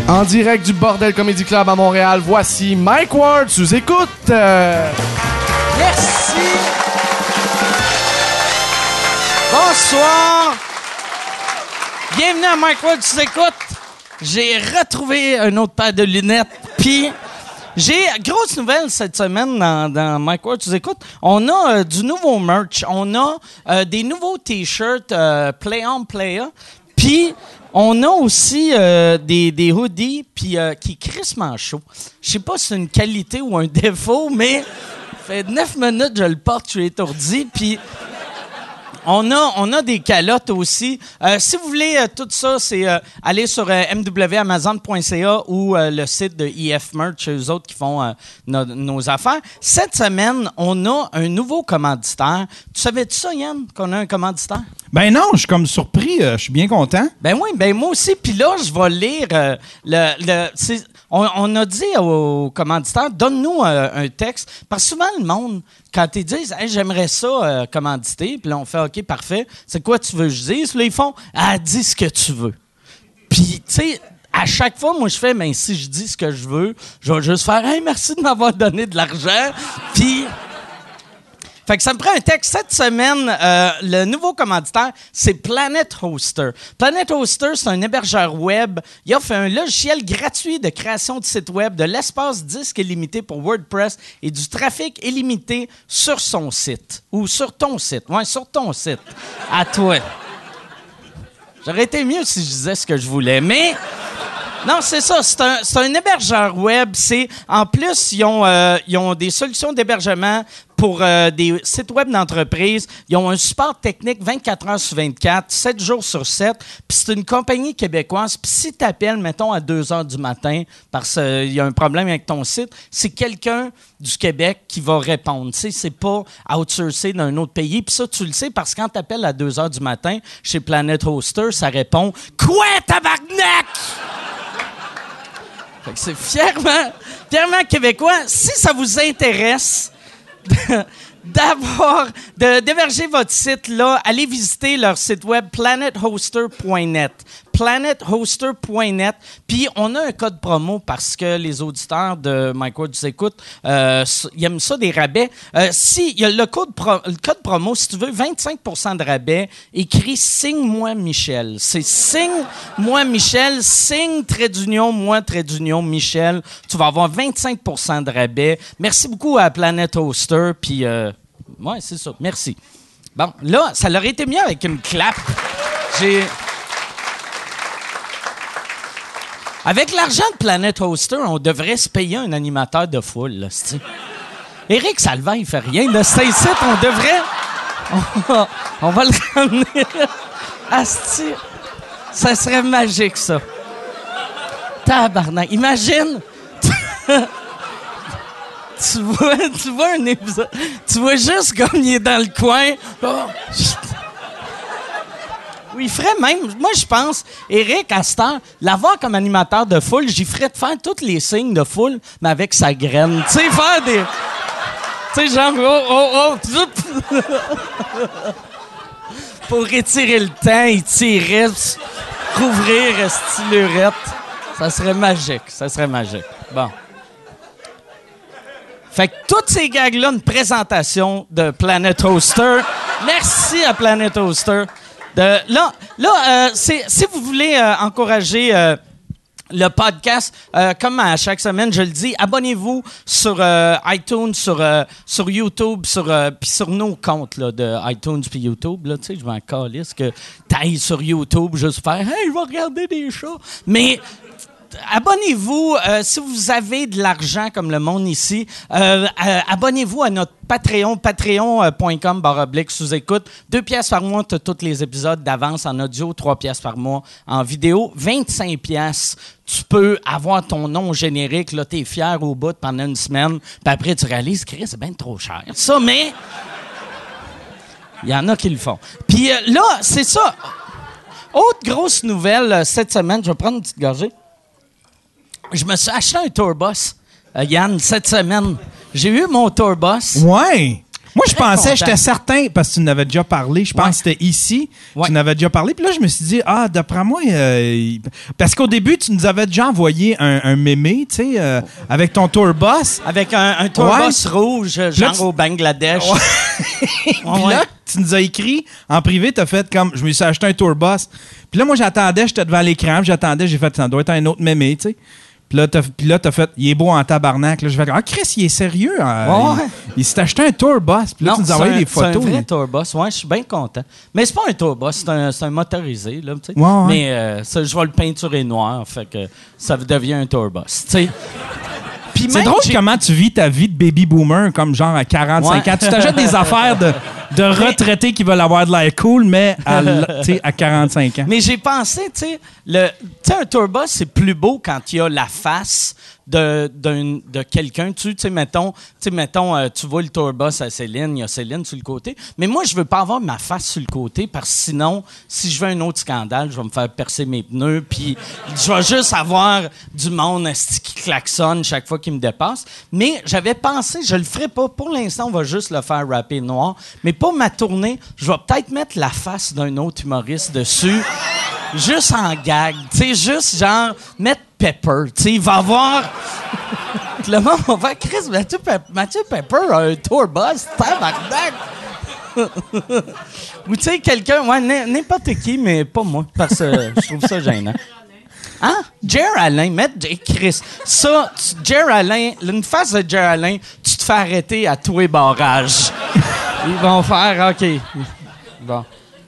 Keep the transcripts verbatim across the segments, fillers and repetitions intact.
En direct du Bordel Comedy Club à Montréal, voici Mike Ward sous écoute. Euh... Merci. Bonsoir. Bienvenue à Mike Ward sous écoute. J'ai retrouvé un autre paire de lunettes, puis j'ai grosse nouvelle cette semaine dans, dans Mike Ward sous écoute. On a euh, du nouveau merch. On a euh, des nouveaux t-shirts euh, Play On Play On. Puis on a aussi euh, des, des hoodies puis euh, qui crissement chaud. Je sais pas si c'est une qualité ou un défaut, mais ça fait neuf minutes que je le porte, je suis étourdi. Puis on a, on a des calottes aussi. Euh, si vous voulez euh, tout ça, c'est euh, aller sur euh, m w amazon point c a ou euh, le site de I F Merch, eux autres qui font euh, no, nos affaires. Cette semaine, on a un nouveau commanditaire. Tu savais-tu ça, Yann, qu'on a un commanditaire? Ben non, je suis comme surpris. Euh, je suis bien content. Ben oui, ben moi aussi. Puis là, je vais lire euh, le... le c'est, on, on a dit aux commanditaires, donne-nous euh, un texte. Parce que souvent, le monde, quand ils disent hey, « j'aimerais ça euh, commanditer », puis là, on fait « OK, parfait. C'est quoi tu veux que je dise? » Puis là, ils font « Ah, dis ce que tu veux. » Puis, tu sais... À chaque fois, moi, je fais, mais si je dis ce que je veux, je vais juste faire, hey, merci de m'avoir donné de l'argent. Puis, fait que ça me prend un texte. Cette semaine, euh, le nouveau commanditaire, c'est Planet Hoster. Planet Hoster, c'est un hébergeur web. Il offre un logiciel gratuit de création de site web, de l'espace disque illimité pour WordPress et du trafic illimité sur son site. Ou sur ton site. Ouais, sur ton site. À toi. J'aurais été mieux si je disais ce que je voulais, mais... Non, c'est ça. C'est un, c'est un hébergeur web. C'est, en plus, ils ont, euh, ils ont des solutions d'hébergement pour euh, des sites web d'entreprise. Ils ont un support technique vingt-quatre heures sur vingt-quatre, sept jours sur sept. Puis c'est une compagnie québécoise. Puis si tu appelles, mettons, à deux heures du matin parce qu'il euh, y a un problème avec ton site, c'est quelqu'un du Québec qui va répondre. Tu sais, c'est pas outsourcé d'un autre pays. Puis ça, tu le sais parce que quand tu appelles à deux heures du matin chez Planet Hoster, ça répond « Quoi, tabarnak? » Fait que c'est fièrement, fièrement québécois. Si ça vous intéresse d'avoir, de, d'héberger votre site là, allez visiter leur site web planet hoster point net. planet hoster point net. Puis on a un code promo parce que les auditeurs de Mike Ward s'écoutent, euh, ils aiment ça des rabais. Euh, si il y a le code pro, le code promo, si tu veux vingt-cinq pour cent de rabais, écris signe-moi Michel. C'est signe-moi Michel, signe trait d'union moi trait d'union Michel. Tu vas avoir vingt-cinq pour cent de rabais. Merci beaucoup à Planet Hoster puis euh, ouais, c'est ça. Merci. Bon, là, ça leur été mieux avec une clap. J'ai Avec l'argent de Planet Hoster, on devrait se payer un animateur de foule, là, c'ti. Éric Salvain, il fait rien. De cet site, on devrait... On va, on va le ramener. Asti. Ça serait magique, ça. Tabarnak. Imagine... tu vois, tu vois un épisode... Tu vois juste comme il est dans le coin... Oh. Oui, il ferait même... Moi, je pense, Éric, à cette heure, l'avoir comme animateur de foule, j'y ferais de faire tous les signes de foule, mais avec sa graine. Tu sais, faire des... Tu sais, genre... Oh, oh, oh... Pour étirer le temps, étirer, rouvrir, stylurette. Ça serait magique. Ça serait magique. Bon. Fait que toutes ces gags-là, une présentation de Planet Hoster. Merci à Planet Hoster. De, là, là euh, c'est, si vous voulez euh, encourager euh, le podcast, euh, comme à chaque semaine, je le dis, abonnez-vous sur euh, iTunes, sur, euh, sur YouTube, sur, euh, puis sur nos comptes là, de iTunes puis YouTube. Là, tu sais, je m'en calisse que t'ailles sur YouTube juste faire « Hey, je vais regarder des chats! » Mais... Abonnez-vous, euh, si vous avez de l'argent comme le monde ici, euh, euh, abonnez-vous à notre Patreon, patreon point com barre oblique sous-écoute. Deux piastres par mois, tu as tous les épisodes d'avance en audio, trois piastres par mois en vidéo, vingt-cinq piastres. Tu peux avoir ton nom générique, là, t'es fier au bout pendant une semaine, puis après tu réalises, Chris, c'est bien trop cher. Ça, mais il y en a qui le font. Puis euh, là, c'est ça. Autre grosse nouvelle euh, cette semaine, je vais prendre une petite gorgée. Je me suis acheté un tourbus, euh, Yann, cette semaine. J'ai eu mon tourbus. Ouais. Moi, je pensais, content. j'étais certain, parce que tu n'avais déjà parlé, je pense Ouais. que c'était ici, Ouais. tu n'avais déjà parlé, puis là, je me suis dit, ah, d'après moi, euh, il- parce qu'au début, tu nous avais déjà envoyé un, un mémé, tu sais, euh, avec ton tour bus. Avec un, un tourbus Ouais. rouge, genre tu- au Bangladesh. Puis Ouais. là, tu nous as écrit en privé, tu as fait comme, je me suis acheté un tour bus. Puis là, moi, j'attendais, j'étais devant l'écran, puis j'attendais, j'ai fait, ça doit être un autre mémé, tu sais. Puis là, t'as, puis là, t'as fait, il est beau en tabarnak. Là, je fais, ah, Chris, il est sérieux. Hein? Ouais. Il, il s'est acheté un tour bus. Puis là, tu nous as envoyé c'est un- des photos. C'est un vrai mais- tourbus. Ouais, je suis bien content. Mais c'est pas un tourbus, c'est un, c'est un motorisé, là, tu sais. Ouais, ouais. Mais euh, ça, je vais le peinturer noir, fait que ça devient un tourbus, tu sais. Puis C'est même, drôle j'ai- comment tu vis ta vie de baby boomer comme genre à quarante-cinq Ouais. ans. Tu t'achètes des affaires de, de retraités qui veulent avoir de l'air cool, mais à, l- tu sais, à quarante-cinq ans. Mais j'ai pensé, tu sais, le- tu sais, un tourbus, c'est plus beau quand il y a la face de, d'un- de quelqu'un. Tu sais, mettons, tu sais, mettons euh, tu vois le tourbus à Céline, il y a Céline sur le côté. Mais moi, je veux pas avoir ma face sur le côté parce que sinon, si je veux un autre scandale, je vais me faire percer mes pneus, puis je vais juste avoir du monde esti, qui klaxonne chaque fois qu'il me dépasse. Mais j'avais pensé, je le ferai pas. Pour l'instant, on va juste le faire rapper noir. Mais pour ma tournée, je vais peut-être mettre la face d'un autre humoriste dessus. Juste en gag, tu sais, juste genre mettre Pepper, tu sais, il va avoir le monde va faire Chris Mathieu, Pe- Mathieu Pepper a un tourbus, tabarnak. Ou tu sais quelqu'un, ouais, n- n'importe qui, mais pas moi, parce que je trouve ça gênant. Hein? Jer Alain, mettre J- Chris. Ça, tu- Jer Alain, une face de Jer Alain, tu te fais arrêter à tous les barrages. Ils vont faire, OK. Bon.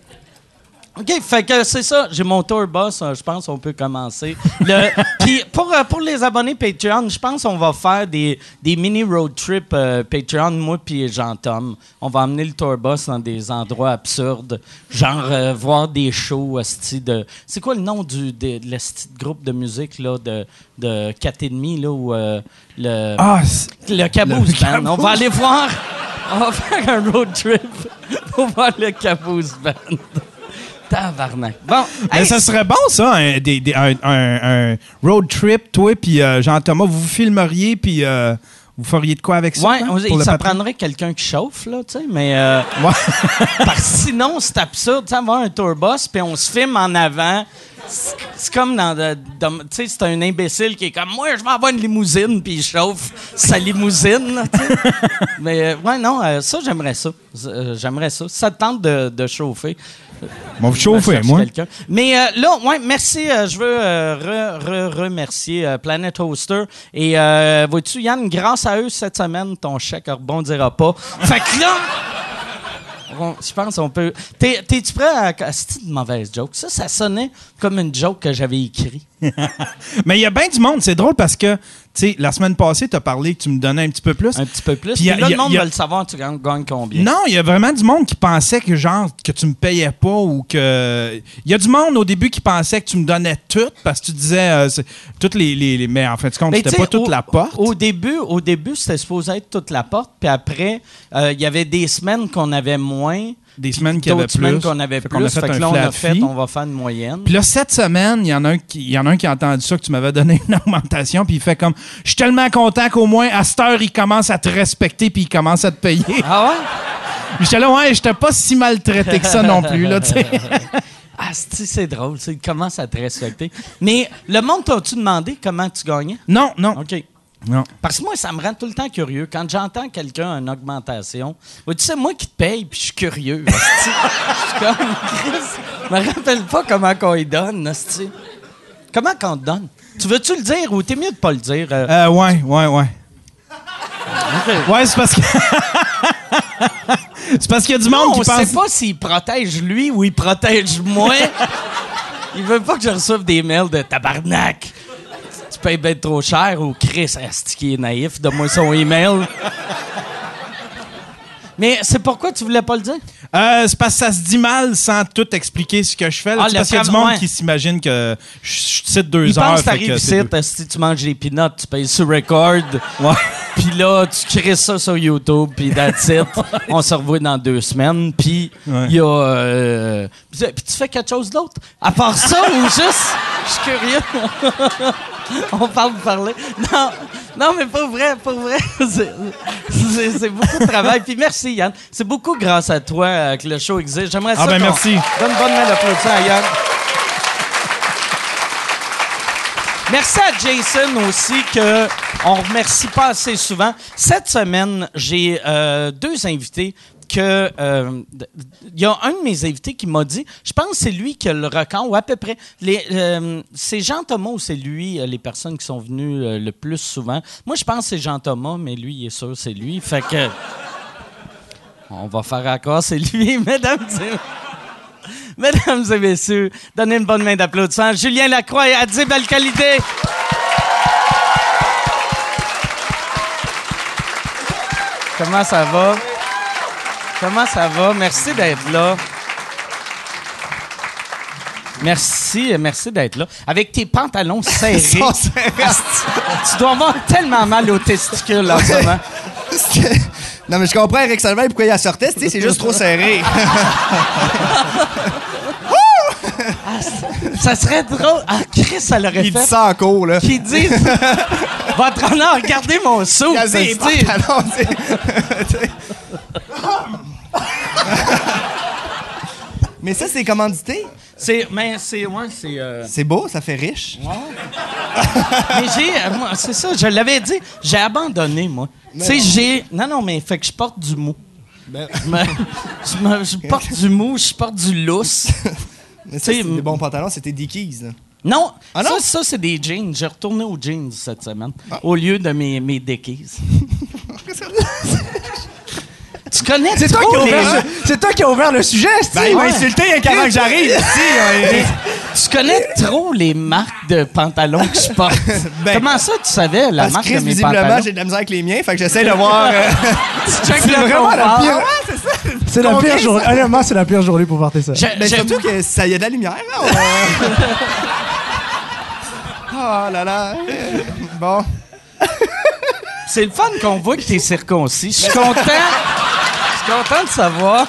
OK, fait que c'est ça. J'ai mon tour boss. euh, Je pense qu'on peut commencer. Le- Puis pour, euh, pour les abonnés Patreon, je pense qu'on va faire des, des mini road trips euh, Patreon, moi puis Jean-Tom. On va emmener le tour boss dans des endroits absurdes. Genre euh, voir des shows esti, de... C'est quoi le nom du de, de l'esti de groupe de musique là, de, de quatre et demi là, où euh, le... Ah, c'est- Le Caboose Le Band. Caboose. On va aller voir... On va faire un road trip pour voir le Caboose Band. Tabarnak. Bon, mais hey, ça serait bon, ça, un, des- des- un, un- un road trip, toi puis euh, Jean-Thomas, vous vous filmeriez, puis euh, vous feriez de quoi avec ça? ouais, hein, on- pour le ça Patreon? prendrait quelqu'un qui chauffe, là, tu sais, mais... euh, Ouais. parce que sinon, c'est absurde, tu sais, avoir un tourbus, puis on se filme en avant. C'est c'est comme dans... de- de- tu sais, c'est un imbécile qui est comme, moi, je vais avoir une limousine, puis il chauffe sa limousine, là, tu sais. Mais, euh, ouais, non, euh, ça, j'aimerais ça. Euh, j'aimerais ça. Ça te tente de, de chauffer. Bon, vous Je chauffez, cherche moi. quelqu'un. Mais euh, là, ouais, merci. euh, je veux euh, re- re- remercier euh, Planet Hoster. Et euh, vois-tu, Yann, grâce à eux, cette semaine, ton chèque ne rebondira pas. Fait que là, on- je pense qu'on peut... T'es- T'es-tu prêt à... à- C'est une mauvaise joke. Ça, ça sonnait comme une joke que j'avais écrite. Mais il y a bien du monde. C'est drôle parce que, tu sais, la semaine passée, tu as parlé que tu me donnais un petit peu plus. Un petit peu plus. Puis Puis y a- là, y a- le monde y a- veut le savoir, tu gagnes, gagnes combien. Non, il y a vraiment du monde qui pensait que, genre, que tu me payais pas ou que... Il y a du monde, au début, qui pensait que tu me donnais tout parce que tu disais... euh, c'est- toutes les, les, les- Mais en fin de compte, Mais c'était tu pas sais, toute au- la porte. Au début, au début, c'était supposé être toute la porte. Puis après, euh, il y avait des semaines qu'on avait moins. Des semaines qu'il y avait D'autres semaines plus. qu'on avait Fait plus. qu'on a Fait fait que un là, on a flat fait, fee. on va faire une moyenne. Puis là, cette semaine, il y en a un qui, il y en a un qui a entendu ça, que tu m'avais donné une augmentation, puis il fait comme, je suis tellement content qu'au moins, à cette heure, il commence à te respecter, puis il commence à te payer. Ah ouais? Puis j'étais là, ouais, j'étais pas si maltraité que ça non plus, là, tu sais. Ah, c'est c'est drôle. C'est comment ça te respecter. Mais le monde t'a-tu demandé comment tu gagnais? Non, non, OK. non. Parce que moi, ça me rend tout le temps curieux. Quand j'entends quelqu'un une augmentation, ouais, tu sais, moi qui te paye, puis je suis curieux. hostie. Je suis comme, Chris, je me rappelle pas comment qu'on y donne. hostie. Comment qu'on te donne? Tu veux-tu le dire ou t'es mieux de pas le dire? euh? Euh, ouais, ouais, ouais. Ouais, c'est parce que... c'est parce qu'il y a du monde Non, qui on pense... sait pas s'il protège lui ou il protège moi. Il veut pas que je reçoive des mails de tabarnak. Tu payes bien trop cher ou Chris, asti qui est naïf, donne-moi son email. Mais c'est pourquoi tu voulais pas le dire? Euh, c'est parce que ça se dit mal sans tout expliquer ce que je fais. là. Ah, C'est le parce qu'il y a du fram- monde ouais. qui s'imagine que je je cite deux Il heures. pense que fait t'arrives que ici, c'est deux- asti, tu manges des peanuts, tu payes sur record. Ouais. Puis là, tu crées ça sur YouTube, puis that's it. On se revoit dans deux semaines, puis il Ouais. y a... euh, puis puis tu fais quelque chose d'autre? À part ça, ou juste... Je suis curieux. On parle de parler. Non, non, mais pas vrai, pas vrai. C'est, c'est, c'est beaucoup de travail. Puis merci, Yann. C'est beaucoup grâce à toi euh, que le show existe. J'aimerais ça Ah ben qu'on merci. donne une bonne main d'applaudissement à Yann. Merci à Jason aussi, que on remercie pas assez souvent. Cette semaine, j'ai euh, deux invités que... Il euh, y a un de mes invités qui m'a dit, je pense que c'est lui qui a le record, ou à peu près. Les, euh, c'est Jean-Thomas ou c'est lui, euh, les personnes qui sont venues euh, le plus souvent. Moi, je pense que c'est Jean-Thomas, mais lui, il est sûr c'est lui. Fait que... On va faire accord, c'est lui, mesdames et Mesdames et messieurs, donnez une bonne main d'applaudissement. Julien Lacroix et Adib Al-Khalidé. Comment ça va? Comment ça va? Merci d'être là. Merci, merci d'être là. Avec tes pantalons serrés. Tu dois avoir tellement mal aux testicules en ce moment. Non, mais je comprends Eric Salvaire pourquoi il la sortait, tu sais, c'est juste trop serré. Ah, ça serait drôle. Ah, Chris, ça l'aurait Il fait. dit ça en cours, là. Qui dit votre honneur, regardez mon saut. Regardez les pantalons, tu sais. Mais ça, c'est commandité. C'est, mais c'est, ouais, c'est. Euh... C'est beau, ça fait riche. Ouais. Mais j'ai, euh, moi, c'est ça, je l'avais dit, j'ai abandonné, moi. Tu sais, j'ai. Non, non, mais fait que je porte du mou. Ben... Je, me, je, me, je porte du mou, je porte du lousse. Mais ça, c'est des bons pantalons, c'était Dickies, là. Non, ah non? ça, ça c'est des jeans. J'ai retourné aux jeans cette semaine, ah. au lieu de mes, mes Dickies. Tu connais c'est toi, trop qui les... ouvert, c'est toi qui as ouvert le sujet, ben, il m'a insulté avant que j'arrive ici. Ouais. Tu connais trop les marques de pantalons que je porte. Ben, comment ça, tu savais la marque de mes visiblement, pantalons? J'ai de la misère avec les miens, fait que j'essaie de voir... Euh... c'est vraiment la pire... Ouais, c'est ça. C'est la pire journée. Honnêtement, c'est la pire journée pour porter ça. Ben, surtout que ça y a de la lumière, là. Oh là là. Bon. C'est le fun qu'on voit que t'es circoncis. Je suis content. Je suis content de savoir.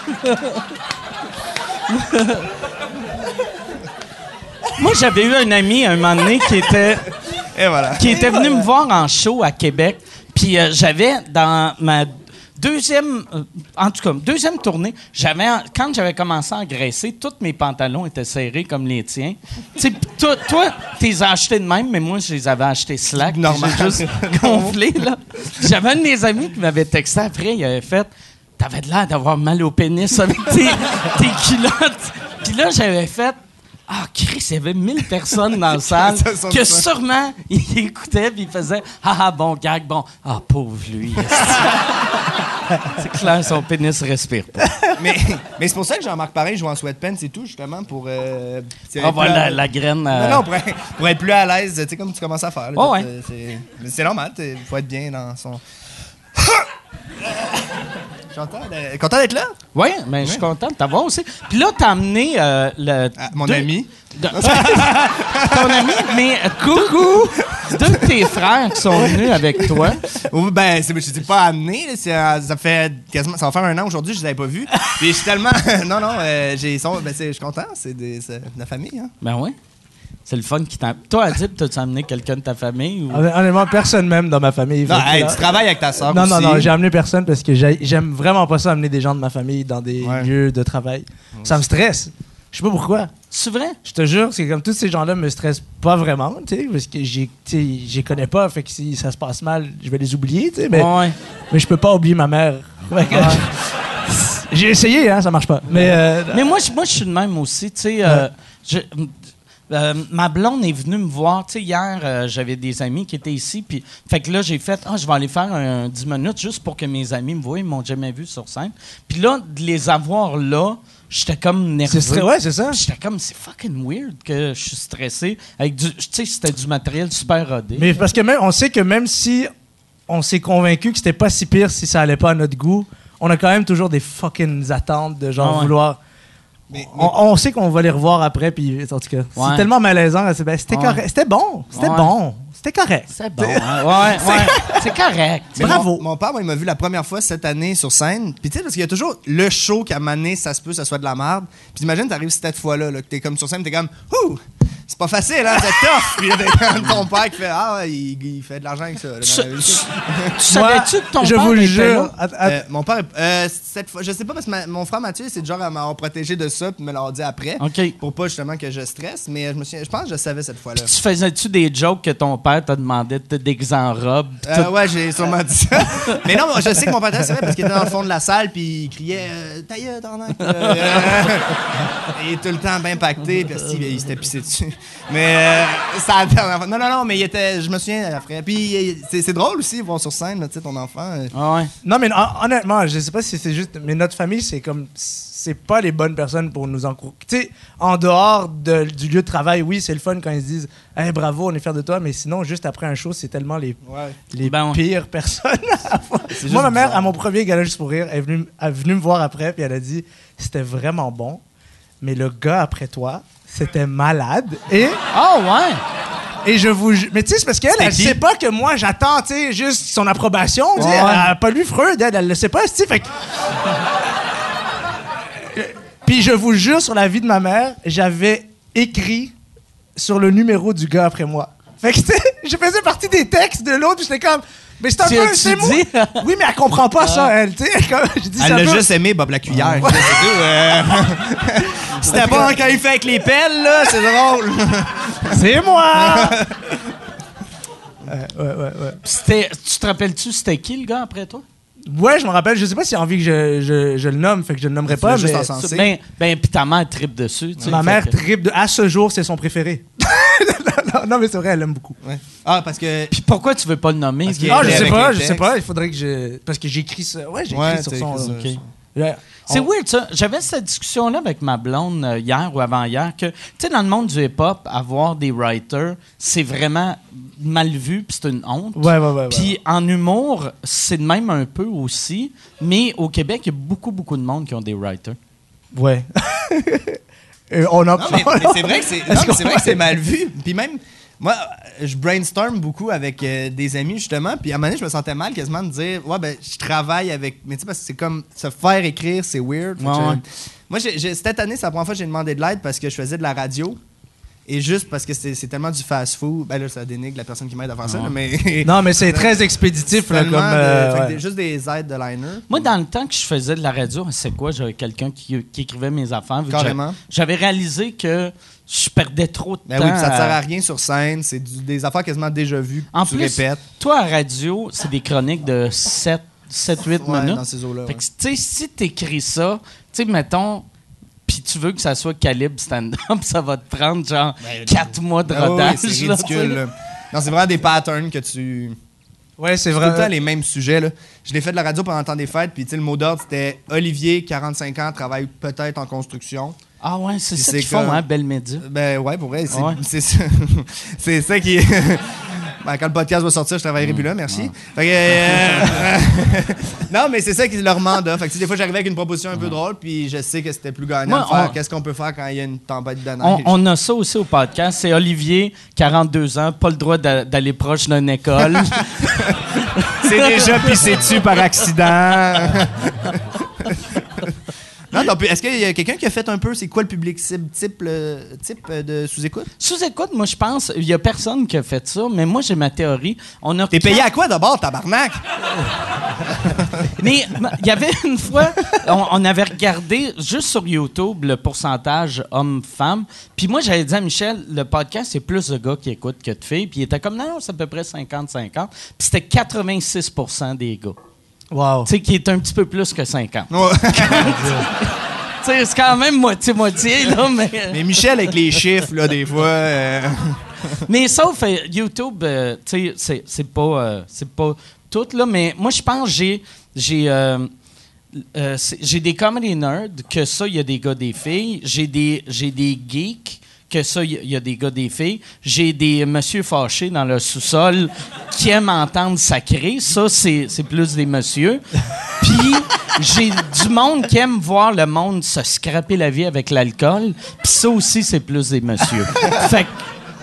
Moi, j'avais eu un ami un moment donné qui était, Et voilà. qui était Et venu voilà. me voir en show à Québec. Puis euh, j'avais dans ma deuxième, euh, en tout cas, deuxième tournée, j'avais, quand j'avais commencé à engraisser, tous mes pantalons étaient serrés comme les tiens. Tu sais, toi, toi, t'es achetés de même, mais moi, je les avais achetés slack. Normal. J'ai juste gonflé, là. J'avais un de mes amis qui m'avait texté après, il avait fait « T'avais l'air d'avoir mal au pénis avec tes, tes culottes. » Puis là, j'avais fait « Ah, Chris, il y avait mille personnes dans la salle que sûrement, il écoutait puis il faisait « Ah, ah, bon gag, bon. Ah, pauvre lui. » C'est clair, son pénis respire pas. mais, mais c'est pour ça que Jean-Marc Paré joue en sweatpants et tout, justement, pour... Euh, ah, voilà, la, la graine... Euh... Non, non, pour, pour être plus à l'aise, tu sais, comme tu commences à faire. Là, oh, ouais. euh, c'est, c'est normal, il faut être bien dans son... Content d'être, content d'être là? Oui, mais je suis content de t'avoir aussi. Puis là, t'as amené euh, le... Ah, mon deux, ami. De, ton ami, mais coucou! Deux de tes frères qui sont venus avec toi. Oh, ben, c'est, je ne pas amené. Là, c'est, ça fait quasiment... Ça va faire un an aujourd'hui, je ne les avais pas vus. Puis je suis tellement... non, non, euh, j'ai, son, ben, c'est, je suis content. C'est, des, c'est de la famille, hein? Ben oui. C'est le fun qui t'a... Toi, Adib, t'as-tu amené quelqu'un de ta famille? Ou... Honnêtement, personne même dans ma famille. Non, hey, tu travailles avec ta soeur non, aussi. Non, non, non, j'ai amené personne parce que j'ai, j'aime vraiment pas ça, amener des gens de ma famille dans des ouais. lieux de travail. Ouais. Ça me stresse. Je sais pas pourquoi. C'est vrai? Je te jure, c'est comme tous ces gens-là me stressent pas vraiment, tu sais, parce que j'ai, tu sais, je les connais pas, fait que si ça se passe mal, je vais les oublier, tu sais, mais, ouais. mais je peux pas oublier ma mère. Ouais. J'ai essayé, hein, ça marche pas. Mais, euh, mais moi, je, moi, je suis de même aussi, tu sais. Euh, ouais. Euh, ma blonde est venue me voir. Tu sais, hier, euh, j'avais des amis qui étaient ici. Puis, fait que là, j'ai fait, ah, je vais aller faire un, un dix minutes juste pour que mes amis me voient. Ils m'ont jamais vu sur scène. Puis là, de les avoir là, j'étais comme nerveux. C'est stre- ouais, c'est ça. J'étais comme, c'est fucking weird que je suis stressé. Avec du, tu sais, c'était du matériel super rodé. Mais parce que même, on sait que même si on s'est convaincu que c'était pas si pire si ça allait pas à notre goût, on a quand même toujours des fucking attentes de genre ah ouais. vouloir... Mais, mais... On, on sait qu'on va les revoir après, puis en tout cas, ouais. c'est tellement malaisant. C'est, ben, c'était ouais. correct. C'était bon. C'était ouais. bon. C'était correct. C'est bon. Hein? Ouais, ouais. C'est correct. Mais bravo. Mon, mon père, moi, il m'a vu la première fois cette année sur scène. Puis tu sais, parce qu'il y a toujours le show qui a mané, ça se peut, ça soit de la merde. Puis imagine, t'arrives cette fois-là, là, que t'es comme sur scène, t'es comme, ouh! c'est pas facile, hein, c'est tough. Puis là, t'as ton père qui fait, ah, ouais, il, il fait de l'argent avec ça. Là, Tu, dans la vie. tu savais-tu que ton je père vous était jure. là? att- att- Euh, mon père, euh, cette fois, je sais pas parce que ma- mon frère Mathieu, c'est du genre à m'avoir protégé de ça puis me l'avoir dit après. OK. Pour pas justement que je stresse, mais je me souviens, je pense que je savais cette fois-là. Tu faisais-tu des jokes que ton père t'a demandé de te déguiser en robe? Euh, tout- ouais, j'ai sûrement dit ça. Mais non, je sais que mon père c'est vrai parce qu'il était dans le fond de la salle puis il criait euh, ta gueule, tabarnak. Euh, Il est tout le temps bien pacté puis asti, il s'était pissé dessus. Mais euh, ça a dernière fois. Non, non, non, mais il était. Je me souviens après. Puis c'est, c'est drôle aussi, voir sur scène, là, tu sais, ton enfant. euh, Ah ouais. Non, mais hon- honnêtement, je sais pas si c'est juste. Mais notre famille, c'est comme. C'est pas les bonnes personnes pour nous encourager. Tu sais, en dehors de- du lieu de travail, oui, c'est le fun quand ils se disent hey, bravo, on est fiers de toi, mais sinon, juste après un show, c'est tellement les, Ouais. les Ben ouais. pires personnes. à voir. juste Moi, ma mère, bizarre. à mon premier gala juste pour rire, elle est venue, elle est venue me voir après, puis elle a dit c'était vraiment bon, mais le gars après toi, c'était malade. Et. Ah ouais. Et je vous. ju- Mais tu sais, c'est parce qu'elle, C'était elle qui? sait pas que moi, j'attends, tu sais, juste son approbation. tu sais, Ouais. Elle a pas lu Freud, elle, elle le sait pas, tu sais, fait que. Puis je vous jure, sur la vie de ma mère, j'avais écrit sur le numéro du gars après moi. Fait que, tu sais, je faisais partie des textes de l'autre, puis j'étais comme. Mais c'est un Tu peu. as-tu C'est moi. dit? Oui, mais elle comprend pas ça, elle, tu sais. comme- Je dis, c'est Elle un l'a peu- juste aimé, Bob la cuillère. C'est tout, euh. C'était bon quand il fait avec les pelles, là, c'est drôle. C'est moi! Euh, ouais, ouais, ouais. C'était, tu te rappelles-tu c'était qui le gars après toi? Ouais, je me rappelle, je sais pas s'il a envie que je, je, je le nomme, fait que je le nommerai Tu pas, l'as juste mais encensé. Ben, ben pis ta mère tripe dessus. tu sais, ma fait mère que- tripe de... À ce jour, c'est son préféré. non, non, mais c'est vrai, elle l'aime beaucoup. Ouais. Ah, parce que. Puis pourquoi tu veux pas le nommer? Parce qu'il Ah, est je sais avec pas, les je sais textes. pas, il faudrait que je... Parce que j'écris ça. Ouais, j'écris Ouais, sur t'as son... écrit ça. euh, OK. Ouais. C'est On- weird, ça. J'avais cette discussion-là avec ma blonde euh, hier ou avant-hier que, tu sais, dans le monde du hip-hop, avoir des writers, c'est vraiment mal vu, puis c'est une honte. Ouais, ouais, ouais. ouais. Puis en humour, c'est de même un peu aussi, mais au Québec, il y a beaucoup, beaucoup de monde qui ont des writers. Ouais. Euh, on en Non, mais, mais c'est vrai que c'est, non, mais c'est vrai que c'est mal vu. Puis même, moi, je brainstorm beaucoup avec euh, des amis, justement. Puis à un moment donné, je me sentais mal quasiment de dire, ouais, ben, je travaille avec. Mais tu sais, parce que c'est comme se faire écrire, c'est weird. Fait que Ouais, je- ouais. Moi, j'ai, j'ai- cette année, c'est la première fois que j'ai demandé de l'aide parce que je faisais de la radio. Et juste parce que c'est, c'est tellement du fast-food. Ben là, ça dénigre la personne qui m'aide à faire ça, là, mais. Non, mais c'est très expéditif, là, Tellement comme... de- euh, fait que ouais. des- juste des aides de liner. Moi, dans le temps que je faisais de la radio, c'est quoi? J'avais quelqu'un qui, qui écrivait mes affaires. vu que Carrément. J'avais j'avais réalisé que je perdais trop de Ben temps. oui, puis ça te sert à- à rien sur scène. C'est du- des affaires quasiment déjà vues. que En tu plus, répètes. toi, à radio, c'est des chroniques de sept, huit Ouais, minutes. dans ces eaux-là. Fait ouais. que, tu sais, si t'écris ça, tu sais, mettons, puis tu veux que ça soit calibre stand-up, ça va te prendre genre Ben, quatre mois de Ah oui, rodage. c'est là, ridicule. tu sais. là. Non, c'est vraiment des patterns que tu. Ouais, c'est C'est tout le temps vrai. les mêmes sujets. Là. Je l'ai fait de la radio pendant le temps des fêtes, puis tu sais, le mot d'ordre, c'était Olivier, quarante-cinq ans, travaille peut-être en construction. Ah ouais, c'est Puis ça c'est qu'ils font, comme- hein, Belle Média. Ben ouais, pour vrai, c'est Ouais. c'est ça. c'est ça qui. Ben, quand le podcast va sortir, je travaillerai plus là, merci. Fait que, euh, non, mais c'est ça qui est leur mandat. Fait que, tu sais, des fois, j'arrivais avec une proposition un peu drôle, puis je sais que c'était plus gagnant Moi, de faire on- qu'est-ce qu'on peut faire quand il y a une tempête de neige. On, on a ça aussi au podcast. C'est Olivier, quarante-deux ans, pas le droit d'a- d'aller proche d'une école. C'est déjà pissé dessus par accident. Non, donc, est-ce qu'il y a quelqu'un qui a fait un peu, c'est quoi le public cible type, le type euh, de sous-écoute? Sous-écoute, moi, je pense, il y a personne qui a fait ça, mais moi, j'ai ma théorie. On a T'es payé à quoi d'abord, tabarnak? Mais il y avait une fois, on, on avait regardé juste sur YouTube le pourcentage homme-femme. Puis moi, j'avais dit à Michel, le podcast, c'est plus de gars qui écoutent que de filles. Puis il était comme, non, non, c'est à peu près cinquante cinquante. Puis c'était quatre-vingt-six pour cent des gars. Wow. Tu sais, qui est un petit peu plus que cinquante. Ouais. Tu sais, c'est quand même moitié-moitié, là, mais... Mais Michel, avec les chiffres, là, des fois. euh, Mais sauf euh, YouTube, euh, tu sais, c'est, c'est pas, euh, c'est pas tout, là, mais moi, je pense que j'ai, j'ai, euh, euh, c'est- j'ai des comedy nerds, que ça, il y a des gars, des filles. J'ai des, j'ai des geeks, que ça, il y, y a des gars, des filles. J'ai des monsieur fâchés dans le sous-sol qui aiment entendre sacrer. Ça, c'est, c'est plus des messieurs. Puis, j'ai du monde qui aime voir le monde se scraper la vie avec l'alcool. Puis ça aussi, c'est plus des messieurs. Fait que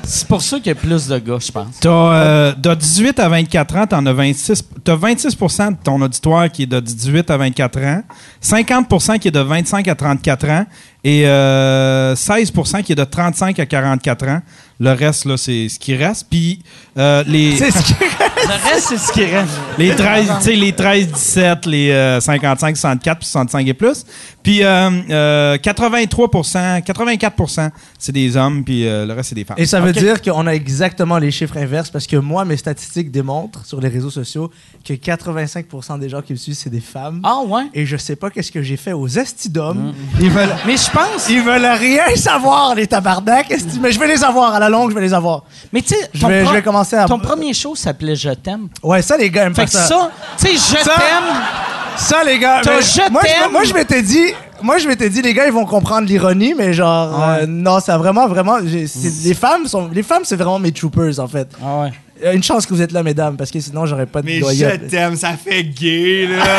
C'est pour ça qu'il y a plus de gars, je pense. T'as, euh, de dix-huit à vingt-quatre ans, t'en as vingt-six. T'as vingt-six pour cent de ton auditoire qui est de dix-huit à vingt-quatre ans, cinquante pour cent qui est de vingt-cinq à trente-quatre ans et euh, seize pour cent qui est de trente-cinq à quarante-quatre ans. Le reste, là, c'est ce qui reste. Puis euh, les... C'est ce qui Le reste, c'est ce qui reste. Les treize, tu sais, les treize dix-sept, les euh, cinquante-cinq soixante-quatre, puis soixante-cinq et plus. Puis euh, euh, quatre-vingt-trois pour cent, quatre-vingt-quatre pour cent, c'est des hommes, puis euh, le reste, c'est des femmes. Et ça veut Okay. dire qu'on a exactement les chiffres inverses parce que moi, mes statistiques démontrent sur les réseaux sociaux que quatre-vingt-cinq pour cent des gens qui me suivent, c'est des femmes. Ah ouais? Et je sais pas qu'est-ce que j'ai fait aux estis d'hommes. Ils veulent, Mais je pense... ils veulent rien savoir, les tabarnak. esti- Mais je vais les avoir. À la longue, je vais les avoir. Mais tu sais, Je ton, vais- pro- je vais commencer à- ton premier show s'appelait Je t'aime. Ouais, ça, les gars, aiment Fait pas que ça. ça, tu sais, Je Ça- t'aime... Ça, les gars. T'as mais- je moi, t'aime. je, moi, je m'étais dit. Moi, je m'étais dit, les gars, ils vont comprendre l'ironie, mais genre, euh, non, ça a vraiment, vraiment. j'ai- c'est- Les femmes, sont, les femmes, c'est vraiment mes troopers, en fait. Ah ouais. Euh, Une chance que vous êtes là, mesdames, parce que sinon, j'aurais pas de Mais doyenne. je t'aime, ça fait gay, là.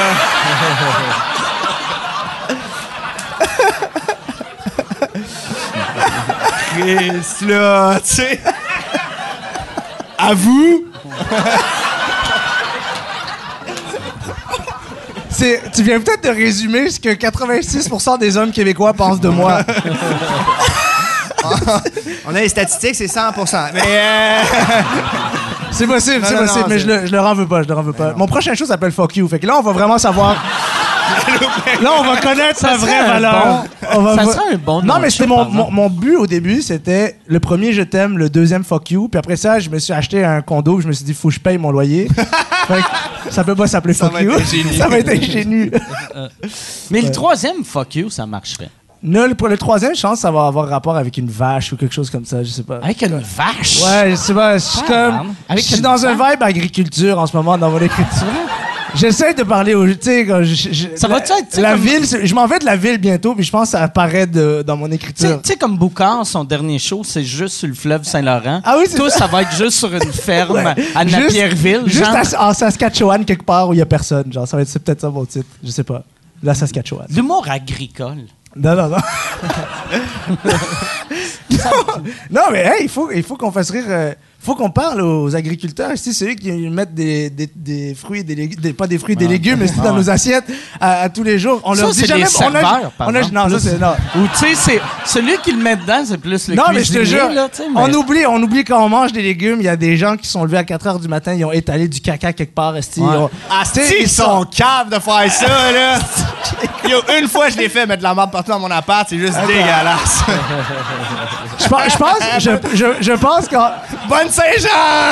Chris, là, tu sais. À vous? C'est- Tu viens peut-être de résumer ce que quatre-vingt-six pour cent des hommes québécois pensent de moi. On a les statistiques, c'est cent pour cent. Mais euh... C'est possible, Non, c'est non, possible, non, mais c'est- je le, je le en veux pas, je le en veux pas. Mon prochain show s'appelle Fuck You, fait que là, on va vraiment savoir. Là, on va connaître sa Ça vraie serait un valeur. bon- On va ça vo- serait un bon nom Non, mais de c'était show, mon, par mon, exemple. mon but au début, c'était le premier je t'aime, le deuxième Fuck You, puis après ça, je me suis acheté un condo, puis je me suis dit, faut que je paye mon loyer. Fait que ça peut pas s'appeler Ça Fuck va You. être ingénieux. Ça va être ingénieux. Mais le troisième, fuck you, ça marcherait. Non, le, pour le troisième, je pense que ça va avoir rapport avec une vache ou quelque chose comme ça, je sais pas. Avec une vache. Ouais, je sais pas, je suis Ah, comme. man. Avec Je suis une dans un vache. vibe agriculture en ce moment dans mon écriture. J'essaie de parler aux. Tu sais, quand je- je- Ça la, va-tu être, tu sais, La comme- ville, c'est- je m'en vais de la ville bientôt, puis je pense que ça apparaît de- dans mon Tu sais- écriture. tu sais, comme Boucard, son dernier show, c'est juste sur le fleuve Saint-Laurent. Ah oui, c'est Tout, ça. ça va être juste sur une ferme Ouais. à Juste- Napierville. Juste genre. à- en Saskatchewan, quelque part où il y a personne. Genre, ça va être c'est peut-être ça mon titre. Je sais pas. La Saskatchewan. L'humour agricole. Non, non, non. non, non, mais hey, il faut, il faut qu'on fasse rire. euh, faut qu'on parle aux agriculteurs. C'est ceux qui mettent des, des, des fruits, des légumes, des- pas des fruits, des légumes, mais c'est dans nos assiettes à, à tous les jours. On Ça, leur dit c'est jamais. les on a- serveurs, par on a- exemple. non, ça Plus- c'est non. Ou tu sais, c'est celui qui le met dedans, c'est plus le Non, mais je te cuisinier, jure, là, tu sais, mais- on oublie, on oublie quand on mange des légumes, il y a des gens qui sont levés à quatre heures du matin, ils ont étalé du caca quelque part, esti, Ouais. ils ont- Ah, Tu sais, ils sont caves de faire ça, là. Yo, une fois, je l'ai fait, mettre de la merde partout dans mon appart, c'est juste dégueulasse. Je pense, je pense, je, je, je pense qu'en- Bonne Saint-Jean!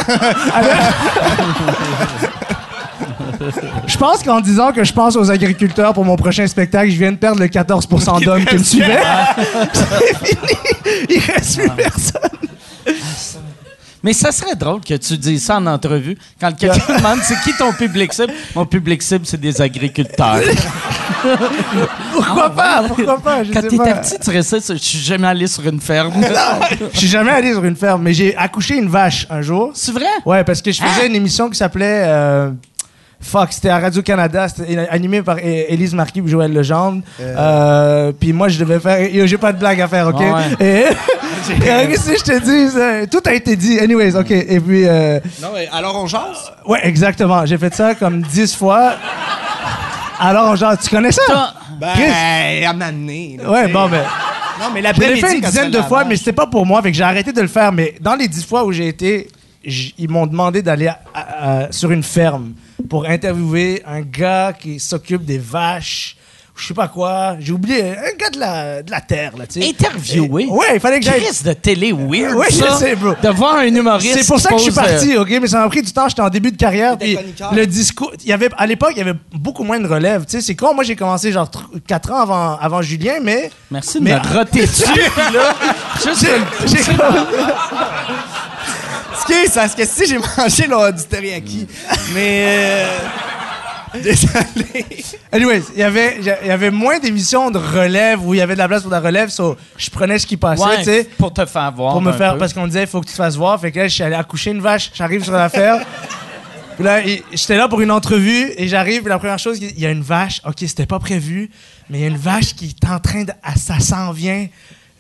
je pense qu'en disant que je pense aux agriculteurs pour mon prochain spectacle, je viens de perdre le quatorze pour cent d'hommes qui me suivaient. C'est fini. Il reste plus personne. Mais ça serait drôle que tu dises ça en entrevue quand quelqu'un demande c'est qui ton public cible. Mon public cible, c'est des agriculteurs. Pourquoi pas? Pourquoi pas? Je Quand sais t'étais pas. petit, tu restais sur- je suis jamais allé sur une ferme. Je suis jamais allé sur une ferme, mais j'ai accouché une vache un jour. C'est vrai? Ouais, parce que je faisais Ah! une émission qui s'appelait euh, Fuck, c'était à Radio-Canada, c'était animé par É- Élise Marquis et Joël Legendre. Euh, puis moi, je devais faire. Yo, j'ai pas de blague à faire, OK? Ah Et, et qu'est-ce que je te dis? ça? Tout a été dit. Anyways, OK. Et puis. euh, Non, mais alors on jase? ouais, exactement. J'ai fait ça comme dix fois. Alors, genre, tu connais ça? T'as- Ben, Chris. à m'amener. là, Ouais, tu sais. bon, ben. Non, mais Je l'après-midi, l'ai fait une quand dizaine tu de fais fois, lavage- mais c'était pas pour moi, fait que j'ai arrêté de le faire. Mais dans les dix fois où j'ai été, j- ils m'ont demandé d'aller à- à- à- sur une ferme pour interviewer un gars qui s'occupe des vaches, je sais pas quoi. J'ai oublié, un gars de la, de la terre, là, tu sais. Interviewé? Et- ouais, il fallait que j'aille. Chris de télé weird, Ouais, je ça. sais, bro. De voir un humoriste. C'est pour ça qui que je suis pose, euh, parti, OK? Mais ça m'a pris du temps. J'étais en début de carrière. T'étais Puis chroniqueur. le discours... Il y avait, à l'époque, il y avait beaucoup moins de relève. Tu sais, c'est con. Moi, j'ai commencé genre quatre ans avant, avant Julien, mais... Merci de Mais- me roter dessus, là. Juste J'ai- le- j'ai Ce qui est, c'est parce que si j'ai mangé là, du teriyaki. Mais. Euh... Désolé. Anyways, il y avait, il y avait moins d'émissions de relève où il y avait de la place pour la relève. So, je prenais ce qui passait, Ouais, tu sais, pour te faire voir. pour me un faire. peu. Parce qu'on disait, il faut que tu te fasses voir. Fait que là, je suis allé accoucher une vache. J'arrive sur la ferme. Puis là, il- j'étais là pour une entrevue et j'arrive. Puis la première chose, il y a une vache. OK, c'était pas prévu, mais il y a une vache qui est en train de. ah, Ça s'en vient.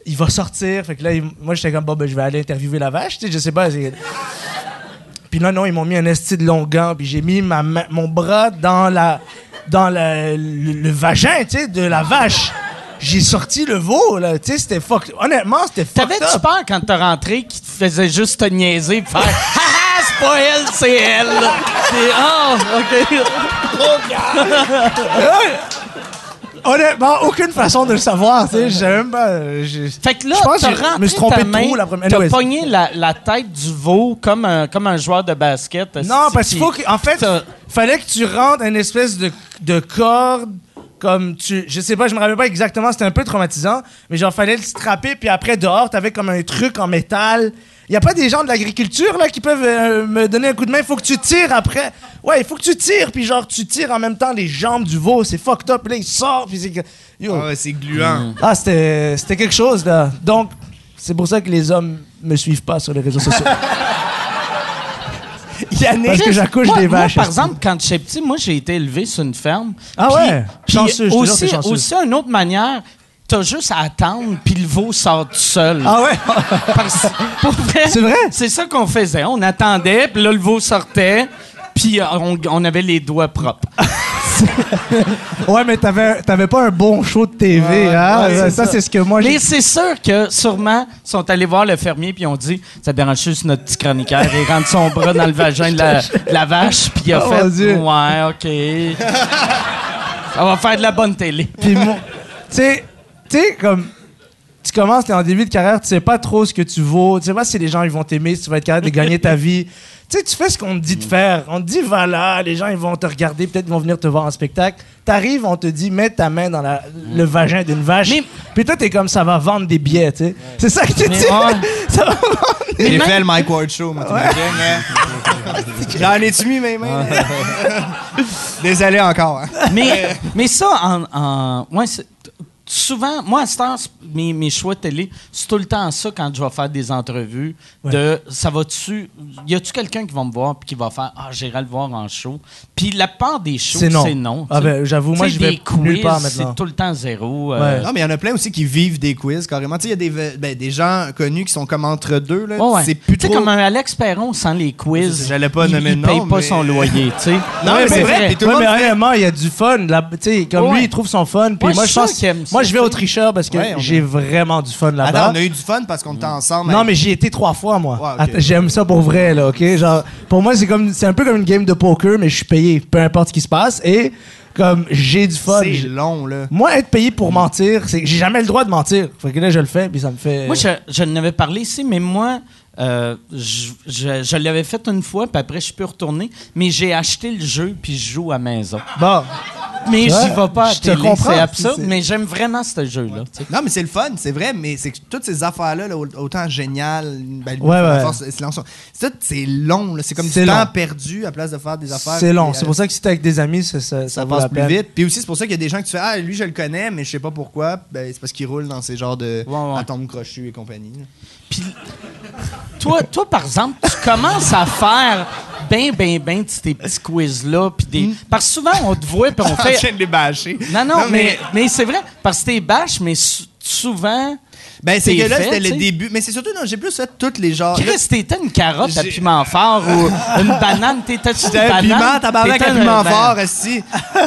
il va sortir. Fait que là, il- moi, j'étais comme, bon, ben, je vais aller interviewer la vache. Tu sais, je sais pas. c'est- Puis là, non, ils m'ont mis un esti de long gant. Puis j'ai mis ma main- mon bras dans la, dans la- le, le vagin, tu sais, de la vache. J'ai sorti le veau, là. Tu sais, c'était fuck. Honnêtement, c'était fuck. T'avais-tu peur quand t'es rentré qu'il te faisait juste te niaiser pis faire « Ah, c'est pas elle, c'est elle! » C'est « Ah, OK. Honnêtement, aucune façon de le savoir, tu sais. Je savais même pas. euh, j'ai- » Fait que là, Je pense t'as que je rentré me suis trompé ta de main, trou la première- t'as Anyways. pogné la, la tête du veau comme un, comme un joueur de basket. Non, parce qu'il qui- faut que, en fait, T'as- fallait que tu rentres une espèce de, de corde comme tu, je sais pas, je me rappelle pas exactement, c'était un peu traumatisant, mais genre fallait le strapper puis après dehors t'avais comme un truc en métal. Il y a pas des gens de l'agriculture là qui peuvent euh, me donner un coup de main. Il faut que tu tires après. Ouais, il faut que tu tires puis genre tu tires en même temps les jambes du veau. C'est fucked up. Puis là il sort puis c'est que yo. Ah ouais, c'est gluant. Ah c'était c'était quelque chose là. Donc c'est pour ça que les hommes me suivent pas sur les réseaux sociaux. Yannick, Parce que j'accouche Moi- des moi, vaches. par exemple, quand j'étais petit, moi, j'ai été élevé sur une ferme. Ah Puis- ouais? puis Chanceux, je te jure que aussi, t'es chanceux. aussi, une autre manière, t'as juste à attendre, puis le veau sort tout seul. Ah ouais? Parce- pour vrai, C'est vrai? C'est ça qu'on faisait. On attendait, puis là, le veau sortait, puis euh, on, on avait les doigts propres. Ouais, mais t'avais, t'avais pas un bon show de T V, Ouais, hein? ouais, ça, c'est ça. c'est ce que moi, Mais j'ai... c'est sûr que, sûrement, ils sont allés voir le fermier, puis ils ont dit « Ça dérange juste notre petit chroniqueur. » Il rentre son bras dans le vagin de la, de la vache, puis il a Oh, fait mon Dieu. « Ouais, OK. Ça va faire de la bonne télé. » Puis, mon- tu sais, tu sais, comme... Tu commences, t'es en début de carrière, tu sais pas trop ce que tu vaux, tu sais pas si les gens ils vont t'aimer, si tu vas être capable de gagner ta vie. Tu sais, tu fais ce qu'on te dit de faire. On te dit, va là, les gens ils vont te regarder, peut-être ils vont venir te voir en spectacle. T'arrives, on te dit, mets ta main dans la- le vagin d'une vache. Mais- Puis toi, t'es comme, ça va vendre des billets, tu sais. C'est ça que tu Mais dis. ouais. Ça va vendre des j'ai même- fait le Mike Ward Show, moi, t'imagines, hein? J'en ai-tu mis mes mains? Désolé encore. Hein? mais, mais ça, en, en- ouais, c'est- souvent, moi, à cette heure, c'est- mes, mes choix de télé, c'est tout le temps ça quand je vais faire des entrevues. De, ça va-tu. Y a-tu quelqu'un qui va me voir puis qui va faire Ah, j'irai le voir en show? Puis la part des shows, C'est non. c'est non. Ah tu sais. ben, j'avoue, moi, Tu sais, je vais des quiz, nulle part maintenant. c'est tout le temps zéro. euh, Ouais. Non, mais il y en a plein aussi qui vivent des quiz, carrément. Tu sais, il y a des, ben, des gens connus qui sont comme entre deux, là. ouais, ouais. C'est plus Tu sais, trop... comme un Alex Perron sans les quiz. J'allais pas il, nommer il le paye nom, pas mais- son loyer, tu sais. Non, mais c'est vrai. Puis tout le Ouais, monde mais fait- honnêtement, il y a du fun. Là, tu sais, comme Ouais. lui, il trouve son fun. Puis Ouais, moi, je je suis pense. sûr qu'il aime ça, Moi, je vais tu au sais. tricheur parce que Ouais, on j'ai vraiment du fun là-bas. Attends, on a eu du fun parce qu'on était ensemble. Non, avec- mais j'y étais trois fois, moi. Ouais, ok. Att- J'aime ça pour vrai, là, OK? Genre, pour moi, c'est comme, c'est un peu comme une game de poker, mais je suis payé, peu importe ce qui se passe. Et, comme, j'ai du fun. C'est J'ai- long, là. Moi, être payé pour mentir, c'est j'ai jamais le droit de mentir. Fait que là, je le fais, puis ça me fait... Moi, je, je n'avais parlé ici, mais moi, euh, je, je, je l'avais fait une fois, puis après, je peux retourner. Mais j'ai acheté le jeu, puis je joue à maison. Bon. Mais Ouais, j'y vais pas à je te télé, comprends, c'est absurde, c'est- mais j'aime vraiment ce jeu-là. tu sais. Non, mais c'est le fun, c'est vrai, mais c'est que toutes ces affaires-là, là, au- autant géniales, ben, Ouais, la ouais. force, le silence, c'est tout, c'est long, là. C'est comme C'est du temps long. perdu à place de faire des affaires. C'est long. Puis, C'est euh, pour ça que si t'es avec des amis, ça, ça, ça ça vaut passe la plus peine. vite. Puis aussi, c'est pour ça qu'il y a des gens que tu fais Ah, lui, je le connais, mais je sais pas pourquoi. Ben, c'est parce qu'il roule dans ces genres de Ouais, ouais. atomes crochus et compagnie. là. Puis, toi, toi, par exemple, tu commences à faire ben, ben, ben de ces petits quiz-là. Puis des... Parce que souvent, on te voit, puis on En fait. train de les bâcher. Non, non, mais, mais c'est vrai, parce que t'es bâche, mais sou- souvent. Ben, c'est t'es que là, fait, c'était le tu sais. début. Mais c'est surtout, non, j'ai plus fait tous les genres. Là, Chris, t'étais une carotte à J'ai- piment fort ou une banane. T'étais-tu une J'étais un banane? piment, tabarnak T'étais à un- piment ben, fort, esti.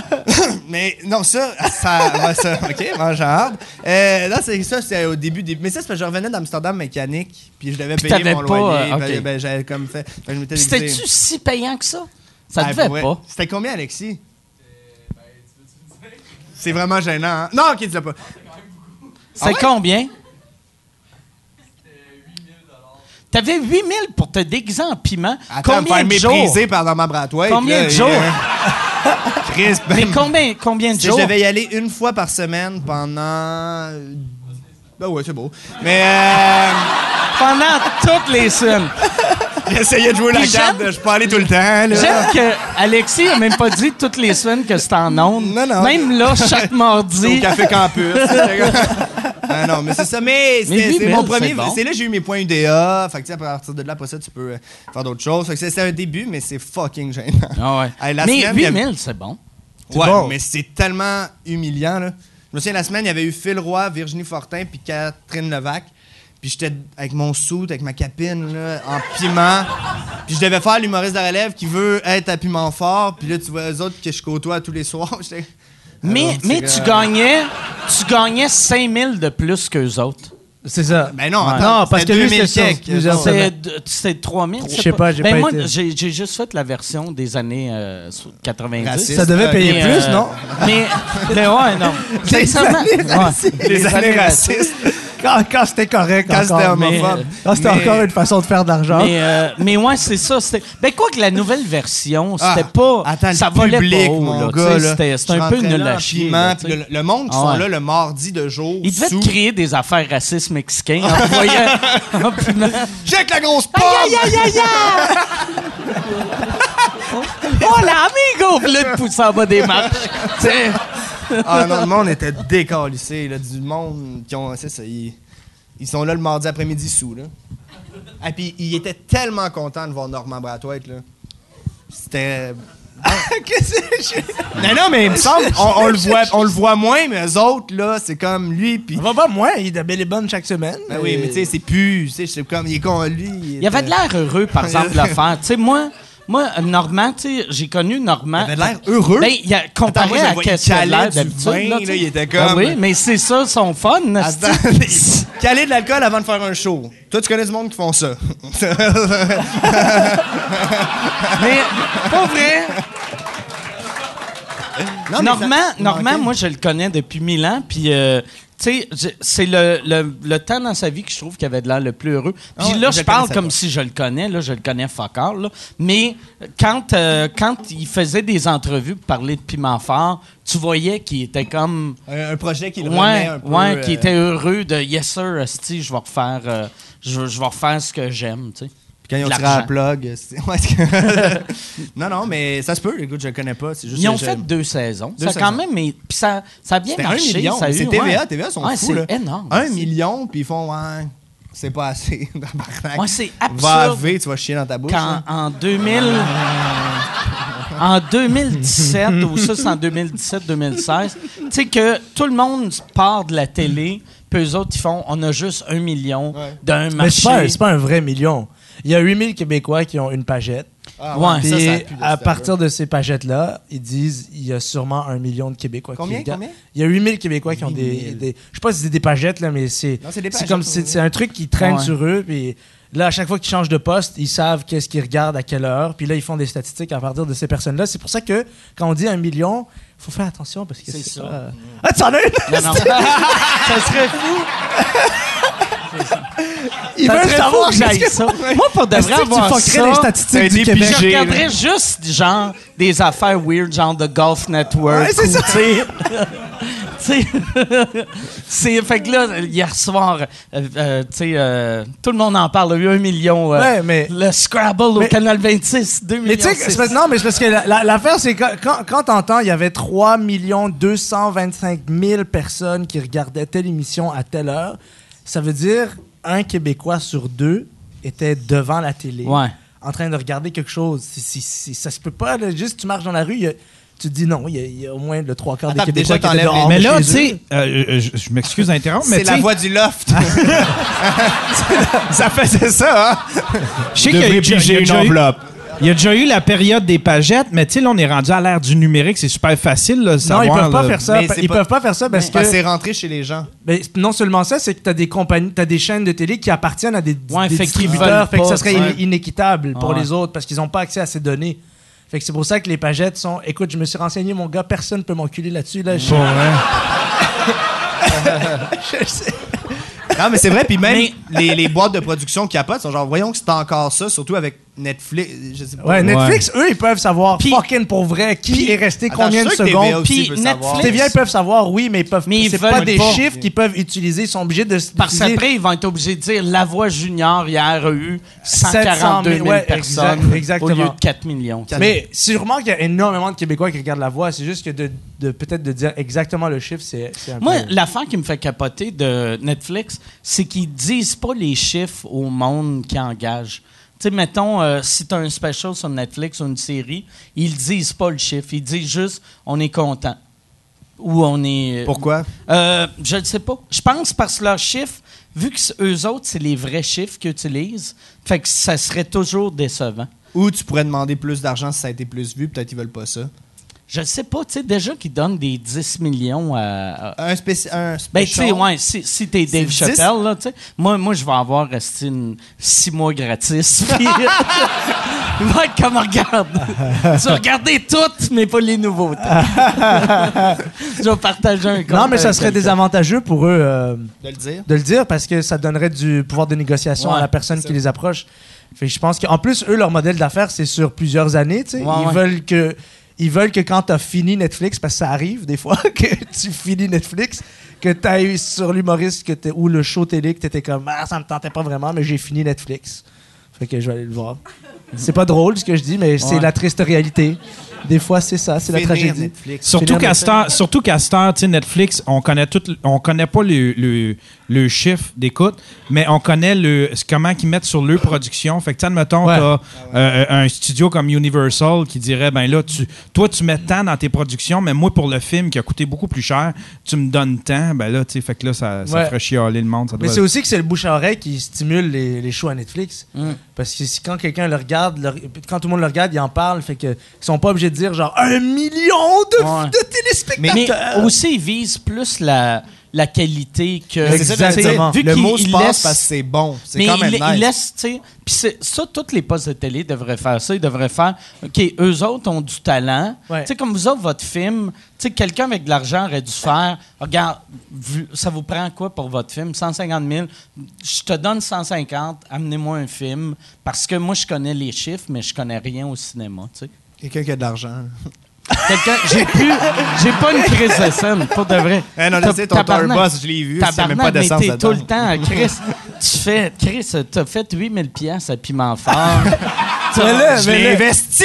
Mais non, ça, ça, ouais, ça OK, mange hard. Euh, là, c'est ça, c'était au début, début. Mais ça, c'est parce que je revenais d'Amsterdam mécanique, puis je devais Puis payer t'avais mon pas, loyer. euh, ben, OK. ben, j'avais comme fait. fait que je m'étais déguisé. C'était-tu si payant que ça? Ça Ah, devait pour vrai. pas. C'était combien, Alexis? C'est vraiment gênant, hein? Non, OK, dis-le pas. C'est Ah ouais? combien? T'avais huit mille pour te déguiser en piment. Attends, combien me de faire jours? mépriser par ma bratouille. Combien de jours? Chris, ben, Mais combien, combien de je jours? devais y aller une fois par semaine pendant... Ben ouais, c'est beau. Mais euh, Pendant toutes les semaines. j'essayais de jouer la Puis carte j'aime- de je peux aller tout le temps. Là. J'aime que Alexis a même pas dit toutes les semaines que c'était en ondes. Non, non. Même là, chaque Au mardi. Café Campus. ah non, mais c'est ça. Mais Mais c'était huit c'est mille, mon premier. c'est bon. C'est là que j'ai eu mes points U D A. Fait que tu sais, à partir de là, après ça, tu peux euh, faire d'autres choses. Fait que c'est c'est un début, mais c'est fucking gênant. Ah ouais. Hey, la Mais semaine, il y huit avait- mille, c'est bon. Ouais, bon. mais c'est tellement humiliant, là. Je me souviens, la semaine, il y avait eu Phil Roy, Virginie Fortin, puis Catherine Levac. Puis j'étais avec mon suit, avec ma capine, là, en piment. Puis je devais faire l'humoriste de la relève qui veut être à piment fort. Puis là, tu vois eux autres que je côtoie tous les soirs. J'étais... Mais, Alors, mais c'est, tu euh, gagnais, tu gagnais cinq mille de plus qu'eux autres. C'est ça. Ben non, Ouais. attends, Non, parce c'était que lui, deux mille c'était quelques. sur plusieurs C'est- semaines. C'est c'est trois mille? Je sais pas, j'ai ben pas moi, été. j'ai j'ai juste fait la version des années euh, quatre-vingt-dix. Raciste. Ça devait payer Mais, plus, euh, non? Mais, mais ouais, non. Sincèrement, ouais. Les années racistes. Quand, quand c'était correct. Quand encore. c'était mais, homophobe. Quand c'était Mais- encore une façon de faire de l'argent. Mais, euh, mais ouais, c'est ça. c'était- Ben quoi que la nouvelle version, Ah, c'était pas... attends, ça le volait public, pas haut, mon là. gars, Tu sais, là. C'était c'était Je un peu rentrais nul là à en chier. piment, là, puis tu sais. le, le monde qui Ah sont ouais. là le mardi de jour. Ils devaient sous- te créer des affaires racistes mexicains en voyant en piment. Check la grosse pomme! Aïe, aïe, aïe, aïe, aïe! Oh là, amigo! Puis là, te pousser en bas des marches. Tu sais. Ah non, le monde était décalissé, là, du monde qui ont... C'est ça, ils, ils sont là le mardi après-midi sous, là. Et puis, ils étaient tellement contents de voir Normand Brathwaite, là. C'était... Qu'est-ce que je- Non, non, mais il me semble, on, on le voit, on le voit moins, mais eux autres, là, c'est comme lui, puis... On va pas moins, il est de belle et bonne chaque semaine. Ben oui, mais tu sais, c'est plus... Tu sais, c'est comme, il est con, lui... Il avait de l'air heureux, par exemple, de le faire. Tu sais, moi, moi, Normand, tu sais, j'ai connu Normand. Il avait l'air heureux. Ben, il a, comparé Attends, moi, je le à vois, qu'est-ce il qu'il a calait l'air du d'habitude. vin, là, là, tu sais. il était Ben comme- oui, mais c'est ça, son fun. esti. Attends, caler de l'alcool avant de faire un show. Toi, tu connais du monde qui font ça. Mais, pas vrai. Non, mais Normand, ça- Normand, ok. moi, je le connais depuis mille ans, puis... euh, tu sais, je- c'est le, le, le temps dans sa vie que je trouve qu'il avait de l'air le plus heureux. Puis Ah ouais, là, je je le parle connaissais comme pas. si je le connais. Là, je le connais fuck all, là. Mais quand, euh, quand il faisait des entrevues pour parler de Piment Fort, tu voyais qu'il était comme... Un, un projet qui le remet Ouais, un peu... ouais, euh, qui était heureux de « Yes, sir, esti, je vais refaire... euh, je, je vais refaire ce que j'aime, tu sais. » Quand ils ont de tiré à la l'argent. plug. c'est- ouais, c'est- non, non, mais ça se peut. Écoute, je le connais pas. C'est juste Ils ont que je- fait deux saisons. Deux ça, saisons. quand même, mais puis ça, ça a bien C'était un marché. million. ça a eu, C'est T V A. ouais. T V A sont Ouais, fous, là. c'est énorme. Un C'est- million, puis ils font... Ouais, c'est pas assez. Ouais, c'est Va absurde. laver, tu vas chier dans ta bouche. Quand là. en deux mille... En deux mille dix-sept, ou ça, c'est en deux mille dix-sept deux mille seize, tu sais que tout le monde part de la télé, puis eux autres, ils font, on a juste un million Ouais. d'un Mais c'est marché. pas, c'est pas un vrai million. Il y a huit mille Québécois qui ont une pagette. Ah, Ouais. Puis ça, ça pue de à cette partir de ces pagettes-là, ils disent il y a sûrement un million de Québécois Combien, qui regardent. combien? Il y a huit mille Québécois qui ont huit des, mille. des- je sais pas si c'est des pagettes là, mais c'est Non, c'est des c'est pagettes, comme oui. c'est c'est un truc qui traîne Ouais. sur eux. Puis là, à chaque fois qu'ils changent de poste, ils savent qu'est-ce qu'ils regardent à quelle heure. Puis là, ils font des statistiques à partir de ces personnes-là. C'est pour ça que quand on dit un million, faut faire attention parce que C'est c'est ça. pas- Ah, tu en as une? Non, non. Ça serait fou. Ils Ça veulent serait savoir fou que j'aille qu'est-ce ça. Moi, pour de Est-ce vrai que tu avoir fuckerais ça... les statistiques t'as du été Québec? Je pigé, là. regarderais juste, genre, des affaires weird, genre de Golf Network. Ouais, c'est ou, ça. tu sais, tu sais, c'est... Fait que là, hier soir, euh, euh, tu sais, euh, tout le monde en parle. Il y a eu un million. euh, Ouais, mais- Le Scrabble au Mais- Canal vingt-six, deux Mais millions. tu sais, que- c'est parce- non, mais c'est parce que la- la- l'affaire, c'est que quand, quand t'entends, il y avait trois millions deux cent vingt-cinq mille personnes qui regardaient telle émission à telle heure, ça veut dire un Québécois sur deux était devant la télé, Ouais. en train de regarder quelque chose. C'est- c'est- c'est- ça se peut pas, là, juste tu marches dans la rue, il y a- tu te dis non, il y, a- il y a au moins le trois quarts Attends, des déjà, Québécois qui étaient t'enlèves dehors les- Mais de là, chez tu eux. sais, euh, euh, je, je m'excuse d'interrompre, mais C'est tu la sais, voix du loft. ça faisait ça, hein? je sais qu'il y a Devrait déjà- il y piger a une déjà eu- enveloppe. il y a déjà eu la période des pagettes, mais tu sais, là, on est rendu à l'ère du numérique, c'est super facile là, de Non, savoir. ils peuvent pas là. faire ça. Mais c'est Ils pas- peuvent pas faire ça parce que Parce que c'est rentré chez les gens. ben, non seulement ça, c'est que t'as des compagnies, t'as des chaînes de télé qui appartiennent à des, Ouais, des fait qu'ils distributeurs, veulent fait que pas, ça serait ouais. in- inéquitable pour Ouais. les autres parce qu'ils n'ont pas accès à ces données. Fait que c'est pour ça que les pagettes sont. Écoute, je me suis renseigné, mon gars, personne peut m'enculer là-dessus. Là, je... Je sais. Non, mais c'est vrai, puis même Mais- les, les boîtes de production qui capotent sont genre, voyons que c'est encore ça, surtout avec Netflix. Je sais pas. Ouais, Netflix, eux, ils peuvent savoir Puis- fucking pour vrai qui puis- est resté Attends, combien je de suis sûr que T V A secondes. aussi Puis peut savoir. Netflix- T V A, ils peuvent savoir, oui, mais ils peuvent. Mais ils c'est veulent pas des pas. chiffres qu'ils peuvent utiliser. Ils sont obligés de. Parce d'utiliser- qu'après, ils vont être obligés de dire La Voix Junior, hier, a eu cent sept cent quarante-deux mille, mille ouais, personnes exact- exactement. au lieu de quatre millions. Mais sûrement qu'il y a énormément de Québécois qui regardent La Voix. C'est juste que de, de peut-être de dire exactement le chiffre, c'est c'est un Moi, peu. l'affaire qui me fait capoter de Netflix, c'est qu'ils disent pas les chiffres au monde qui engage. Tu sais, mettons, euh, si tu as un special sur Netflix ou une série, ils disent pas le chiffre. Ils disent juste « on est content ». où on est... Pourquoi? Euh, je ne sais pas. Je pense parce que leurs chiffres, vu que eux autres, c'est les vrais chiffres qu'ils utilisent, fait que ça serait toujours décevant. Ou tu pourrais demander plus d'argent si ça a été plus vu, peut-être qu'ils veulent pas ça. Je ne sais pas, tu sais, déjà qu'ils donnent des dix millions à... à... Un, spéci- un special. Ben, tu sais, ouais, si, si t'es Dave C'est Chappelle, là, tu sais, moi, moi je vais avoir resté une, six mois gratis. Puis, il va être comme, regarde, tu vas regarder toutes, mais pas les nouveautés. Je vais partager un compte. Non, mais ça avec serait quelqu'un. désavantageux pour eux euh, De le dire. de le dire parce que ça donnerait du pouvoir de négociation Ouais, à la personne qui les approche. Fait que je pense qu'en plus, eux, leur modèle d'affaires, c'est sur plusieurs années. Tu sais. Ouais, ils, ouais. veulent que, ils veulent que quand tu as fini Netflix, parce que ça arrive des fois que tu finis Netflix, que tu ailles sur l'humoriste que t'es- ou le show télé, que tu étais comme ah, ça me tentait pas vraiment, mais j'ai fini Netflix. Fait que je vais aller le voir. C'est pas drôle ce que je dis, mais c'est Ouais. la triste réalité. Des fois, c'est ça, c'est la Finir tragédie. Netflix. Surtout Finir qu'à le cette heure- surtout qu'à cette heure, tu sais, Netflix, on connaît tout, on connaît pas le, le, le chiffre d'écoute, mais on connaît le comment qu'ils mettent sur leur production. Fait que, tu sais, admettons, Ouais. t'as euh, un studio comme Universal qui dirait, ben là, tu, toi, tu mets tant dans tes productions, mais moi, pour le film qui a coûté beaucoup plus cher, tu me donnes tant, ben là, tu sais, fait que là, ça, ça Ouais. ferait chialer le monde. Ça Mais doit- c'est aussi que c'est le bouche à oreille qui stimule les, les shows à Netflix. Mm. Parce que si quand quelqu'un le regarde, le- quand tout le monde le regarde, il en parle, fait que ils sont pas obligés de dire genre un million de, Ouais. de téléspectateurs. Mais aussi, ils visent plus la, la qualité que... Mais c'est ça, j'allais Exactement. dire. Vu Le qu'ils- mot se ils passe laissent- parce que c'est bon. C'est Mais quand il, même il nice. laisse, tu sais, puis c'est- ça, tous les postes de télé devraient faire ça. Ils devraient faire, OK, eux autres ont du talent. Ouais. Tu sais, comme vous autres, votre film, tu sais, quelqu'un avec de l'argent aurait dû faire, regarde, vu- ça vous prend quoi pour votre film? cent cinquante mille. Je te donne cent cinquante, amenez-moi un film. Parce que moi, je connais les chiffres, mais je connais rien au cinéma, tu sais. Quelqu'un qui a de l'argent. Quelqu'un, j'ai plus, j'ai pas une crise de scène, pour de vrai. Eh non, T'as- je sais, ton tabarnak. Tourboss, je l'ai vu. C'est même pas Tabarnak, mais d'essence t'es là-dedans. tout le temps, Chris. Tu fais, Chris, t'as fait huit mille piastres à piment fort. T'as- Je l'ai investi!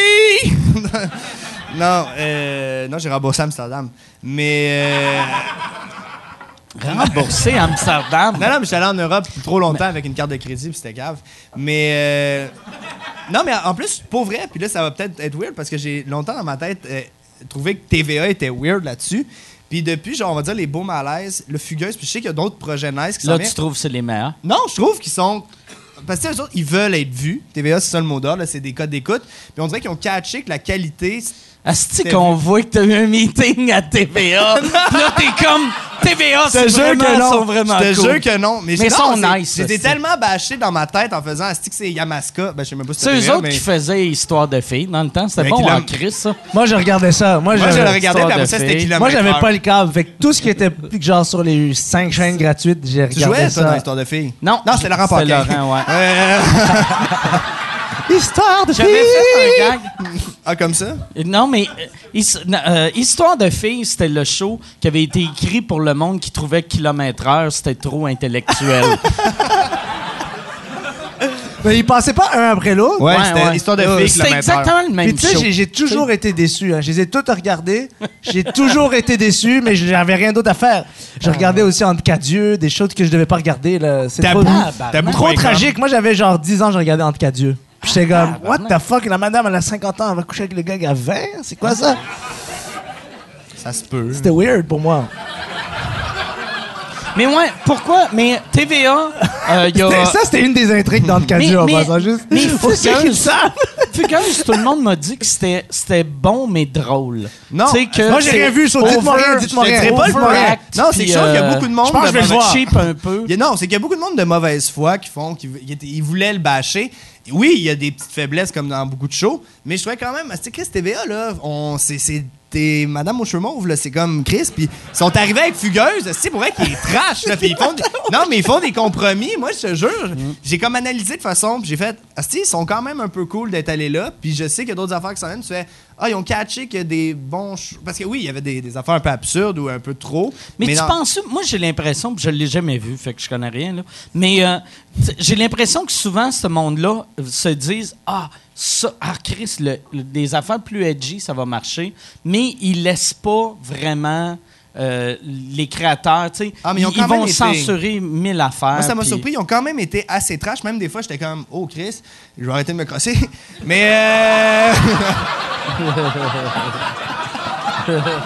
non, euh, non, j'ai remboursé à Amsterdam. Mais. Euh, Remboursé à Amsterdam. non, non, mais j'étais allé en Europe trop longtemps avec une carte de crédit, puis c'était grave. Mais. Euh, non, mais en plus, pour vrai, puis là, ça va peut-être être weird parce que j'ai longtemps dans ma tête euh, trouvé que T V A était weird là-dessus. Puis depuis, genre, on va dire les beaux malaises, le Fugueuse, puis je sais qu'il y a d'autres projets nice qui Là, s'en tu viennent. trouves que c'est les meilleurs. Non, je trouve qu'ils sont. Parce que eux autres, ils veulent être vus. T V A, c'est ça le mot d'ordre, là, c'est des codes d'écoute. Puis on dirait qu'ils ont catché que la qualité. Asti C'était qu'on vu. voit que t'as eu un meeting à T V A. Puis là, t'es comme T V A, c'est Je te jure vraiment, que non. sont vraiment Je te cool. jure que non. Mais, Mais non, sont c'est- nice, J'étais c'est- tellement bâché dans ma tête en faisant Asti que c'est Yamaska. Ben, je sais même pas si C'est c'était eux T V A, autres mais. qui faisaient Histoire de filles dans le temps. C'était Mais bon qui en l'a- Chris, ça. Moi, je regardais ça. Moi, Moi, je j'avais- le regardais, Histoire puis après de ça, c'était filles. kilomètre. Moi, j'avais heure. pas le câble. Fait que tout ce qui était genre sur les cinq chaînes gratuites, j'ai Tu regardé jouais, ça, dans ça. l'histoire de filles? Non. Non, c'était Laurent C'était Paquin. Laurent, ouais. Euh, Histoire de J'avais fait un gag. ah, comme ça? Non, mais euh, his- euh, Histoire de filles, c'était le show qui avait été écrit pour le monde qui trouvait que kilomètre heure, c'était trop intellectuel. Mais ils passaient pas un après l'autre. Ouais, Ouais, c'était ouais. Histoire de Euh, filles, C'était kilomètre heure. exactement le même Puis tu sais, show. j'ai- j'ai toujours été déçu. Hein. Je les ai toutes regardées. J'ai toujours été déçu, mais j'avais rien d'autre à faire. Je regardais aussi Entre quatre yeux, des choses que je devais pas regarder. là. C'est trop, Tabou. Ah, Tabou. trop point com. tragique. Moi, j'avais genre dix ans, je regardais Entre quatre yeux. Puis j'étais comme, Ah, what the fuck, la madame, elle a cinquante ans, elle va coucher avec le gars qui a vingt? C'est quoi ça? Ça se peut. C'était weird pour moi. Mais ouais, pourquoi? Mais T V A, euh, il y a... C'était- Ça, c'était une des intrigues dans le Mais- Cadio en mais- passant juste. mais Pour ceux qui le Fugueuse- savent. Fugueuse, tout le monde m'a dit que c'était c'était bon, mais drôle. Non. Tu sais que Moi, j'ai c'est rien vu, so dites-moi rien, dites-moi Je te rien. dirais pas le overact, point. Non, c'est puis, que je trouve qu'il y a euh, beaucoup de monde. je pense que de je vais le mauvaise- voir. cheap un peu. Il y a- non, c'est qu'il y a beaucoup de monde de mauvaise foi qui font, qui qui étaient- ils voulaient le bâcher. Oui, il y a des petites faiblesses comme dans beaucoup de shows, mais je trouvais quand même, tu sais, Chris T V A, là, on, c'est, c'est des Madame aux cheveux mauves, là, c'est comme Chris, puis ils sont arrivés avec Fugueuse, c'est pour vrai qu'ils est trash, là, puis ils font des- non, mais ils font des compromis, moi, je te jure, j'ai comme analysé de façon, puis j'ai fait, asti, ils sont quand même un peu cool d'être allés là, puis je sais qu'il y a d'autres affaires qui s'en viennent, tu fais, ah, ils ont catché qu'il y a des bons, ch- parce que oui, il y avait des, des affaires un peu absurdes ou un peu trop, Mais, tu non. penses, moi j'ai l'impression, puis je l'ai jamais vu, fait que je connais rien, là, mais euh, t- j'ai l'impression que souvent ce monde-là euh, se disent ah ça, ah Chris, le- le- des affaires plus edgy ça va marcher, mais ils laissent pas vraiment euh, les créateurs, tu sais, Ah, mais ils ont ils, quand ils vont même été- censurer mille affaires. Moi, ça m'a puis- surpris. Ils ont quand même été assez trash. Même des fois, j'étais comme, oh, Chris, je vais arrêter de me crosser. Mais. Euh...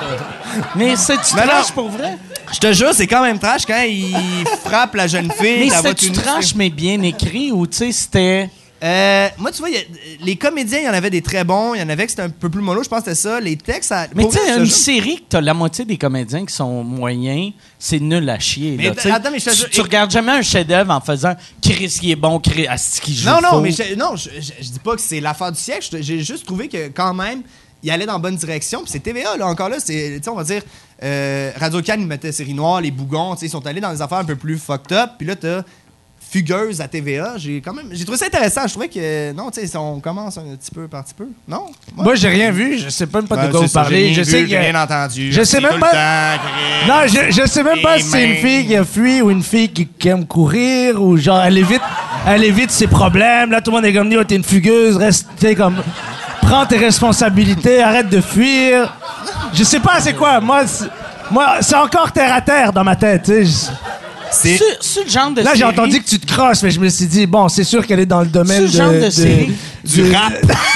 Mais c'est-tu Mais trash non. pour vrai? Je te jure, c'est quand même trash quand il frappe la jeune fille. Mais la voix c'était-tu tout nue, trash, mais bien écrit, ou tu sais, c'était... Euh, moi, tu vois, y a- les comédiens, il y en avait des très bons. Il y en avait que c'était un peu plus mollo. Je pense que c'était ça. Les textes, ça, Mais pour tu vrai, sais, ce une jeu- série que t'as la moitié des comédiens qui sont moyens, c'est nul à chier. Mais là, tu sais. attends, mais je te tu, jure- tu regardes jamais un chef-d'œuvre en faisant Chris, il est bon, Chris, asti qui joue Non, non, faux. mais je, non, je, je- je dis pas que c'est l'affaire du siècle. Je- J'ai juste trouvé que quand même, il allait dans la bonne direction. Puis c'est T V A, là, encore là, c'est, tu sais, on va dire, euh, Radio-Can, ils mettaient Série Noire, les Bougons, tu sais, ils sont allés dans des affaires un peu plus fucked up. Puis là, t'as Fugueuse à T V A. J'ai quand même, j'ai trouvé ça intéressant. Je trouvais que, non, tu sais, on commence un petit peu par petit peu. Non? Ouais. Moi, j'ai rien vu. Je sais même pas Ben, de quoi c'est vous ça, parlez. j'ai Je rien sais vu, que... j'ai rien entendu. Je sais C'est même tout pas- le temps, Chris. Non, je, je sais même pas Et si c'est une mains. fille qui a fui ou une fille qui, qui aime courir ou genre elle évite, elle évite ses problèmes. Là, tout le monde est comme dit, oh, t'es une fugueuse, reste, t'sais, comme, prends tes responsabilités, arrête de fuir. Je sais pas c'est quoi. Moi, c'est, moi, c'est encore terre à terre dans ma tête. Tu sais. Je- C'est... C'est, c'est le genre de Là, j'ai série- entendu que tu te crosses, mais je me suis dit bon, c'est sûr qu'elle est dans le domaine C'est le genre de série. Du rap.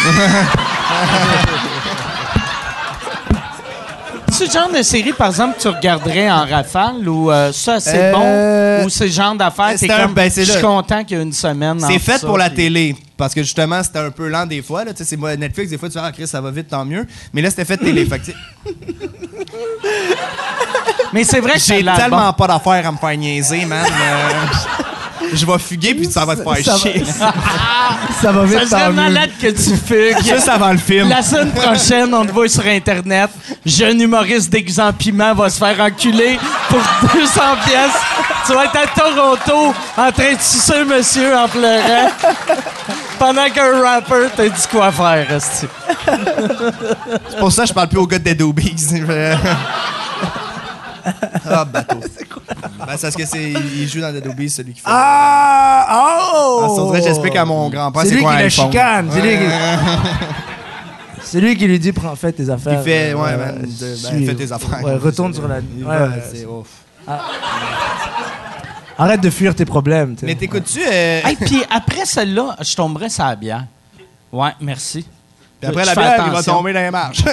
C'est le genre de série, par exemple, que tu regarderais en rafale ou euh, ça, c'est Euh, bon? Ou c'est le genre d'affaire, c'est t'es un- comme, ben, c'est je suis là. content qu'il y ait une semaine. C'est entre fait ça, pour la puis- télé. Parce que justement, c'était un peu lent des fois. Là. Tu sais, c'est moi, Netflix, des fois, tu dis, ah, Chris, ça va vite, tant mieux. Mais là, c'était fait télé. Fait que, tu sais, Mais c'est vrai que j'ai c'est là, tellement bon. pas d'affaires à me faire niaiser, man. Euh, je vais fuguer, puis ça va te faire Ça va- chier. Ça va vite. Ça serait tant mieux. malade que tu fugues. Juste avant le film. La semaine prochaine, on te voit sur Internet. Jeune humoriste déguisé en piment va se faire enculer pour deux cents pièces. Tu vas être à Toronto en train de sucer monsieur en pleurant. Pendant qu'un rapper t'a dit quoi faire, esti. C'est pour ça que je parle plus au gars de Dead Obies. Ah, bateau. Ben, c'est parce que c'est. Il joue dans Dead Obies, celui qui fait. Ah, oh! Ah, ça voudrait que j'explique à mon grand-père C'est c'est lui quoi qui un la iPhone. chicane. C'est lui qui... Ouais. C'est lui qui lui dit prends fais tes affaires. Il fait, ouais, Euh, man, de- ben, suis- fais tes affaires. Ouais, retourne C'est- sur la. il ouais, va, ouais, c'est ouf. Arrête de fuir tes problèmes. t'sais. Mais t'écoutes-tu? euh, Hey, puis après celle-là, je tomberais sur la bière. Ouais, merci. Puis après Je la fais bière, il va attention. tomber dans les marches.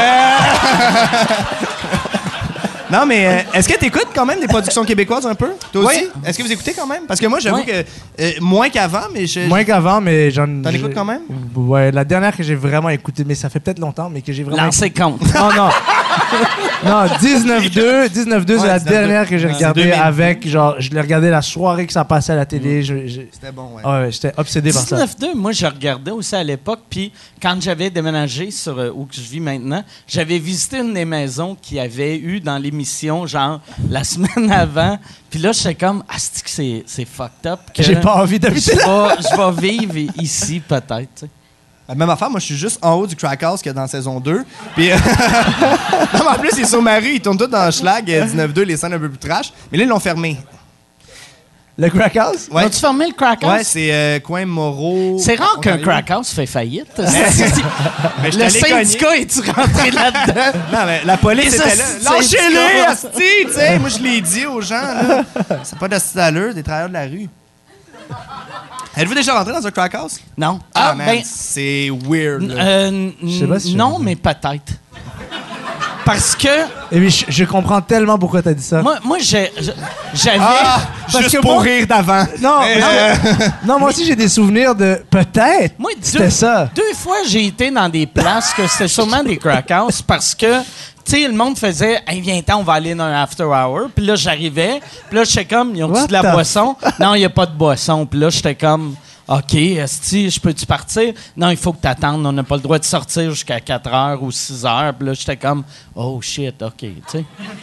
Non, mais euh, est-ce que tu écoutes quand même des productions québécoises un peu? Toi aussi? Oui. Est-ce que vous écoutez quand même? Parce que moi, j'avoue Ouais. que euh, moins qu'avant, mais je. Moins qu'avant, mais j'en. T'en j'ai- écoutes quand même? Ouais, la dernière que j'ai vraiment écoutée, mais ça fait peut-être longtemps, mais que j'ai vraiment. Lancer compte. Non, non. Non, dix-neuf deux, dix-neuf deux, Ouais, c'est la dix-neuf deux. dernière que j'ai Ouais. regardée C'est deux mille. avec, genre, je l'ai regardée la soirée que ça passait à la télé. je- je- C'était bon, ouais. Ouais, ouais, j'étais obsédé par ça. dix-neuf deux, moi, je regardais aussi à l'époque. Puis quand j'avais déménagé sur euh, où que je vis maintenant, j'avais visité une des maisons qu'il y avait eu dans l'émission, genre, la semaine avant. Puis là, j'étais comme, ah, c'est que c'est, c'est fucked up. que J'ai pas envie Je d'habiter là. vais, je vais vivre ici, peut-être. tu sais. La même affaire, moi, je suis juste en haut du Crack House qu'il y a dans saison deux. Puis. euh, non, mais en plus, il est sur ma rue. Ils tournent tous dans le schlag euh, dix-neuf deux, les scènes un peu plus trash. Mais là, ils l'ont fermé. Le Crack House? Ouais. As-tu fermé le crack house? Ouais, c'est euh, coin Moreau. C'est rare qu'un Ontario. crack house fait faillite. Mais j'étais Le allé cogner. syndicat, es-tu rentré là-dedans? Non, mais la police Les était là. hosties de Lâchez-les, syndicats. asti! Tu sais, moi, je l'ai dit aux gens, là. C'est pas d'hostie d'allure, des travailleurs de la rue. Êtes-vous déjà rentré dans un crack house? Non. Ah, Ah, man, ben, c'est weird. n- là. euh, n- Je sais pas si non, je- mais peut-être. Parce que Et puis, je, je comprends tellement pourquoi t'as dit ça. moi, moi j'ai- je- j'avais. Ah, parce juste que pour moi- rire d'avant. Non, Euh, non, non, moi aussi j'ai des souvenirs de peut-être. Moi, C'était deux, ça. deux fois, j'ai été dans des places que c'était sûrement des crack house parce que, tu sais, le monde faisait, hey, viens-t'en, on va aller dans un after hour. Puis là, j'arrivais. Puis là, j'étais comme, ils ont-tu What de la the boisson? Non, il n'y a pas de boisson. Puis là, j'étais comme, OK, esti, je peux-tu partir? Non, il faut que t'attendes. On n'a pas le droit de sortir jusqu'à quatre heures ou six heures. Puis là, j'étais comme, oh shit, OK, tu sais.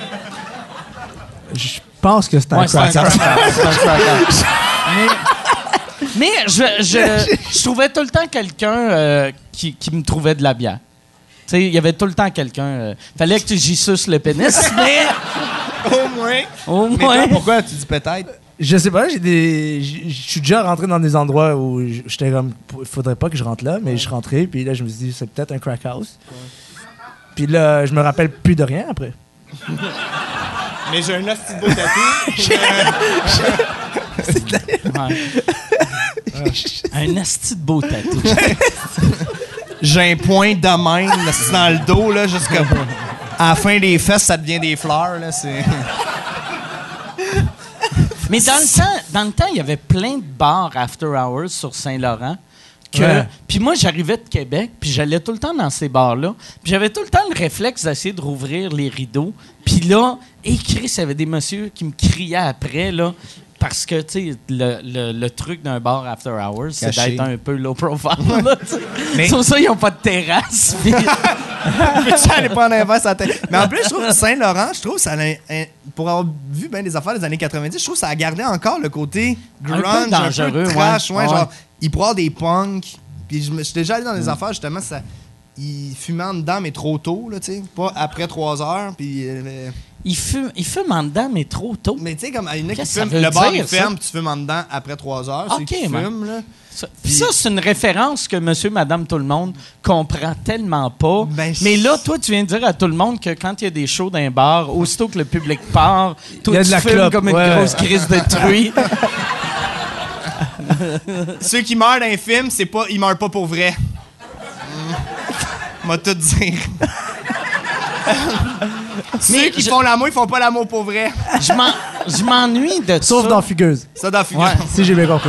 Je pense que c'était un Ouais, c'est un crack house. crack house, c'est un crack house. Mais, mais je, je, je trouvais tout le temps quelqu'un euh, qui, qui me trouvait de la bière. Tu sais, il y avait tout le temps quelqu'un. euh, fallait que j'y suce le pénis, mais Au moins. au Mais moins. toi, pourquoi tu dis peut-être? Je sais pas, j'ai des. Je je suis déjà rentré dans des endroits où j- j'étais comme. Il faudrait pas que je rentre là, mais je suis rentré, puis là, je me suis dit, c'est peut-être un crack house. Puis là, je me rappelle plus de rien après. Mais j'ai un hostie de beau tatou. Ouais. Un asti de beau tatou. J'ai un point de même, là, c'est dans le dos, là, jusqu'à à la fin des fesses, ça devient des fleurs, là, c'est... Mais dans le temps, dans le temps, il y avait plein de bars after hours sur Saint-Laurent. Que, Ouais. Puis moi, j'arrivais de Québec, puis j'allais tout le temps dans ces bars-là. Puis j'avais tout le temps le réflexe d'essayer de rouvrir les rideaux. Puis là, écrit, il y avait des messieurs qui me criaient après, là. Parce que, tu sais, le, le, le truc d'un bar after hours, c'est Caché. d'être un peu low profile. Là, tu sais. Mais- Sur ça, ils n'ont pas de terrasse. Puis- Peux-tu aller pas en inverse à la tête? Mais en plus, je trouve que Saint-Laurent, je trouve ça a un- pour avoir vu bien des affaires des années quatre-vingt-dix, je trouve que ça a gardé encore le côté grunge, Un peu dangereux, trash, ouais. ouais, Ouais. genre, il pourrait avoir des punks. Puis je me- je suis déjà allé dans des affaires, justement, ça, il fumait en dedans, mais trop tôt, là, tu sais, pas après trois heures, puis... euh, ils, fument, ils fument en dedans, mais trop tôt. mais tu sais, comme, il y en a qui Qu'est-ce que ça fument, veut le bar, dire, il ferme, ça? puis tu fumes en dedans après trois heures, Ok, c'est qui man. fume, là. Ça, Puis ça, c'est une référence que monsieur, madame, tout le monde comprend tellement pas. Ben, Mais là, toi, tu viens de dire à tout le monde que quand il y a des shows d'un bar, aussitôt que le public part, toi, Il y a tu de la filmes clope, comme une ouais. grosse crise de truie. Ceux qui meurent dans les films, c'est pas, ils meurent pas pour vrai. M'a tout dire. Ceux Mais qui je- font l'amour, ils font pas l'amour pour vrai. Je m'en- je m'ennuie de Sauf ça. dans Fugueuse, Ça, dans Figure. Ouais. si j'ai bien compris.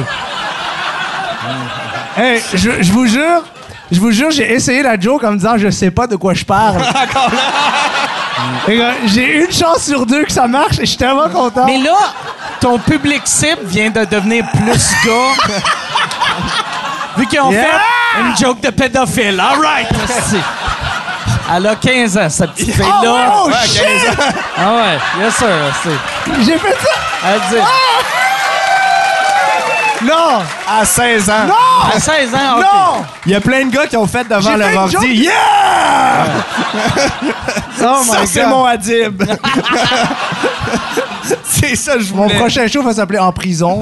Hey, je, je vous jure, je vous jure, j'ai essayé la joke en me disant je sais pas de quoi je parle. Et, euh, j'ai une chance sur deux que ça marche et je suis tellement content. Mais là, ton public cible vient de devenir plus gars. Vu qu'ils ont Yeah! fait une joke de pédophile. All right. esti. Elle a quinze ans, cette petite fille-là. Oh, shit! Ah ouais, yes sir. esti. J'ai fait ça! Elle dit... Non! À seize ans. Non! À seize ans, OK. Non! Il y a plein de gars qui ont fait devant J'ai leur fait une ordi. joke. Yeah! Oh my ça, c'est God. mon Adib. c'est ça, je Mon voulais. prochain show va s'appeler En prison.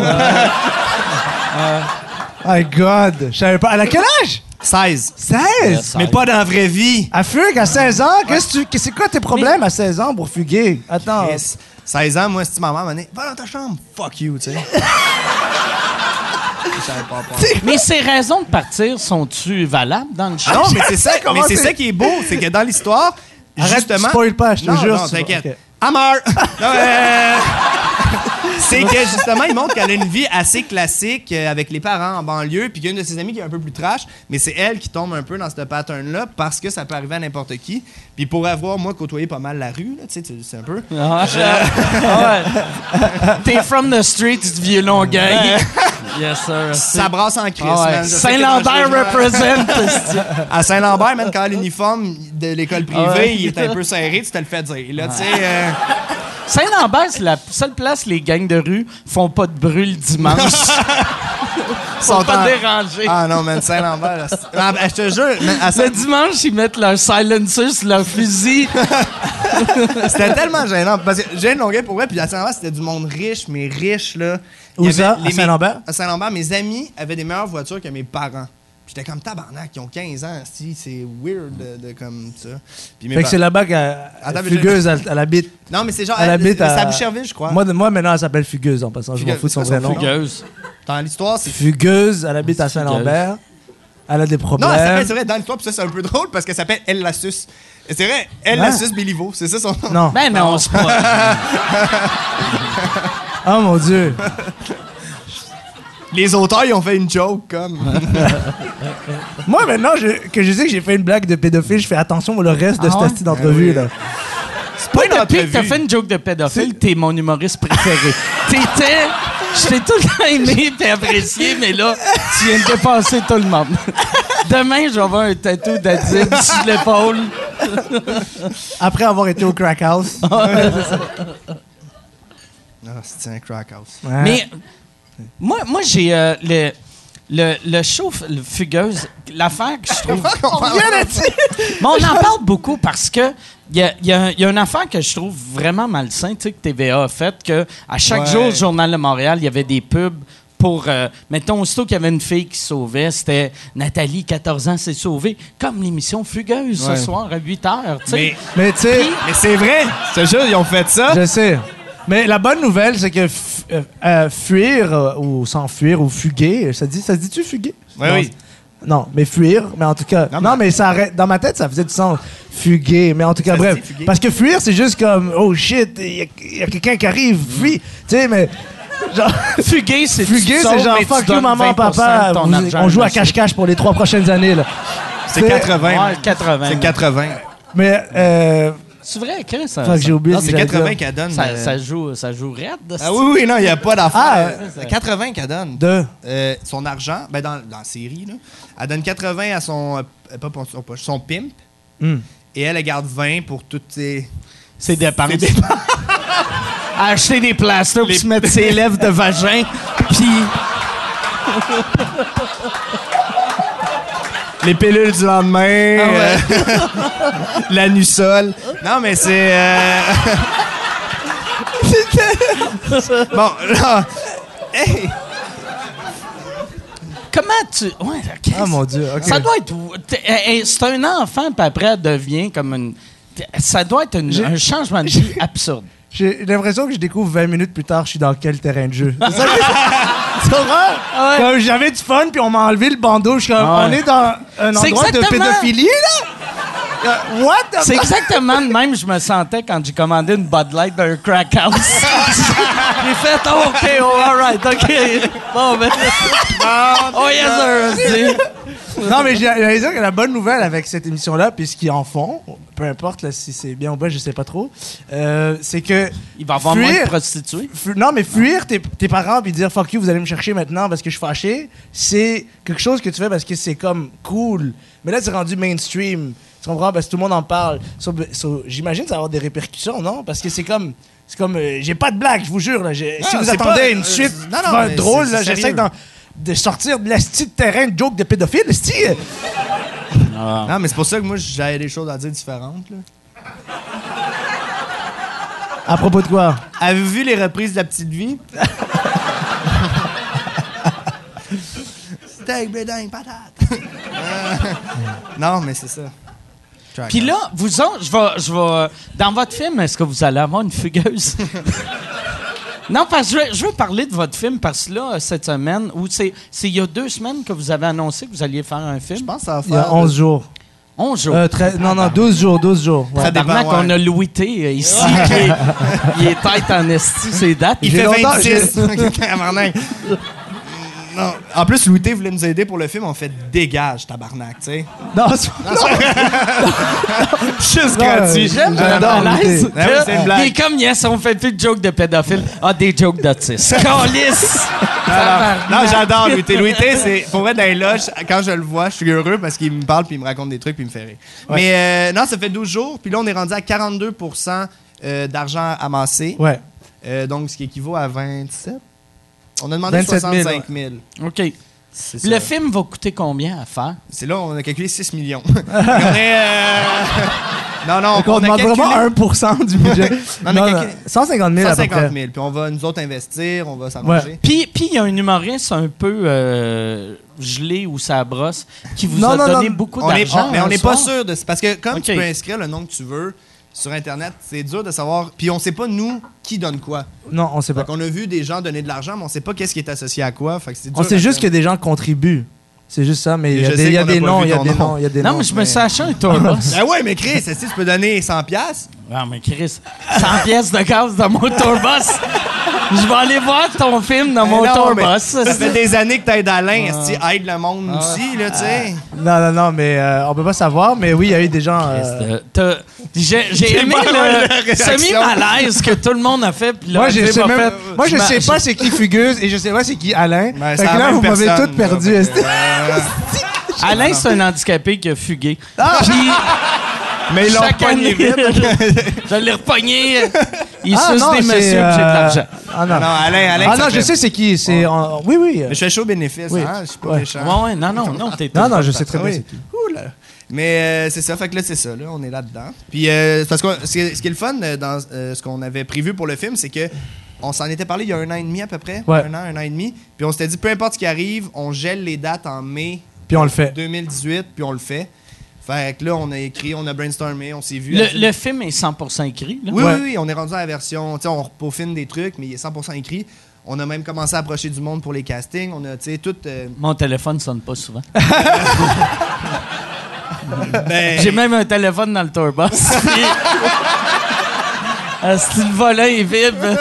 My God! Je savais pas. Elle a quel âge? seize. seize! Mais pas dans la vraie vie. À fugue à seize ans? Qu'est-ce que tu. C'est quoi tes problèmes à seize ans pour fuguer? Attends. Yes. seize ans, moi, si ma mère m'a dit, va dans ta chambre. Fuck you, tu sais. Je savais pas pas. Mais ces raisons de partir sont-tu valables dans le show? Non, mais c'est ça, comment mais c'est c'est- ça qui est beau, c'est que dans l'histoire, Arrête, justement. spoil pas, je te non, jure. Non, tu vas- t'inquiète. ok. Amar! Non, euh, c'est que justement, il montre qu'elle a une vie assez classique euh, avec les parents en banlieue, puis qu'il y a une de ses amies qui est un peu plus trash, mais c'est elle qui tombe un peu dans ce pattern-là parce que ça peut arriver à n'importe qui. Puis pour avoir, moi, côtoyé pas mal la rue, là, tu sais, tu- c'est un peu. Ah ouais. T'es from the streets du vieux Longueuil. Yes, sir. Ça brasse en crise, Ah ouais. man. Je sais que Saint-Lambert dans le jugement- represent. esti. À Saint-Lambert, même quand l'uniforme de l'école privée, Ah ouais. il est un peu serré, tu te le fais dire. Là, tu sais, euh, Saint-Lambert, c'est la seule place où les gangs de rue font pas de bruit le dimanche. Ils sont sont pas en- dérangés. Ah non, man, Saint-Lambert. là, c'est- Ah, ben, je te jure, man, à Le Saint- dimanche, ils mettent leur silencer sur leur fusil. c'était tellement gênant. Parce que j'ai une longueur pour vrai, puis à Saint-Lambert, c'était du monde riche, mais riche, là. Il y Où avait ça? les- À Saint-Lambert? À Saint-Lambert, mes amis avaient des meilleures voitures que mes parents. Puis j'étais comme tabarnak, ils ont quinze ans, si, c'est weird de, de comme ça. Puis mes Fait que pa- c'est là-bas qu'elle Attends, mais Fugueuse, elle, elle habite. Non, mais c'est genre. Elle euh, habite c'est à. à Boucherville, je crois. Moi, de- moi, maintenant, elle s'appelle Fugueuse en passant. Je m'en Fugueuse, fous de son c'est vrai son nom. Fugueuse. Dans l'histoire, c'est. Fugueuse, elle habite à Saint-Lambert. Elle a des Non, problèmes. elle s'appelle, c'est vrai, dans l'histoire, puis ça, c'est un peu drôle parce qu'elle s'appelle Elle Lassus. Et c'est vrai, Elle Ah. Lassus Béliveau, c'est ça son nom? Non. Ben non, c'est pas. Oh mon Dieu. Les auteurs, ils ont fait une joke comme. Moi, maintenant je- que je sais que j'ai fait une blague de pédophile, je fais attention au reste de Ah cette ouais? petite entrevue. là. C'est pas une Depuis que t'as entrevue. fait une joke de pédophile, t'es mon humoriste préféré. T'étais. Je t'ai tout le temps aimé et apprécié, mais là, tu viens de dépasser tout le monde. Demain, je vais avoir un tatou d'Adib sur l'épaule. Après avoir été au crack house. Ah, c'est un crack house. Ouais. Mais moi, moi j'ai euh, le, le, le show f- le Fugueuse, l'affaire que je trouve. On vient de dire. Mais on en parle beaucoup parce que il y a, y a- y a une affaire que je trouve vraiment malsain, tu sais, que T V A a fait, que à chaque Ouais. jour, le Journal de Montréal, il y avait des pubs pour, euh, mettons, aussitôt qu'il y avait une fille qui se sauvait, c'était Nathalie, quatorze ans, s'est sauvée, comme l'émission Fugueuse Ouais. ce soir à huit heures, tu sais. Mais, Mais tu sais, mais c'est vrai, je te jure, ils ont fait ça. je sais. Mais la bonne nouvelle, c'est que f- euh, euh, fuir euh, ou s'enfuir ou fuguer, ça dit, ça se dit-tu fuguer? Oui, Non, oui. Non, mais fuir, mais en tout cas. Non, Non, mais, mais- ça arrête. Dans ma tête, ça faisait du sens. Fuguer, mais en tout cas, Ça se bref. dit, fuguer. Parce que fuir, c'est juste comme, oh shit, il y a, il y a quelqu'un qui arrive, fuis. Tu sais, mais. Genre, Fuguer, c'est fuguer, tu sauves, c'est genre, mais tu fuck you, donnes maman, vingt pour cent papa. de ton vous- argent on joue à monsieur. cache-cache pour les trois prochaines années, là. C'est C'est- quatre-vingts. Ouais, quatre-vingts. C'est quatre-vingts. Mais, euh. C'est vrai, Chris? Ça, Fuck, ça- j'ai oublié Non, ce c'est que j'allais quatre-vingts dire. qu'elle donne. ça, euh, ça joue, ça joue raide. de Ah oui, oui, non, il n'y a pas d'affaire. Ah, C'est quatre-vingts qu'elle donne. De. Euh, son argent, ben dans, dans la série, là, elle donne quatre-vingts à son, euh, pas pour son poche, son pimp, Hmm. et elle, elle garde vingt pour toutes ses... C'est dépenses. Acheter des plasters pour se mettre ses lèvres de vagin, puis Les pilules du lendemain, euh, la nussole. Non, mais c'est... euh, bon, là... Hey! comment tu... Ouais, Chris, Ah, mon Dieu, ok. Ça doit être... t'es- eh, eh, C'est un enfant, puis après, elle devient comme une... Ça doit être une- J'ai- un changement de vie absurde. J'ai l'impression que je découvre vingt minutes plus tard, je suis dans quel terrain de jeu. C'est ça que- Tu comprends? Comme j'avais du fun, puis on m'a enlevé le bandeau. Je suis comme, Ah ouais. on est dans un C'est endroit de exactement- pédophilie, là? Euh, What the C'est fuck? exactement de même que je me sentais quand j'ai commandé une Bud Light d'un crack house. J'ai fait « Oh, OK, oh, all right, OK. » Bon, ben... Oh, yes, sir. Non, mais j'ai- j'allais dire que la bonne nouvelle avec cette émission-là, puis ce qu'ils en font, peu importe là, si c'est bien ou pas, je sais pas trop, euh, c'est que. Il va y avoir moins de fuir- prostituées. fu- non, mais fuir tes, tes parents puis dire fuck you, vous allez me chercher maintenant parce que je suis fâché, c'est quelque chose que tu fais parce que c'est comme cool. Mais là, c'est rendu mainstream. Tu comprends? Parce que tout le monde en parle. So- so, J'imagine que ça va avoir des répercussions, non? Parce que c'est comme. C'est comme. euh, j'ai pas de blague, je vous jure. Là, J'ai- si Non, vous c'est attendez pas- une euh, suite non, non, va- mais drôle, c'est- là, c'est j'essaie sérieux. d'en- de sortir de l'asti de terrain de joke de pédophile, esti. Non, mais c'est pour ça que moi, j'avais des choses à dire différentes, là. À propos de quoi? Avez-vous vu les reprises de La Petite Vie? Steak, blé dingue, patate. Euh, non, mais c'est ça. Puis là, vous autres, je vais, je vais... Dans votre film, est-ce que vous allez avoir une fugueuse? Non, parce que je veux, je veux parler de votre film, parce que là, cette semaine, ou c'est c'est il y a deux semaines que vous avez annoncé que vous alliez faire un film? Je pense que ça va Il y a faire... onze jours. onze jours. Euh, treize non, non, douze jours, douze jours. Ouais. Ça dépend, Tabarnak, ouais. on a Louis T euh, ici, qui est, il est tête en esti, ses dates. Il J'ai fait longtemps- vingt-six. Tabarnak. Non. En plus, Louis T voulait nous aider pour le film. On fait dégage, tabarnak, tu sais. Non, c'est Juste Non, gratuit. euh, J'aime J'adore le malaise. Louis T. Ah oui, c'est une blague. Il est comme, yes, on fait plus de jokes de pédophiles. Ah, des jokes d'autistes. Calice! Non, j'adore Louis T. Louis T, c'est pour vrai dans les loges, quand je le vois, je suis heureux parce qu'il me parle puis il me raconte des trucs puis il me fait rire. Mais euh, non, ça fait douze jours, puis là on est rendu à quarante-deux pour cent euh, d'argent amassé. Ouais. Euh, donc ce qui équivaut à vingt-sept. On a demandé vingt-sept mille, soixante-cinq mille. OK. C'est ça. Le film va coûter combien à faire? C'est là on a calculé six millions. Mais on est, euh, Non, non, Donc, on, on, a demande calculé vraiment un pour cent du budget. on a Non, calculé- non, cent cinquante mille à cent peu près. cinquante mille. Puis on va nous autres investir, on va s'arranger. Ouais. Puis puis il y a un humoriste un peu euh, gelé ou sa brosse qui vous Non, a non, donné non. beaucoup On est- d'argent. mais on un n'est pas soir. sûr de. Parce que comme Ok. tu peux inscrire le nom que tu veux sur Internet, c'est dur de savoir. Puis on sait pas, nous, qui donne quoi. Non, on sait pas. Fait qu'on a vu des gens donner de l'argent, mais on sait pas qu'est-ce qui est associé à quoi. Fait que c'est dur On sait à juste que faire. des gens contribuent. C'est juste ça, mais il y a je des, sais il y a qu'on a des pas noms, vu il y a ton des nom. noms, il y a des Non, noms. mais je me suis acheté un tourbus. Ben ouais, mais Chris, si tu peux donner cent piastres. Non, mais Chris, cent pièces de gaz dans mon tourbus. Je vais aller voir ton film dans mon Ben non, tourbus. mais Ça fait des années que t'aides Alain. Est-ce que tu aides le monde aussi, là, tu sais? Non, non, non, mais euh, on peut pas savoir, mais oui, il y a eu des gens. euh, T'as- J'ai j'ai aimé pas mal le de réactions. semi-malaise que tout le monde a fait. Puis là, Moi, je Dave sais a même- fait, moi, je m'a- sais pas c'est qui Fugueuse et je sais pas c'est qui Alain. Ben, fait c'est que la là, même vous m'avez personne, toutes perdu. là, esti. fait que, euh, Alain, c'est un handicapé qui a fugué. Ah! Puis, Mais ils l'ont chaque pogné année, vite. je l'ai repogné. Il Ah, suce non, des c'est, messieurs, puis j'ai de euh, l'argent. Ah non, Non, Alain, Alain. ah, ça non je fait- sais c'est qui. C'est en- Oui, oui. Mais je fais chaud bénéfice, Oui. hein? Je suis pas Ouais. méchant. Ouais, ouais, non, non, non, t'es Non, non, je sais très Ah bien oui. c'est qui. Ouh là. Mais euh, c'est ça, fait que là, c'est ça, là, on est là-dedans. Puis, euh, parce que ce qui est ce qui est le fun euh, dans euh, ce qu'on avait prévu pour le film, c'est que on s'en était parlé il y a un an et demi à peu près. Ouais. Un an, un an et demi. Puis on s'était dit, peu importe ce qui arrive, on gèle les dates en mai Puis on le fait. deux mille dix-huit, puis on le fait. Fait que là, on a écrit, on a brainstormé, on s'est vu. Le, le film est cent pour cent écrit. Là. Oui, Ouais. oui, oui, on est rendu à la version, tu sais, on peaufine des trucs, mais il est cent pour cent écrit. On a même commencé à approcher du monde pour les castings. On a, tu sais, tout... Euh... Mon téléphone sonne pas souvent. ben... J'ai même un téléphone dans le tourbus. euh, si le volant est vibre.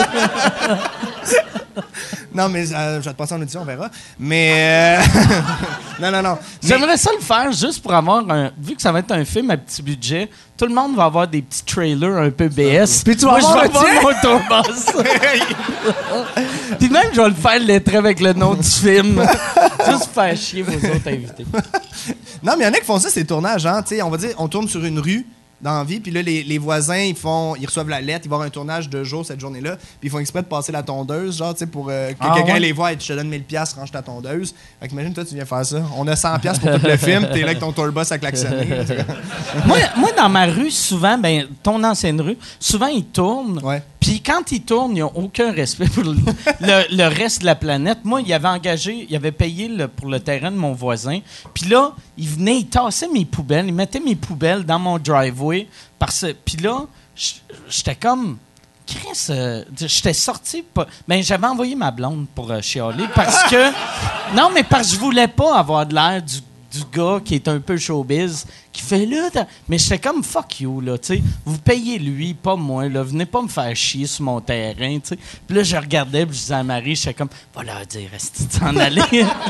Non, mais euh, je vais te passer en audition, on verra. Mais... Euh... non, non, non. J'aimerais mais... ça le faire juste pour avoir un... Vu que ça va être un film à petit budget, tout le monde va avoir des petits trailers un peu B S. Puis tu vas Moi, je avoir vais le avoir mon tourbus. Puis même, je vais le faire lettré avec le nom du film. Juste pour faire chier vos autres invités. Non, mais il y en a qui font ça, ces tournages, hein. Tu sais, on va dire, on tourne sur une rue dans la vie, puis là, les, les voisins, ils font, ils reçoivent la lettre, ils vont avoir un tournage de jour cette journée-là, puis ils font exprès de passer la tondeuse, genre, tu sais, pour euh, que ah, quelqu'un ouais? les voit et je te donne mille piastres, range ta tondeuse. Fait qu'imagine, toi, tu viens faire ça. On a cent piastres pour tout le film, t'es là avec ton tourbus à klaxonner. moi, moi, dans ma rue, souvent, ben, ton ancienne rue, souvent, ils tournent. Ouais. Puis quand ils tournent, ils n'ont aucun respect pour le, le, le reste de la planète. Moi, il avait engagé, il avait payé le, pour le terrain de mon voisin. Puis là, il venait, il tassait mes poubelles, il mettait mes poubelles dans mon driveway. Parce, puis là, j'étais comme... Chris, euh, j'étais sorti... Ben, j'avais envoyé ma blonde pour euh, chialer parce que... Non, mais parce que je voulais pas avoir de l'air du du gars qui est un peu showbiz, qui fait là... Mais j'étais comme, fuck you, là, tu sais. Vous payez lui, pas moi, là. Venez pas me faire chier sur mon terrain, tu sais. Puis là, je regardais, puis je disais à Marie, j'étais comme, va leur dire, reste t'en aller.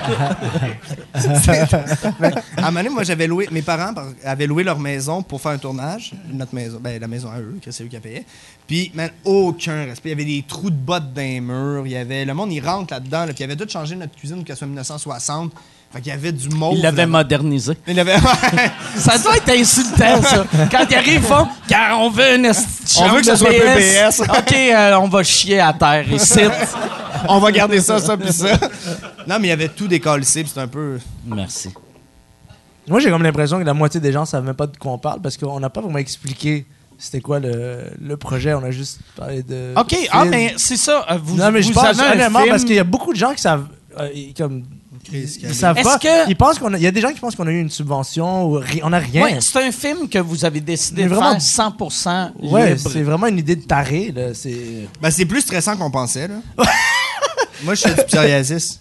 ben, à un moment donné, moi, j'avais loué... Mes parents avaient loué leur maison pour faire un tournage. Notre maison, ben, la maison à eux, que c'est eux qui payaient. Puis, man, aucun respect. Il y avait des trous de bottes dans les murs. Il y avait... Le monde, il rentre là-dedans, là, puis il avait tout changé notre cuisine pour qu'elle soit dix-neuf cent soixante. Fait qu'il y avait du mauve. Il l'avait modernisé. Il l'avait... Ça doit être insultant, ça. Quand ils arrivent, ils font « Car on veut une On veut que ce soit un peu B S. OK, euh, on va chier à terre ici. On va garder ça, ça, puis ça. Non, mais il y avait tout décalissé, puis c'était un peu... Merci. Moi, j'ai comme l'impression que la moitié des gens ne savent même pas de quoi on parle parce qu'on n'a pas vraiment expliqué c'était quoi le, le projet. On a juste parlé de... OK, ah, mais c'est ça. Vous, non, mais vous je pense avez un honnêtement film... parce qu'il y a beaucoup de gens qui savent... Euh, comme... Ils savent Est-ce pas. que- Ils pensent qu'on a... Il y a des gens qui pensent qu'on a eu une subvention ou ri- on n'a rien. Ouais, c'est un film que vous avez décidé Mais de vraiment- faire cent pour cent libre. Ouais, c'est vraiment une idée de taré. Là. C'est... Ben, c'est plus stressant qu'on pensait, là. Moi, je suis du psoriasis.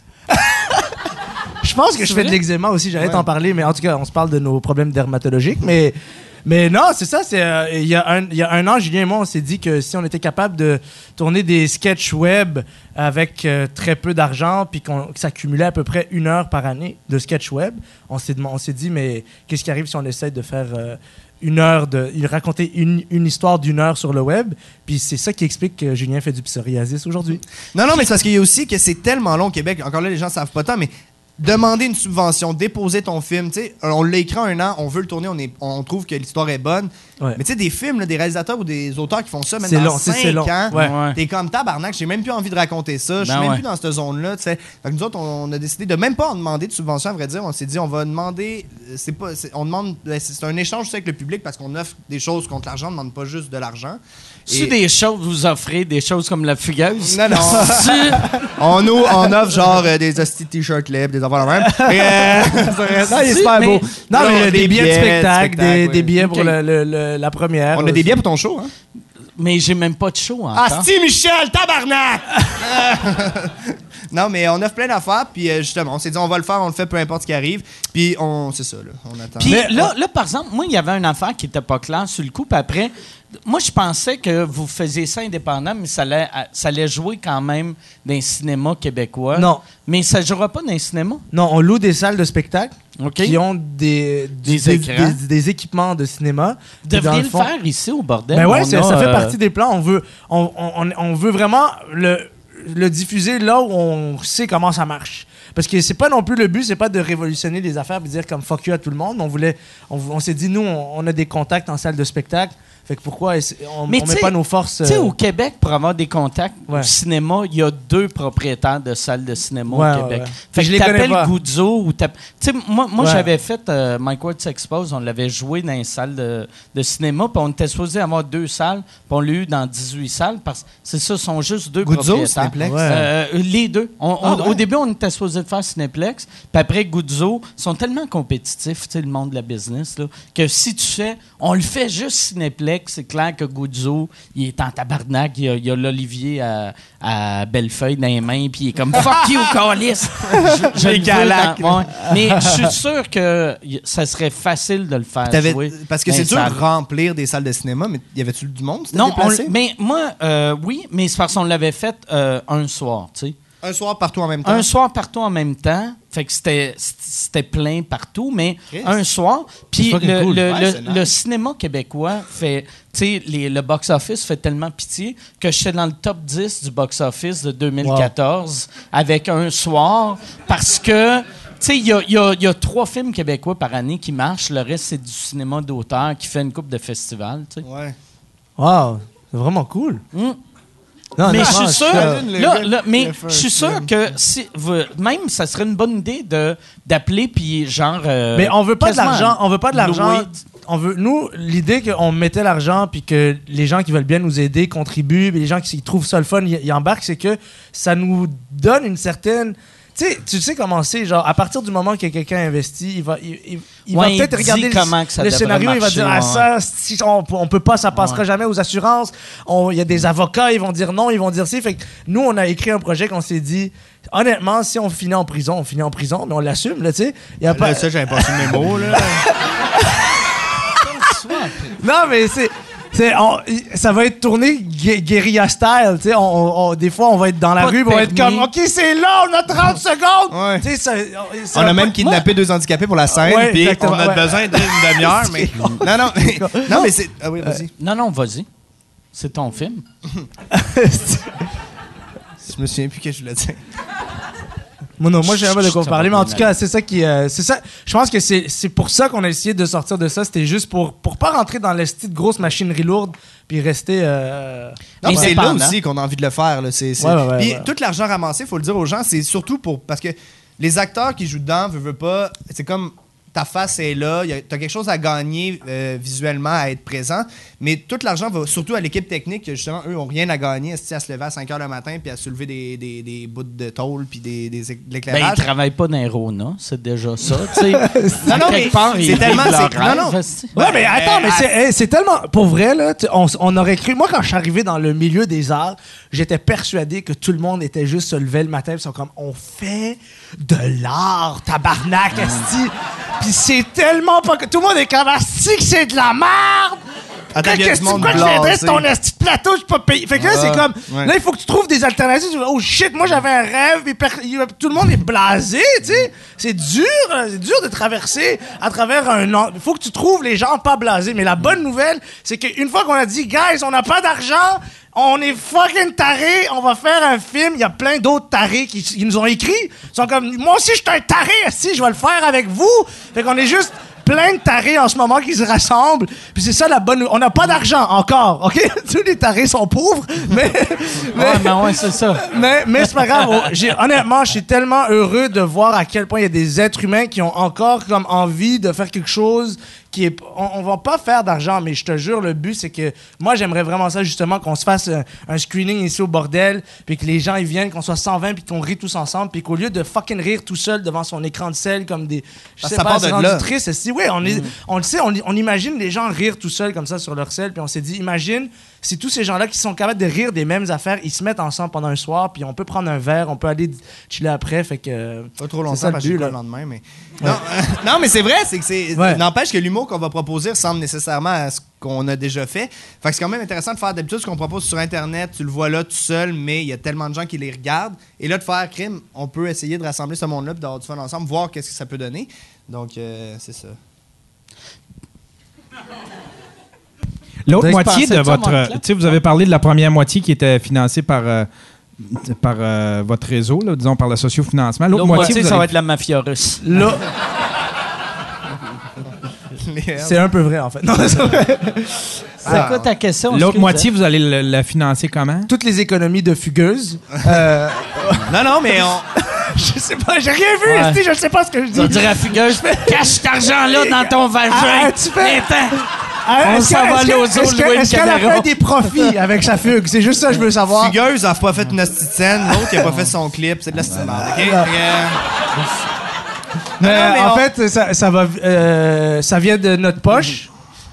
Je pense que je fais de l'eczéma aussi, j'allais Ouais. t'en parler, mais en tout cas, on se parle de nos problèmes dermatologiques. Mais, mais non, c'est ça. C'est, euh, il, y a un, il y a un an, Julien et moi, on s'est dit que si on était capable de tourner des sketchs web avec euh, très peu d'argent, puis qu'on, que ça cumulait à peu près une heure par année de sketch web, on s'est, dem- on s'est dit, mais qu'est-ce qui arrive si on essaie de faire... euh, une heure de il raconter une, une histoire d'une heure sur le web, puis c'est ça qui explique que Julien fait du psoriasis aujourd'hui. Non, non, mais c'est parce qu'il y a aussi que c'est tellement long au Québec. Encore là, les gens savent pas tant, mais demander une subvention, déposer ton film, tu sais, on l'a écrit en un an, on veut le tourner, on, est, on trouve que l'histoire est bonne. Ouais. Mais tu sais, des films, là, des réalisateurs ou des auteurs qui font ça, même C'est dans long, c'est- cinq c'est long. ans, Ouais. Ouais. t'es comme tabarnak, j'ai même plus envie de raconter ça, je suis Ben même ouais. plus dans cette zone-là, tu sais. Fait que nous autres, on, on a décidé de même pas en demander de subvention, à vrai dire. On s'est dit, on va demander, euh, c'est pas, c'est- on demande, ben, c'est c'est un échange aussi avec le public parce qu'on offre des choses contre l'argent, on demande pas juste de l'argent. Si Et- des choses, vous offrez des choses comme la fugueuse. Non, non. Si- On, nous, on offre genre euh, des hosties de t-shirts libres, des affaires de même. Et, euh, non, il est super mais- beau. Non, mais il y a des, billets de spectacle, des, ouais. des billets pour Ok. le- le- le- la première. On a des billets pour ton show, hein? Mais j'ai même pas de show encore. Asti Michel, tabarnak! Non, mais on offre plein d'affaires, puis euh, justement, on s'est dit, on va le faire, on le fait, peu importe ce qui arrive. Puis on, c'est ça, là, on attend. Puis Mais- là, là, par exemple, moi, il y avait une affaire qui était pas claire sur le coup. Puis après, moi, je pensais que vous faisiez ça indépendant, mais ça allait, ça allait jouer quand même dans un cinéma québécois. Non. Mais ça ne jouera pas dans un cinéma. Non, on loue des salles de spectacle OK. qui ont des, Des des, écrans. des- des équipements de cinéma. Vous Puis dans devriez le le fond- faire ici au bordel. Ben ouais, On c'est- a, ça fait euh, partie des plans. On veut, on, on- on veut vraiment le, le diffuser là où on sait comment ça marche. Parce que c'est pas non plus le but, c'est pas de révolutionner les affaires et dire comme fuck you à tout le monde. On voulait, on, on s'est dit nous, on, on a des contacts en salle de spectacle. Fait que pourquoi est-ce- on, Mais on tu met sais- pas nos forces. Tu sais, euh, au Québec, pour avoir des contacts Ouais. au cinéma, il y a deux propriétaires de salles de cinéma Ouais, au ouais, Québec. ouais. Fait Je que les connais t'appelles pas. Guzzo ou t'app- Tu sais, moi, moi Ouais. j'avais fait euh, Mike Ward s'expose, on l'avait joué dans une salle de, de cinéma, puis on était supposé avoir deux salles, puis on l'a eu dans dix-huit salles, parce que c'est ça, sont juste deux Guzzo, propriétaires. Cineplex? Ouais. Euh, les deux. On- Ah, on- ouais? Au début, on était supposé de faire Cineplex, puis après, Guzzo sont tellement compétitifs, tu sais, le monde de la business, là, que si tu fais, on le fait juste Cineplex, Québec, c'est clair que Guzzo, il est en tabarnak. Il y a, il y a l'Olivier à, à Bellefeuille dans les mains, puis il est comme « Fuck you, câlisse! » Je, je le veux dans- ouais. Mais je suis sûr que y- ça serait facile de le faire T'avais- jouer. Parce que dans c'est les dur salles. de remplir des salles de cinéma, mais y avait-tu du monde? C'était Non, on déplacé? l- mais moi, euh, oui, mais c'est parce qu'on l'avait fait euh, un soir, tu sais. Un soir partout en même temps. Un soir partout en même temps. Fait que c'était, c'était plein partout, mais Christ. un soir. Puis fucking le, cool. le, Ouais, le- c'est nice. le cinéma québécois fait. Tu sais, les- le box-office fait tellement pitié que j'étais dans le top dix du box-office de deux mille quatorze avec un soir parce que. Tu sais, il y a, il y a- il y a trois films québécois par année qui marchent. Le reste, c'est du cinéma d'auteur qui fait une coupe de festivals. Tu sais. Ouais. Wow, c'est vraiment cool. Mm. Non, Mais je honnêtement, suis sûr, Imagine le là, gars là, qui mais a fait un je suis sûr film. que si vous- même ça serait une bonne idée de d'appeler puis genre. euh, Mais on veut pas de quasiment l'argent. On veut pas de l'argent. louer. On veut, nous, l'idée qu'on mettait l'argent puis que les gens qui veulent bien nous aider contribuent, puis les gens qui, qui trouvent ça le fun, ils ils embarquent, c'est que ça nous donne une certaine. Tu sais, tu sais comment c'est, genre, à partir du moment que quelqu'un investit, il va, il, il- il Ouais, va il peut-être dit regarder le, comment que ça le devrait scénario, il va marcher, dire, ah, ouais. ça, si on, on peut pas, ça passera Ouais. jamais aux assurances. On- Il y a des avocats, ils vont dire non, ils vont dire si. Fait que nous, on a écrit un projet qu'on s'est dit, honnêtement, si on finit en prison, on finit en prison, mais on l'assume, là, tu sais. Il y a Là, pas. ça, j'avais pas su le mémo, là. Non, mais c'est. c'est on- ça va être tourné gu- guérilla style, tu sais. On, on- on- des fois, on va être dans la Pas rue, de puis on va être permis. comme, OK, c'est là, on a trente secondes. Ouais. Tu sais, ça, ça On va a même pas- kidnappé deux handicapés pour la scène, Ouais, puis exactement, on a ouais. besoin d'une demi-heure, mais... Non, non, mais... Non, mais c'est... Ah oui, vas-y. Non, non, vas-y. C'est ton film. Je me souviens plus que je voulais dire. Moi, non, moi, j'ai un peu de quoi Ça parler, va mais en bien tout cas, c'est ça qui. euh, c'est ça. Je pense que c'est, c'est pour ça qu'on a essayé de sortir de ça. C'était juste pour, pour pas rentrer dans la petite grosse machinerie lourde, puis rester. euh, Non, mais c'est là Indépendant. aussi qu'on a envie de le faire. Là. C'est, c'est... Ouais, ouais, ouais, Puis ouais. tout l'argent ramassé, il faut le dire aux gens, c'est surtout pour... Parce que les acteurs qui jouent dedans, veulent, veulent pas... C'est comme... Ta face est là, y a- t'as quelque chose à gagner euh, visuellement, à être présent, mais tout l'argent va surtout à l'équipe technique, que justement, eux, ont rien à gagner, à se lever à cinq heures le matin, puis à soulever des, des, des bouts de tôle, puis des, des, de Ben, l'éclairage. il travaille pas dans les Rona, c'est déjà ça. Tu sais. Non, non, mais Quelque part, c'est il tellement- vit leur c'est- non, non. rêve, esti. Ouais, mais attends, euh, mais c'est, hey, c'est tellement. Pour vrai, là, tu- on, on aurait cru. Moi, quand je suis arrivé dans le milieu des arts, j'étais persuadé que tout le monde était juste se lever le matin, ils sont comme, on fait de l'art, tabarnak, esti. Puis c'est tellement pas que. Tout le monde est comme, asti, que c'est de la merde! Attends, il y a Qu'est-ce du que monde quoi que je viendrais sur ton blasé. esti de plateau, je suis pas payé. Fait que là, Ah, c'est comme. ouais. Là, il faut que tu trouves des alternatives. Tu fais, oh shit, moi j'avais un rêve, puis per- il- tout le monde est blasé, tu sais. C'est dur, hein, c'est dur de traverser à travers un an. Il faut que tu trouves les gens pas blasés. Mais la bonne nouvelle, c'est qu'une fois qu'on a dit, guys, on n'a pas d'argent, on est fucking tarés, on va faire un film. Il y a plein d'autres tarés qui, qui nous ont écrit. Ils sont comme, moi aussi, je suis un taré, si, je vais le faire avec vous. Fait qu'on est juste plein de tarés en ce moment qui se rassemblent. Puis c'est ça la bonne. On n'a pas d'argent encore, OK? Tous les tarés sont pauvres, mais. mais- Ouais, mais ouais, c'est ça. mais, mais c'est pas grave. Oh, j'ai- honnêtement, je suis tellement heureux de voir à quel point il y a des êtres humains qui ont encore comme envie de faire quelque chose qui est. On, on va pas faire d'argent, mais je te jure, le but, c'est que moi, j'aimerais vraiment ça, justement, qu'on se fasse un, un screening ici au bordel, puis que les gens, ils viennent, qu'on soit cent vingt, puis qu'on rit tous ensemble, puis qu'au lieu de fucking rire tout seul devant son écran de sel comme des. Je Parce sais que ça pas, part c'est de rendu là. triste. Si, oui, on, est, on le sait, on, on imagine les gens rire tout seuls comme ça sur leur sel, puis on s'est dit, imagine si tous ces gens-là qui sont capables de rire des mêmes affaires, ils se mettent ensemble pendant un soir, puis on peut prendre un verre, on peut aller chiller après, fait que... Pas trop c'est longtemps, ça le parce que j'ai but, pas là. le lendemain, mais... Non, euh, non, mais c'est vrai, c'est que c'est... Ouais. N'empêche que l'humour qu'on va proposer ressemble nécessairement à ce qu'on a déjà fait. Fait que c'est quand même intéressant de faire d'habitude ce qu'on propose sur Internet, tu le vois là tout seul, mais il y a tellement de gens qui les regardent. Et là, de faire crime, on peut essayer de rassembler ce monde-là, puis d'avoir du fun ensemble, voir qu'est-ce que ça peut donner. Donc, euh, c'est ça. L'autre Vous avez moitié pensé de de ça, votre. Marc, Tu là? sais, vous avez parlé de la première moitié qui était financée par, euh, par euh, votre réseau, là, disons par le sociofinancement. L'autre L'autre moitié, moitié, vous ça va allez- être la mafia russe. Là, c'est un peu vrai, en fait. Non, c'est vrai. C'est quoi ta question? l'autre excuse, moitié, hein? vous allez le- la financer comment? Toutes les économies de fugueuse. Euh, Non, non, mais on... je sais pas, j'ai rien vu, Ouais. esti, je sais pas ce que je Tu vas dis. dire à Fugueuse, cache cet argent-là dans ton vagin. Ah, tu fais- Viens-t'en. Ah, On est-ce s'en que- va est-ce que- aller aux eaux est-ce que- louer une Est-ce qu'elle a caméra? fait des profits avec sa fugue? C'est juste ça que je veux savoir. Fugueuse n'a pas fait une hostie de scène, l'autre qui a pas fait son clip, c'est de la style merde, OK? Fait que, euh, Mais, Non, non, mais en on- fait, ça, ça va, euh, ça vient de notre poche.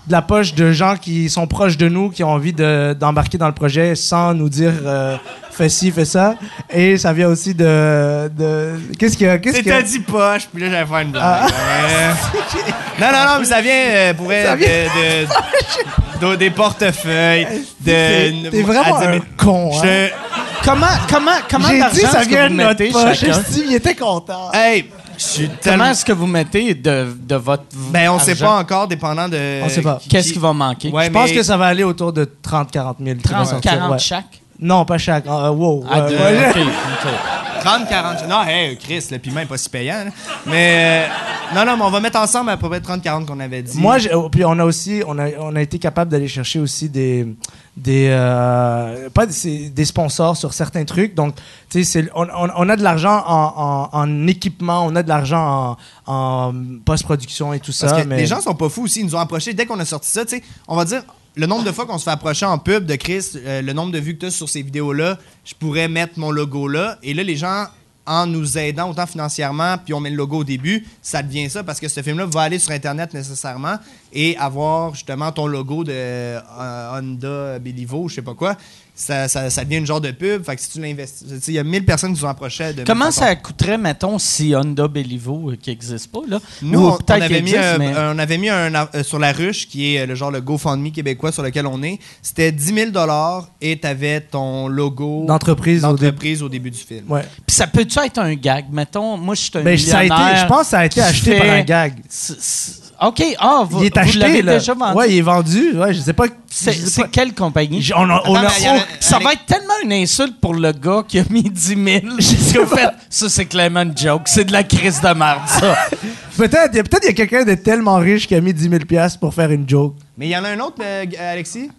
de la poche de gens qui sont proches de nous, qui ont envie de, d'embarquer dans le projet sans nous dire euh, fais ci, fais ça. Et ça vient aussi de. de qu'est-ce qu'il y a? Qu'est-ce qu'il y a? T'as dit poche, puis là, j'allais faire une blague. Ah. Euh... non, non, non, mais ça vient euh, pour être de, de, de, de, des portefeuilles. De, T'es, t'es vraiment à, un con, hein? Je... Comment, comment, comment J'ai d'argent dit ça est-ce vient que de vous notre mettez poche. chacun? Steve, il était content. Hey! Je suis Comment tellement... est-ce que vous mettez de, de votre Ben, on argent? sait pas encore, dépendant de... On sait pas. qui- Qu'est-ce qui va manquer? Ouais, Je pense mais- que ça va aller autour de trente à quarante mille. qui va trente, sortir, quarante ouais. chaque? Non, pas chaque. Euh, wow. Ah, ouais, deux, ouais. OK, OK. trente, quarante... Non, hey, Chris, le piment est pas si payant. Là. Mais... euh, non, non, mais on va mettre ensemble à peu près trente, quarante qu'on avait dit. Moi, j'ai- oh, puis on a aussi, on a, on a été capable d'aller chercher aussi des, des, euh, pas des, des sponsors sur certains trucs. Donc, tu sais, c'est- on, on, on a de l'argent en, en, en équipement, on a de l'argent en, en post-production et tout ça. Parce que mais les gens sont pas fous aussi. Ils nous ont approchés dès qu'on a sorti ça. Tu sais, on va dire, le nombre de fois qu'on se fait approcher en pub de Chris, euh, le nombre de vues que tu as sur ces vidéos-là, je pourrais mettre mon logo là. Et là, les gens, en nous aidant autant financièrement, puis on met le logo au début, ça devient ça parce que ce film-là va aller sur Internet nécessairement et avoir justement ton logo de euh, Honda Béliveau, je sais pas quoi. Ça, ça, ça devient une genre de pub. Fait que si tu l'investis, tu sais, il y a mille personnes qui nous en approchaient. De Comment mettre ça coûterait, mettons, si Honda Béliveau, euh, qui n'existe pas, là? Nous, Ou on, on peut-être avait qu'il mis, existe, un, mais- on avait mis un, euh, sur la ruche, qui est euh, le genre le GoFundMe québécois sur lequel on est. C'était dix mille dollars et tu avais ton logo D'entreprise au d'entreprise au début du film. ouais. Puis ça peut-tu être un gag? Mettons, moi, je suis un Ben, ça a été, millionnaire je pense que ça a été qui acheté fait- par un gag. C'est- c'est- OK, ah, vous, Il est vous acheté, l'avez là. déjà vendu? Ouais, il est vendu. Ouais, je sais pas. C'est, je sais c'est pas. quelle compagnie? J- On a, on a- Attends, mais il y a- oh, Ça Alex- va être tellement une insulte pour le gars qui a mis dix mille. J'ai fait, ça, c'est clairement une joke. C'est de la crise de merde, ça. peut-être, il y a- peut-être il y a quelqu'un de tellement riche qui a mis dix mille dollars pour faire une joke. Mais il y en a un autre, euh, Alexis?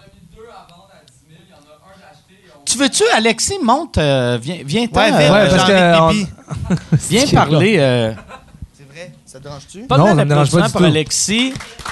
Tu veux-tu, Alexis, monte, euh, viens, viens Ouais, euh, vite, ouais, parce j'ai que envie de pipi. viens parler. euh, C'est vrai? Ça te dérange-tu? Pas Non, mal ça me dérange pas d'applaudissements du pour tout. Alexis.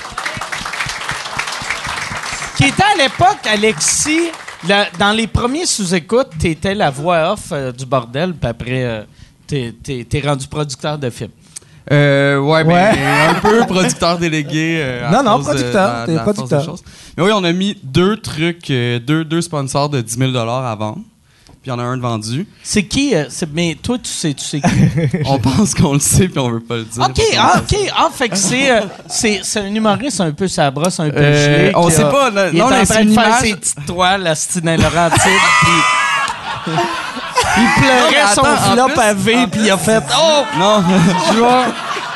Qui était à l'époque, Alexis, la- dans les premiers sous-écoutes, t'étais la voix off euh, du bordel, puis après, euh, t'es, t'es- t'es rendu producteur de film. Euh, ouais, mais Ouais. un peu producteur délégué. euh, à Non, non, cause de- producteur, dans- t'es dans la force producteur. des choses. Mais oui, on a mis deux trucs, euh, deux, deux sponsors de dix mille dollars à vendre. Puis il y en a un de vendu. C'est qui? euh, c'est- mais toi, tu sais, tu sais qui? On pense qu'on le sait, puis on veut pas le dire. OK, ah, OK. Ah, fait que c'est, euh, c'est, c'est un humoriste un peu sa brosse, un peu Euh, gelé. on qui sait a- pas, là. Il Non, est là, en c'est train de une faire image- ses petites toiles à Stine Laurentide, puis... Il pleurait Non, mais son attends, en flop plus- à V, puis il a fait « Oh! Non, je vois.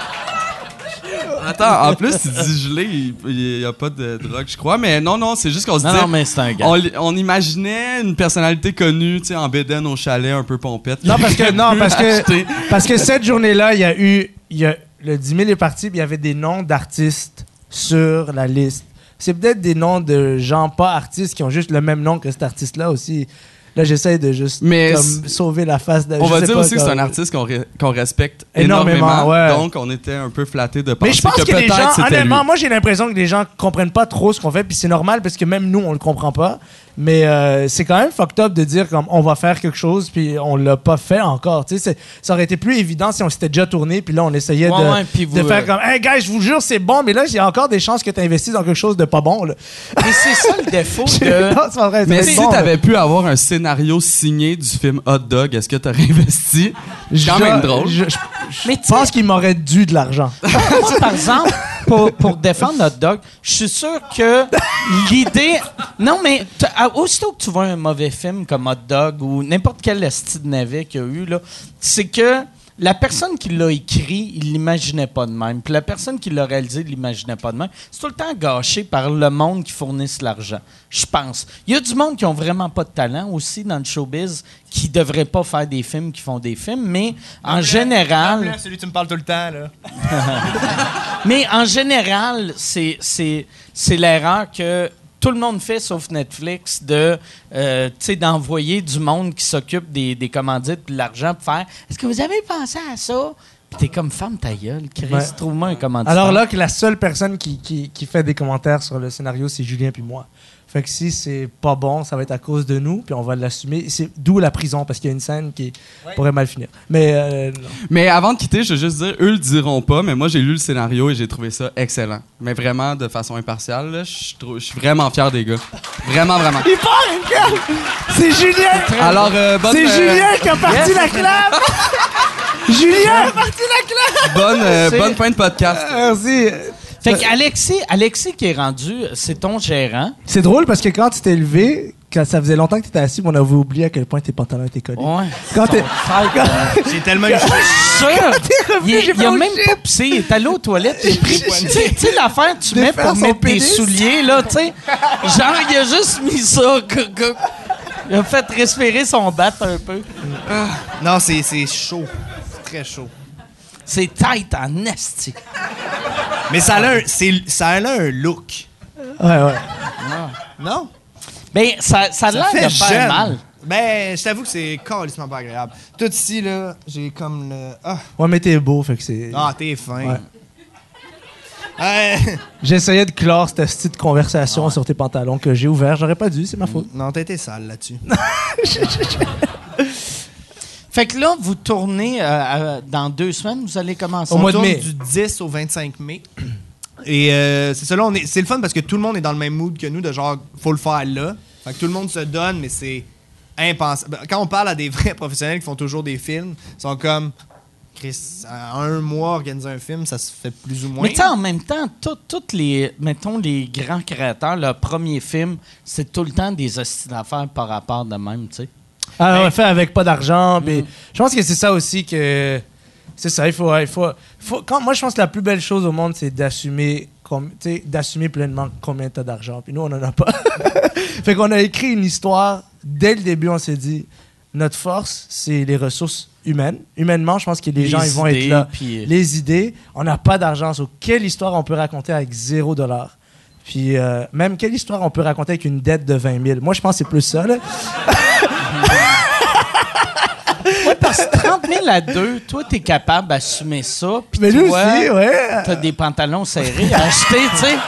Attends, en plus, tu dis gelé, il n'y a pas de drogue, je crois. Mais non, non, c'est juste qu'on se Non, dit. non, mais c'est un gars. On, li- on imaginait une personnalité connue, tu sais, en bédaine au chalet, un peu pompette. Non, parce que, non, parce que, Acheter. parce que cette journée-là, il y a eu. Il y a, le dix mille est parti, puis il y avait des noms d'artistes sur la liste. C'est peut-être des noms de gens pas artistes qui ont juste le même nom que cet artiste-là aussi. Là, j'essaie de juste Mais comme, c'est- sauver la face de. On je va sais dire pas, aussi que c'est comme- un artiste qu'on re- qu'on respecte Énormément, énormément. ouais. Donc, on était un peu flattés de penser Mais je pense que, que les peut-être gens, c'était lui. honnêtement, moi j'ai l'impression que les gens comprennent pas trop ce qu'on fait, puis c'est normal parce que même nous on le comprend pas. Mais euh, c'est quand même fucked up de dire comme on va faire quelque chose puis on l'a pas fait encore. Tu sais, c'est- ça aurait été plus évident si on s'était déjà tourné puis là on essayait Ouais, de, ouais, puis vous, de faire euh, comme hey guys, je vous jure c'est bon, mais là il y a encore des chances que tu investis dans quelque chose de pas bon là. Mais c'est ça le défaut Non, de... c'est pas vrai, ça Mais va si être bon, t'avais pu avoir un scénario signé du film Hot Dog, est-ce que t'aurais investi? là. quand Je- même drôle. Je, je- Mais je pense qu'il m'aurait dû de l'argent. Moi, par exemple, pour, pour défendre Hot Dog, je suis sûr que l'idée... Non, mais t- à- aussitôt que tu vois un mauvais film comme Hot Dog ou n'importe quel esti de navet qu'il y a eu, là, c'est que la personne qui l'a écrit, il l'imaginait pas de même. Puis la personne qui l'a réalisé, il l'imaginait pas de même. C'est tout le temps gâché par le monde qui fournisse l'argent, je pense. Il y a du monde qui ont vraiment pas de talent aussi dans le showbiz, qui devrait pas faire des films, qui font des films, mais en général... Là, celui que tu me parles tout le temps, là. Mais en général, c'est, c'est, c'est l'erreur que tout le monde fait, sauf Netflix, de, euh, tu sais, d'envoyer du monde qui s'occupe des, des commandites et de l'argent pour faire « Est-ce que vous avez pensé à ça? » Puis t'es comme femme ta gueule, Chris, Ouais. trouve-moi un commanditaire. Alors là, que la seule personne qui, qui, qui fait des commentaires sur le scénario, c'est Julien puis moi. Fait que si c'est pas bon, ça va être à cause de nous, puis on va l'assumer. C'est d'où la prison, parce qu'il y a une scène qui pourrait mal finir. Mais euh, non. Mais avant de quitter, je veux juste dire, eux le diront pas, mais moi j'ai lu le scénario et j'ai trouvé ça excellent. Mais vraiment de façon impartiale, là, je trou- je suis vraiment fier des gars. Vraiment, vraiment. Il part, une gueule! C'est Julien! Alors, euh, bonne, C'est euh, Julien qui a parti la clave! Julien a parti la clave! bonne, euh, C'est- bonne fin de podcast. Merci. Fait qu'Alexis, Alexis qui est rendu, c'est ton gérant. C'est drôle parce que quand tu t'es levé, quand ça faisait longtemps que tu étais assis, on avait oublié à quel point tes pantalons étaient collés. Ouais. Quand t'es. J'ai tellement eu chaud. Sûr. revenu, Il, j'ai il fait a au même shit. pas pissé. Il est allé aux toilettes. Il a pris. Tu sais- tu sais, l'affaire, tu De mets faire pour son mettre tes pénis. souliers, là, tu sais. Genre, il a juste mis ça. que- que- Il a fait respirer son bat un peu. Non, c'est c'est chaud. C'est très chaud. C'est tight en esti. Mais ça a un, c'est- ça a un look. Ouais, ouais. Non? Ben, ça, ça a Ça l'air fait de faire jeune. mal. Ben, je t'avoue que c'est calissement pas agréable. Tout ici, là, j'ai comme le... Ah, Ouais, mais t'es beau, fait que c'est. ah t'es fin. Ouais. Ouais. J'essayais de clore cette petite conversation sur tes pantalons que j'ai ouvert. J'aurais pas dû, c'est ma faute. Non, t'as été sale là-dessus. Fait que là, vous tournez euh, euh, dans deux semaines, vous allez commencer. Au mois On de tourne mai. du dix au vingt-cinq mai. Et euh, c'est ça, là, on est, c'est le fun parce que tout le monde est dans le même mood que nous, de genre, faut le faire là. Fait que tout le monde se donne, mais c'est impensable. Quand on parle à des vrais professionnels qui font toujours des films, ils sont comme, Chris, en un mois, organiser un film, ça se fait plus ou moins. Mais tu sais, en même temps, toutes les, mettons, les grands créateurs, leur premier film, c'est tout le temps des hosties d'affaires par rapport de même, tu sais. Ah, ouais, fait avec pas d'argent. puis Je pense que c'est ça aussi que. C'est ça, il faut. Il faut, faut quand, moi, je pense que la plus belle chose au monde, c'est d'assumer com- tu sais, d'assumer pleinement combien tu as d'argent. Puis nous, on en a pas. Fait qu'on a écrit une histoire. Dès le début, on s'est dit notre force, c'est les ressources humaines. Humainement, je pense que les, Les gens ils vont idées, être là. puis- Les idées, on n'a pas d'argent. So, quelle histoire on peut raconter avec zéro dollar? Puis euh, même quelle histoire on peut raconter avec une dette de vingt mille? Moi, je pense que c'est plus ça. Là. Ouais, parce que trente mille à deux, toi, t'es capable d'assumer ça. Puis Mais lui toi, aussi, ouais. t'as des pantalons serrés à acheter, tu sais.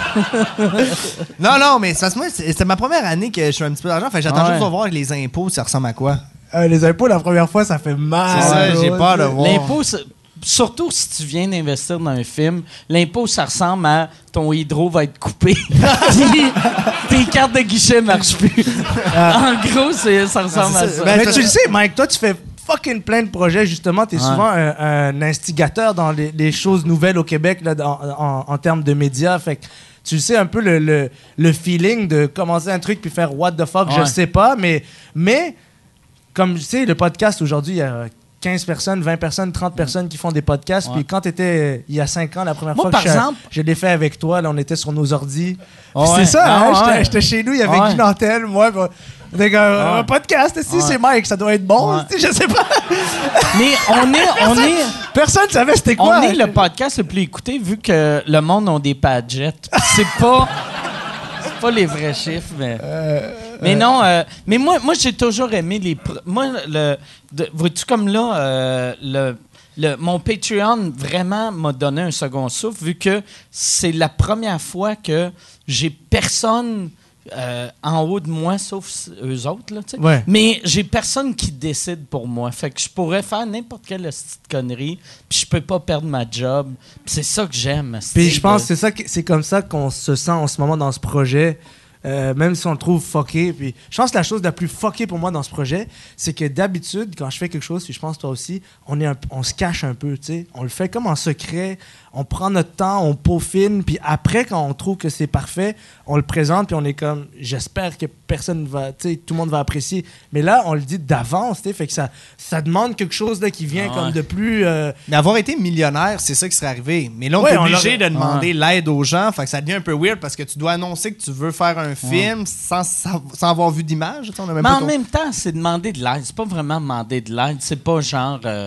Non, non, mais ça, moi, c'est- c'était ma première année que je fais un petit peu d'argent. Fait que j'attends Ouais. juste de voir les impôts, ça ressemble à quoi. Euh, les impôts, la première fois, ça fait mal. C'est ça, j'ai peur de voir. L'impôt, c'est- surtout si tu viens d'investir dans un film, l'impôt, ça ressemble à ton hydro va être coupé. Puis tes cartes de guichet marchent plus. En gros, c'est, ça ressemble Ah, à c'est ça. ça. Ben, Mais ça- tu le sais, Mike, toi, tu fais fucking plein de projets, justement. Tu es Ouais. souvent un, un instigateur dans les, les choses nouvelles au Québec là, dans- en, en termes de médias. Fait que tu sais un peu le, le, le feeling de commencer un truc puis faire what the fuck, je Ouais. sais pas. Mais, mais comme tu sais, le podcast aujourd'hui, il y a quinze personnes, vingt personnes, trente personnes qui font des podcasts. Ouais. Puis quand tu étais il y a cinq ans, la première Moi, fois par que je, exemple- je l'ai fait avec toi, là, on était sur nos ordis. Puis Ouais. c'est ça, Ah, hein, ouais. j'étais- j'étais chez nous, il y avait Ouais. Guy Nantel, moi. puis on était comme, Ouais. un podcast, si Ouais. c'est Mike, ça doit être bon. Ouais. tu sais, Je sais pas. Mais on est, on est, Personne savait c'était on quoi. est le podcast le plus écouté vu que le monde a des padgets. C'est pas, c'est pas les vrais chiffres, mais. Mais non, euh, mais moi, moi j'ai toujours aimé les. pr- Moi, le, de- vois-tu comme là, euh, le, le, mon Patreon vraiment m'a donné un second souffle vu que c'est la première fois que j'ai personne euh, en haut de moi sauf s- eux autres là, tu sais. Ouais. Mais j'ai personne qui décide pour moi. Fait que je pourrais faire n'importe quelle petite connerie, puis je peux pas perdre ma job. Puis c'est ça que j'aime. Puis je pense que c'est ça que- c'est comme ça qu'on se sent en ce moment dans ce projet. Euh, même si on le trouve fucké. Puis je pense que la chose la plus fuckée pour moi dans ce projet, c'est que d'habitude, quand je fais quelque chose, puis je pense toi aussi, on, est un- on se cache un peu, tu sais. On le fait comme en secret, on prend notre temps, on peaufine, puis après, quand on trouve que c'est parfait, on le présente, puis on est comme, j'espère que personne va, tu sais, tout le monde va apprécier. Mais là, on le dit d'avance, tu sais, fait que ça, ça demande quelque chose là, qui vient Ah comme ouais. de plus... euh, Mais avoir été millionnaire, c'est ça qui serait arrivé. Mais là, on Ouais, est on obligé l'aurait- de demander l'aide aux gens. Fait que ça devient un peu weird parce que tu dois annoncer que tu veux faire un film sans, sans, sans avoir vu d'image. Tu sais, on a même Mais pas en ton- même temps, c'est demander de l'aide. C'est pas vraiment demander de l'aide. C'est pas genre. euh,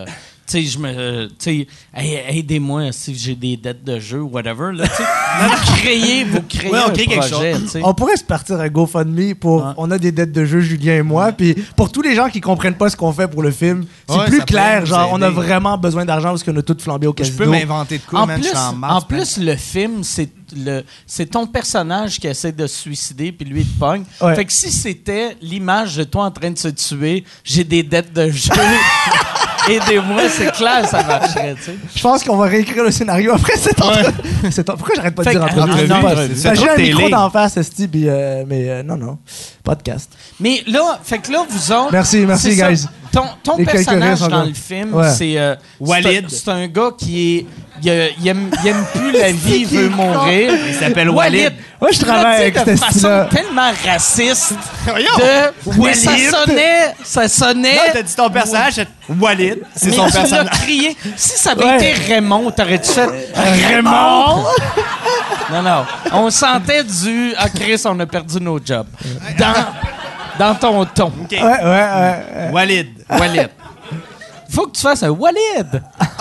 tu sais, je me. Tu sais, hey, aidez-moi si j'ai des dettes de jeu ou whatever. Là, vous créez, vous créez Ouais, on un crée quelque projet. chose. tu sais. On pourrait se partir un GoFundMe pour. Ouais. On a des dettes de jeu, Julien et moi. Puis pour tous les gens qui comprennent pas ce qu'on fait pour le film, c'est Ouais, plus ça clair. pourrait nous Genre, on a aider. vraiment besoin d'argent parce qu'on a tout flambé au Je casino. peux m'inventer de quoi, En man, je plus, suis en en marche, man. plus, le film, c'est le, c'est ton personnage qui essaie de se suicider, puis lui, il te pogne. Ouais. Fait que si c'était l'image de toi en train de se tuer, j'ai des dettes de jeu, aidez-moi, c'est clair, ça marcherait, tu sais. Je pense qu'on va réécrire le scénario après cette entrevue. C'est- Pourquoi j'arrête pas de Fait dire que- entrevue? Ah, non, Pas- c'est- c'est Ben, trop j'ai un télé. micro d'en face, esti, puis, euh, mais euh, non, non. Podcast. Mais là, fait que là, vous autres. Merci, merci, c'est ça. guys. Ton, ton Les quelques personnage rires sont dans bons. le film, Ouais. c'est. euh, Walid. c'est un- C'est un gars qui est. Il, a- il aime, il aime plus la vie, il veut mourir. Il s'appelle Walid. Moi, je Puis là, travaille tu sais, avec de cet façon style-là. tellement raciste. Voyons. De, mais ça Walid. sonnait. Ça sonnait. Non, t'as dit ton personnage, c'est Walid. C'est mais son tu l'as personnage. crié. Si ça avait Ouais. été Raymond, t'aurais-tu fait Raymond? Non, non. On sentait du. Ah, Chris, on a perdu nos jobs. Dans, dans ton ton. OK. Ouais, ouais, ouais. Walid. Walid. Il faut que tu fasses un Walid.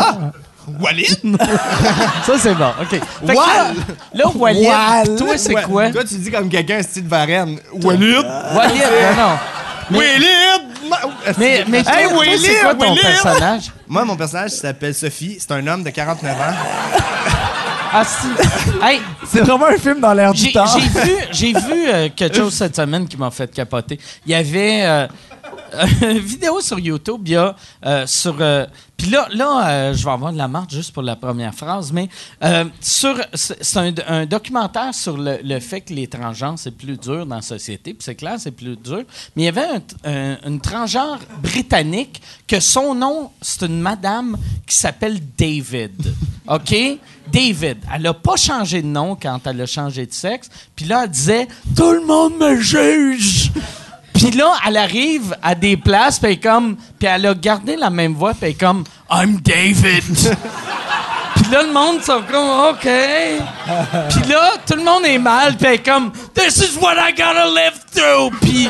Walid? Ça, c'est bon. OK. Fait que là, Wal. là, Walid, Wal. toi, c'est Ouais. quoi? Toi, tu dis comme quelqu'un style Varenne. Walid? Walid, non, non. Mais- Walid! Mais, mais toi, Hey, toi, Walid, c'est quoi ton Walid. personnage? Moi, mon personnage s'appelle Sophie. C'est un homme de quarante-neuf ans. Ah, si. Hey, C'est vraiment un film dans l'air du j'ai temps. j'ai vu, j'ai vu euh, quelque chose cette semaine qui m'a fait capoter. Il y avait euh, une vidéo sur YouTube, il y a euh, sur... euh, Puis là, là euh, je vais avoir de la marge juste pour la première phrase, mais euh, sur, c'est c'est un, un documentaire sur le, le fait que les transgenres, c'est plus dur dans la société, puis c'est clair, c'est plus dur. Mais il y avait un, un- une transgenre britannique que son nom, c'est une madame qui s'appelle David. OK? David. Elle n'a pas changé de nom quand elle a changé de sexe. Puis là, elle disait « Tout le monde me juge! » Puis là, elle arrive à des places, puis elle est comme... Puis elle a gardé la même voix, puis elle est comme « I'm David! » Puis là, le monde sont comme « OK! » Puis là, tout le monde est mal, puis elle est comme « This is what I gotta live through! » Puis...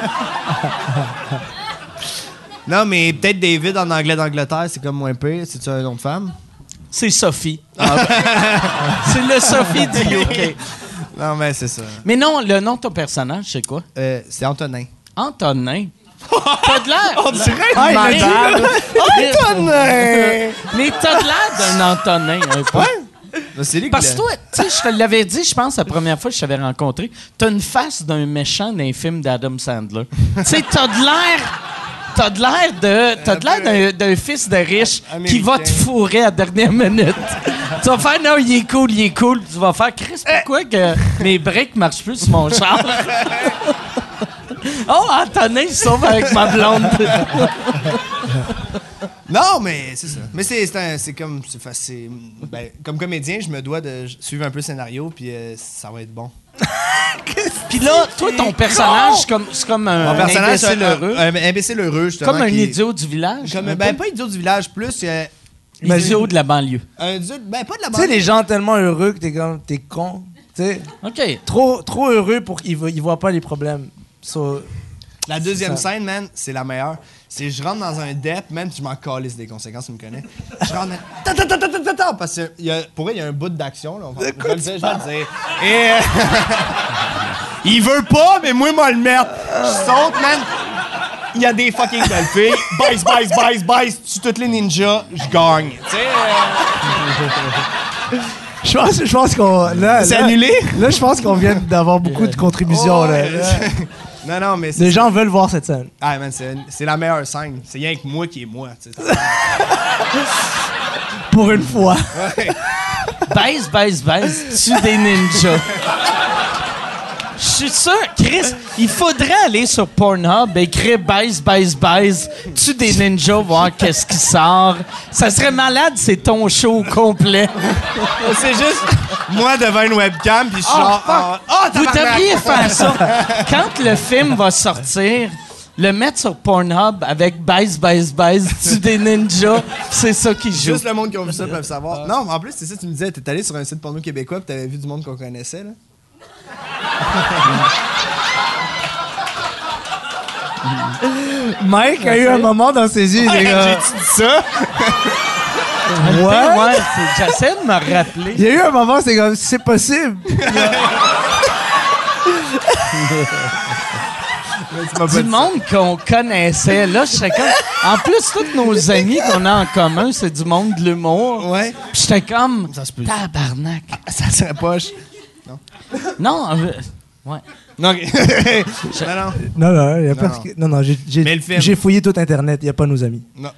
Non, mais peut-être David en anglais d'Angleterre, c'est comme moins pire. C'est-tu un nom de femme? C'est Sophie. C'est le Sophie du U K. Non, mais c'est ça. Mais non, le nom de ton personnage, c'est quoi? Euh, c'est Antonin. Antonin. T'as de l'air... On dirait Ah, il une l'a madame. Antonin! Mais t'as de l'air d'un Antonin, un peu. Ben, c'est lui qui Parce l'a- que toi, tu sais, je te l'avais dit, je pense, la première fois que je t'avais rencontré, t'as une face d'un méchant d'un film d'Adam Sandler. Tu sais, t'as de l'air... T'as de l'air de... T'as de l'air d'un, d'un fils de riche qui va te fourrer à la dernière minute. Tu vas faire, non, il est cool, il est cool. Tu vas faire, Chris, pourquoi que mes breaks marchent plus sur mon char? Oh, Antonin, il sauve avec ma blonde. Non, mais c'est ça. Mais c'est, c'est, un- c'est comme... C'est, fa- c'est- ben, comme comédien, je me dois de suivre un peu le scénario, puis euh, ça va être bon. Puis là, toi, ton personnage, c'est comme, c'est comme un, Mon personnage, c'est imbécile un, heureux. un imbécile heureux, justement. Comme un qui est- idiot du village. Comme, un ben, peu. pas idiot du village, plus... euh, Idiot de la banlieue. un idiot... Ben, pas de la Tu sais, bande. les gens tellement heureux que t'es comme, t'es con. Tu sais, OK. trop, trop heureux pour qu'ils vo- ils voient pas les problèmes. So, La deuxième C'est ça. scène, man, c'est la meilleure. C'est je rentre dans un dep, man, puis je m'en calisse des conséquences, tu me connais. Je rentre, man, ta ta ta ta ta ta ta, parce que il y a, pour vrai, il y a un bout d'action, là. On va, je vais le dire, je vais le dire. Et euh, il veut pas, mais moi, moi le mettre. Je saute, man. Il y a des fucking belles filles. Baisse, baisse, baisse, baisse. Tu toutes les ninjas, je gagne. Tu sais, euh, je pense, je pense qu'on. Là, c'est là- annulé? Là, je pense qu'on vient d'avoir beaucoup de contributions. Oh, là. ouais. Non, non, mais c'est. Les gens veulent voir cette scène. Ah, man, c'est, c'est la meilleure scène. C'est rien que moi qui est moi, tu sais. Pour une fois. Ouais. Baise, baise, baise, tue des ninjas. Je suis sûr, Chris, il faudrait aller sur Pornhub, écrire baise, baise, baise, tue des ninjas, voir qu'est-ce qui sort. Ça serait malade, c'est ton show complet. C'est juste moi devant une webcam, puis je suis Oh, genre... fuck. Oh, Vous tabarnak! devriez faire ça. Quand le film va sortir, le mettre sur Pornhub avec baise, baise, baise, tue des ninjas, c'est ça qui joue. Juste le monde qui a vu ça peut le savoir. Non, mais en plus, c'est ça, tu me disais, t'es allé sur un site porno québécois pis t'avais vu du monde qu'on connaissait, là. Mike a eu un moment dans ses yeux. il est comme- J'ai-tu dit ça? Ouais, Ouais. ouais, c'est- j'essaie de me rappeler. Il y a eu un moment, c'est comme, c'est possible. Du monde qu'on connaissait. Là, j'étais comme... En plus, tous nos amis qu'on a en commun, c'est du monde de l'humour. Ouais. Puis j'étais comme... Ça se peut. Tabarnak. Ça serait poche. Non, euh, ouais. Non, ok. non, non. Non, non, il y a Non, pas non. de- non, non, j'ai, j'ai, Mais le film. j'ai fouillé tout Internet, il n'y a pas nos amis. Non.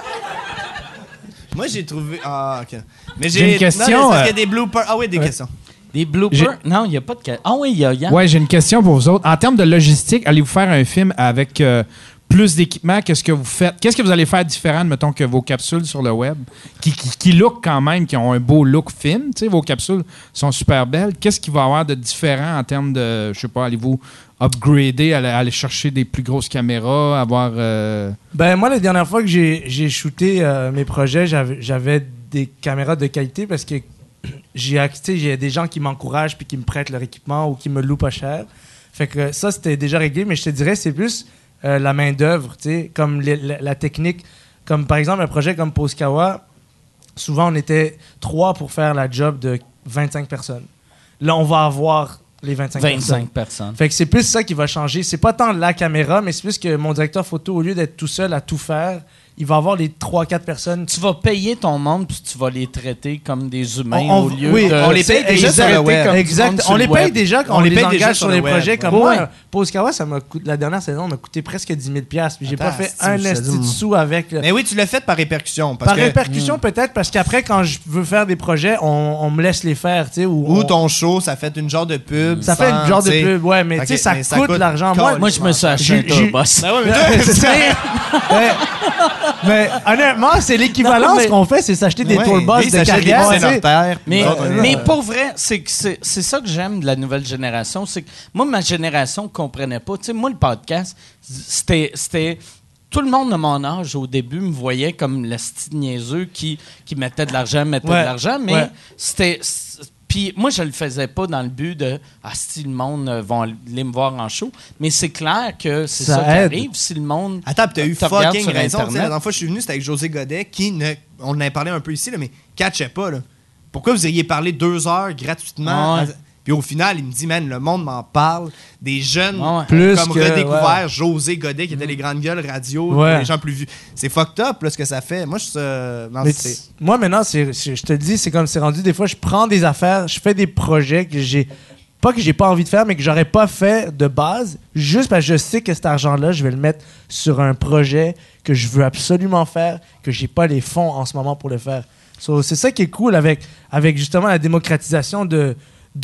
Moi, j'ai trouvé. Ah, ok. Mais J'ai une question, Non, mais c'est parce euh, qu'il y a des bloopers. Ah, oui, des Ouais. questions. Des bloopers? Non, il n'y a pas de... ca- Ah oui, il y a Yann. Ouais, j'ai une question pour vous autres. En termes de logistique, allez-vous faire un film avec euh, plus d'équipement? Qu'est-ce que vous faites? Qu'est-ce que vous allez faire différent, mettons, que vos capsules sur le web? Qui, qui, qui look quand même, qui ont un beau look film. Tu sais, vos capsules sont super belles. Qu'est-ce qu'il va y avoir de différent en termes de, je sais pas, allez-vous upgrader, aller, aller chercher des plus grosses caméras, avoir... euh, Ben, moi, la dernière fois que j'ai, j'ai shooté euh, mes projets, j'avais, j'avais des caméras de qualité parce que j'ai accès, j'ai des gens qui m'encouragent puis qui me prêtent leur équipement ou qui me louent pas cher. Fait que ça, c'était déjà réglé, mais je te dirais, c'est plus euh, la main-d'œuvre, tu sais, comme les- la, la technique. Comme par exemple, un projet comme Poscawa, souvent on était trois pour faire la job de vingt-cinq personnes. Là, on va avoir les vingt-cinq, personnes. vingt-cinq personnes. Fait que c'est plus ça qui va changer. C'est pas tant la caméra, mais c'est plus que mon directeur photo, au lieu d'être tout seul à tout faire, il va avoir les trois quatre personnes. Tu vas payer ton monde puis tu vas les traiter comme des humains On- on- au lieu oui, de... on les paye déjà les sur le traiter web. comme du Exact. monde sur On le les paye web. déjà quand On on, les les paye engage déjà sur sur les le web, projets. ouais. Comme Ouais. moi, Poscawa, ça m'a coûté, la dernière saison m'a coûté presque dix mille piastres. Puis j'ai Attends, pas fait c'est- un ça esti de dit- sous avec. le- Mais oui, tu l'as fait par répercussion. Parce Par que, répercussion, peut-être, parce qu'après, quand je veux faire des projets, on, on me laisse les faire, tu sais. Ou, Ou on- ton show, ça fait une genre de pub. Ça fait sans, une genre de tu sais. pub, ouais, mais Ok, tu sais, ça, mais ça coûte coûte l'argent. Moi, Moi, je me suis acheté un J'ai- j'ai- tourbus. Ben ouais, mais toi, C'est ça. mais, mais honnêtement, c'est l'équivalence Non, mais- qu'on fait, c'est s'acheter des Ouais, tourbus lui, il de s'achète des carrière. petits tu sais. sénateurs, puis Mais, nous autres, on est mais là. pour vrai, c'est que c'est c'est ça que j'aime de la nouvelle génération. C'est que moi, ma génération ne comprenait pas. Tu sais, moi, le podcast, c'était. c'était tout le monde de mon âge, au début, me voyait comme le style niaiseux qui, qui mettait de l'argent, mettait Ouais. de l'argent, mais Ouais. c'était. Puis moi, je le faisais pas dans le but de ah, si le monde euh, va aller me voir en show. Mais c'est clair que c'est Ça ça, qui aide. arrive. Si le monde. Attends, puis t'as eu te regarde fucking sur raison. Tu sais, La Internet. dernière fois que je suis venu, c'était avec José Godet, qui ne. On en avait parlé un peu ici, là, mais catchait pas. Là. Pourquoi vous iriez parler deux heures gratuitement? Ouais. à- Puis au final, il me dit, man, le monde m'en parle. Des jeunes Ouais. ont Plus comme que- redécouvert ouais. José Godet, qui était les grandes gueules radio, Ouais. les gens plus vus. C'est fucked up, là, ce que ça fait. Moi, je suis. euh, non, Mais c'est- tu- moi, maintenant, c'est, c'est- je te le dis, c'est comme c'est rendu. Des fois, je prends des affaires, je fais des projets que j'ai. Pas que j'ai pas envie de faire, mais que j'aurais pas fait de base, juste parce que je sais que cet argent-là, je vais le mettre sur un projet que je veux absolument faire, que j'ai pas les fonds en ce moment pour le faire. So, c'est ça qui est cool avec, avec justement la démocratisation de,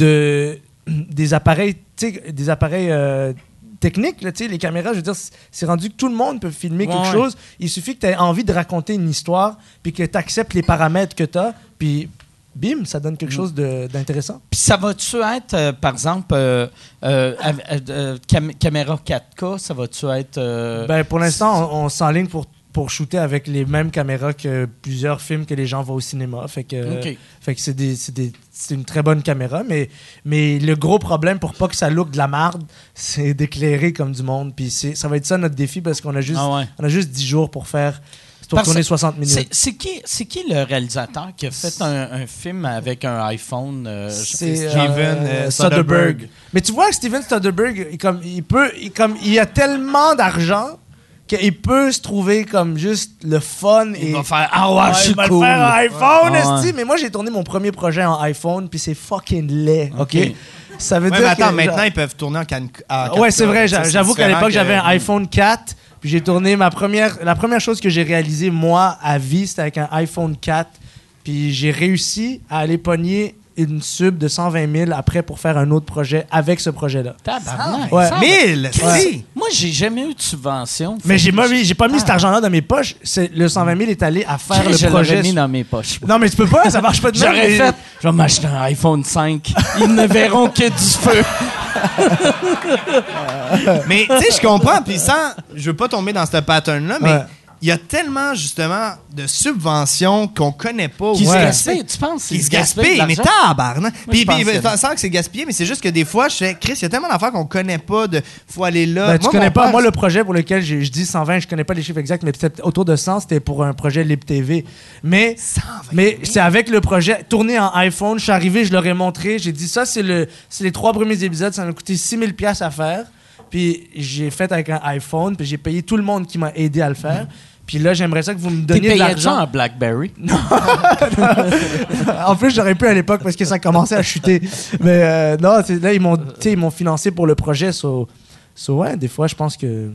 de, des appareils, tu sais, des appareils euh, techniques, là, tu sais, les caméras, je veux dire, c'est- c'est rendu que tout le monde peut filmer Ouais, quelque ouais. chose. Il suffit que tu aies envie de raconter une histoire, puis que tu acceptes les paramètres que tu as, puis bim, ça donne quelque chose de- d'intéressant. Puis ça va-tu être, euh, par exemple, euh, euh, av- euh, euh, cam- caméra quatre K, ça va-tu être... euh, Ben, pour l'instant, on, on s'enligne pour, pour shooter avec les mêmes caméras que plusieurs films que les gens voient au cinéma. Fait que, OK. fait que c'est, des, c'est, des- c'est une très bonne caméra, mais, mais le gros problème pour pas que ça look de la marde, c'est d'éclairer comme du monde. Puis c'est, ça va être ça notre défi parce qu'on a juste, Ah ouais. on a juste dix jours pour faire, pour Parce- tourner soixante minutes. C'est, c'est qui, c'est qui le réalisateur qui a fait un, un film avec un iPhone? euh, C'est Steven, euh, Soderbergh. Soderbergh. Mais tu vois, Steven Soderbergh, il, comme, il peut, il, comme, il a tellement d'argent qu'il peut se trouver comme juste le fun. Il et va faire « Ah ouais, Ouais, je suis il va cool! le faire en iPhone, Ouais. esti. Mais moi, j'ai tourné mon premier projet en iPhone, puis c'est fucking laid, OK? OK. Ça veut Ouais, dire mais attends, que, maintenant, genre- ils peuvent tourner en can- en Ouais, quatre c'est K. vrai. Ça, j'a- c'est J'avoue qu'à différent l'époque, j'avais un que- iPhone quatre, puis j'ai tourné ma première... La première chose que j'ai réalisée, moi, à vie, c'était avec un iPhone quatre, puis j'ai réussi à aller pogner une sub de cent vingt mille après pour faire un autre projet avec ce projet-là. Tabarnak! Ouais. Ça, mille! Ouais. Si! Moi, j'ai jamais eu de subvention. Mais Fait j'ai que pas mis, j'ai pas mis Ah. cet argent-là dans mes poches. C'est, le cent vingt mille est allé à faire je le l'aurais projet. mis dans mes poches. Non, mais tu peux pas, ça marche pas de même. J'aurais mais- fait, je vais m'acheter un iPhone cinq. Ils ne verront que du feu. Mais tu sais, je comprends, puis sans. Je veux pas tomber dans ce pattern-là, mais Ouais. il y a tellement, justement, de subventions qu'on connaît pas. Qui ouais. se gaspillent, tu penses? Qui se gaspillent, mais tabarnak. Puis, pense puis, que- ben, sans que c'est gaspillé, mais c'est juste que des fois, je fais, Chris, il y a tellement d'affaires qu'on connaît pas de faut aller là. Ben, tu Moi, connais mon pas. père, Moi, le projet pour lequel j'ai- je dis cent vingt, je connais pas les chiffres exacts, mais peut-être autour de cent, c'était pour un projet Lib T V. Mais, cent vingt mais c'est avec le projet tourné en iPhone. Je suis arrivé, je leur ai montré. J'ai dit ça, c'est le, c'est les trois premiers épisodes. Ça m'a coûté six mille dollars à faire. Puis j'ai fait avec un iPhone. Puis j'ai payé tout le monde qui m'a aidé à le faire. Puis là, j'aimerais ça que vous me T'es donniez de payé ça l'argent. en BlackBerry? En plus, j'aurais pu à l'époque parce que ça commençait à chuter. Mais euh, non, c'est- là, ils m'ont, tu sais, ils m'ont financé pour le projet. So, so, ouais, des fois, je pense que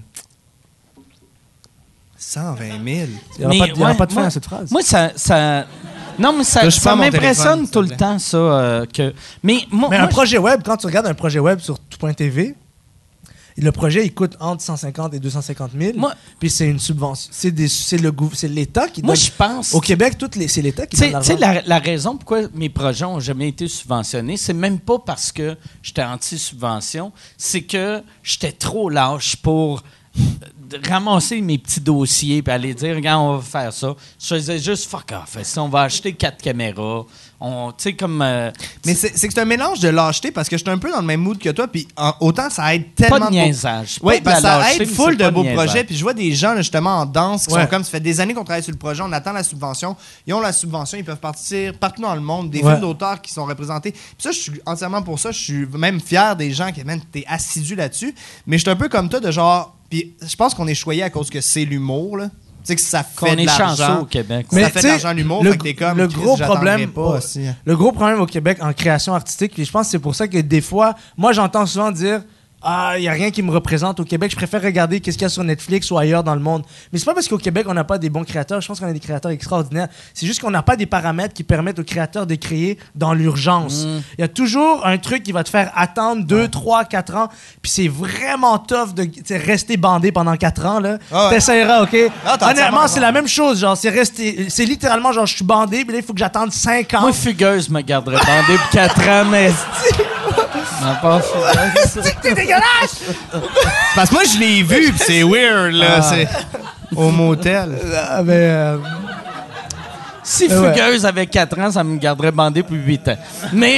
cent vingt mille. il n'y aura, Mais, pas de- il y aura ouais, pas de fin moi- à cette phrase. Moi, ça. ça... Non, mais ça, Touche pas ça à mon m'impressionne téléphone, tout s'il le te plaît. temps, ça. euh, que... Mais moi, Mais moi, un projet web, quand tu regardes un projet web sur tout point T V, le projet, il coûte entre cent cinquante et deux cent cinquante mille. Moi- Puis c'est une subvention. C'est, des, c'est, le, gouv- c'est l'État qui moi, donne. je pense. Au Québec, toutes les, c'est l'État qui Tu sais- donne tu sais, l'argent. la, la raison pourquoi mes projets n'ont jamais été subventionnés, c'est même pas parce que j'étais anti-subvention, c'est que j'étais trop lâche pour euh, ramasser mes petits dossiers et aller dire, regarde, on va faire ça. Je faisais juste fuck off. Si on va acheter quatre caméras, on, tu sais, comme. euh, Mais c'est c'est que c'est un mélange de lâcheté parce que je suis un peu dans le même mood que toi. Puis en- autant ça aide tellement. pas de beaux- niaisage. pas Oui, de parce que la ça lâcheté, aide mais full c'est de pas beaux niaisage. projets. Puis je vois des gens, là, justement, en danse qui Ouais. sont comme, ça fait des années qu'on travaille sur le projet, on attend la subvention. Ils ont la subvention, ils peuvent partir partout dans le monde. Des Ouais. films d'auteurs qui sont représentés. Puis ça, je suis entièrement pour ça. Je suis même fier des gens qui, man, t'es assidu là-dessus. Mais je suis un peu comme toi, de genre. Puis je pense qu'on est choyé à cause que c'est l'humour, là. Tu sais, que ça fait Qu'on de est l'argent. chanceux au Québec. Mais ça Mais fait tu de sais, l'argent l'humour. le, fait que t'es comme, le Chris, gros j'attendrai problème, pas au- aussi. le gros problème au Québec en création artistique, puis je pense que c'est pour ça que des fois, moi j'entends souvent dire ah, il n'y a rien qui me représente au Québec, je préfère regarder qu'est-ce qu'il y a sur Netflix ou ailleurs dans le monde. Mais c'est pas parce qu'au Québec on n'a pas des bons créateurs, je pense qu'on a des créateurs extraordinaires. C'est juste qu'on n'a pas des paramètres qui permettent aux créateurs de créer dans l'urgence. Il y a toujours un truc qui va te faire attendre deux, trois, quatre ans, puis c'est vraiment tough de tu sais, rester bandé pendant quatre ans là. Ah ouais. T'essaieras, ok. Ah, t'as entièrement Honnêtement, raison. c'est la même chose, genre c'est rester, c'est littéralement genre je suis bandé, puis là il faut que j'attende cinq ans. Moi, Fugueuse me garderait bandé pour quatre ans, mais. Non, pas Fugueuse. C'est dégueulasse. Parce que moi, je l'ai vu, pis c'est weird, là. Ah. C'est au motel. Ah, mais, euh, Si Euh, ouais. Fugueuse avait quatre ans, ça me garderait bandé pour huit ans. Mais.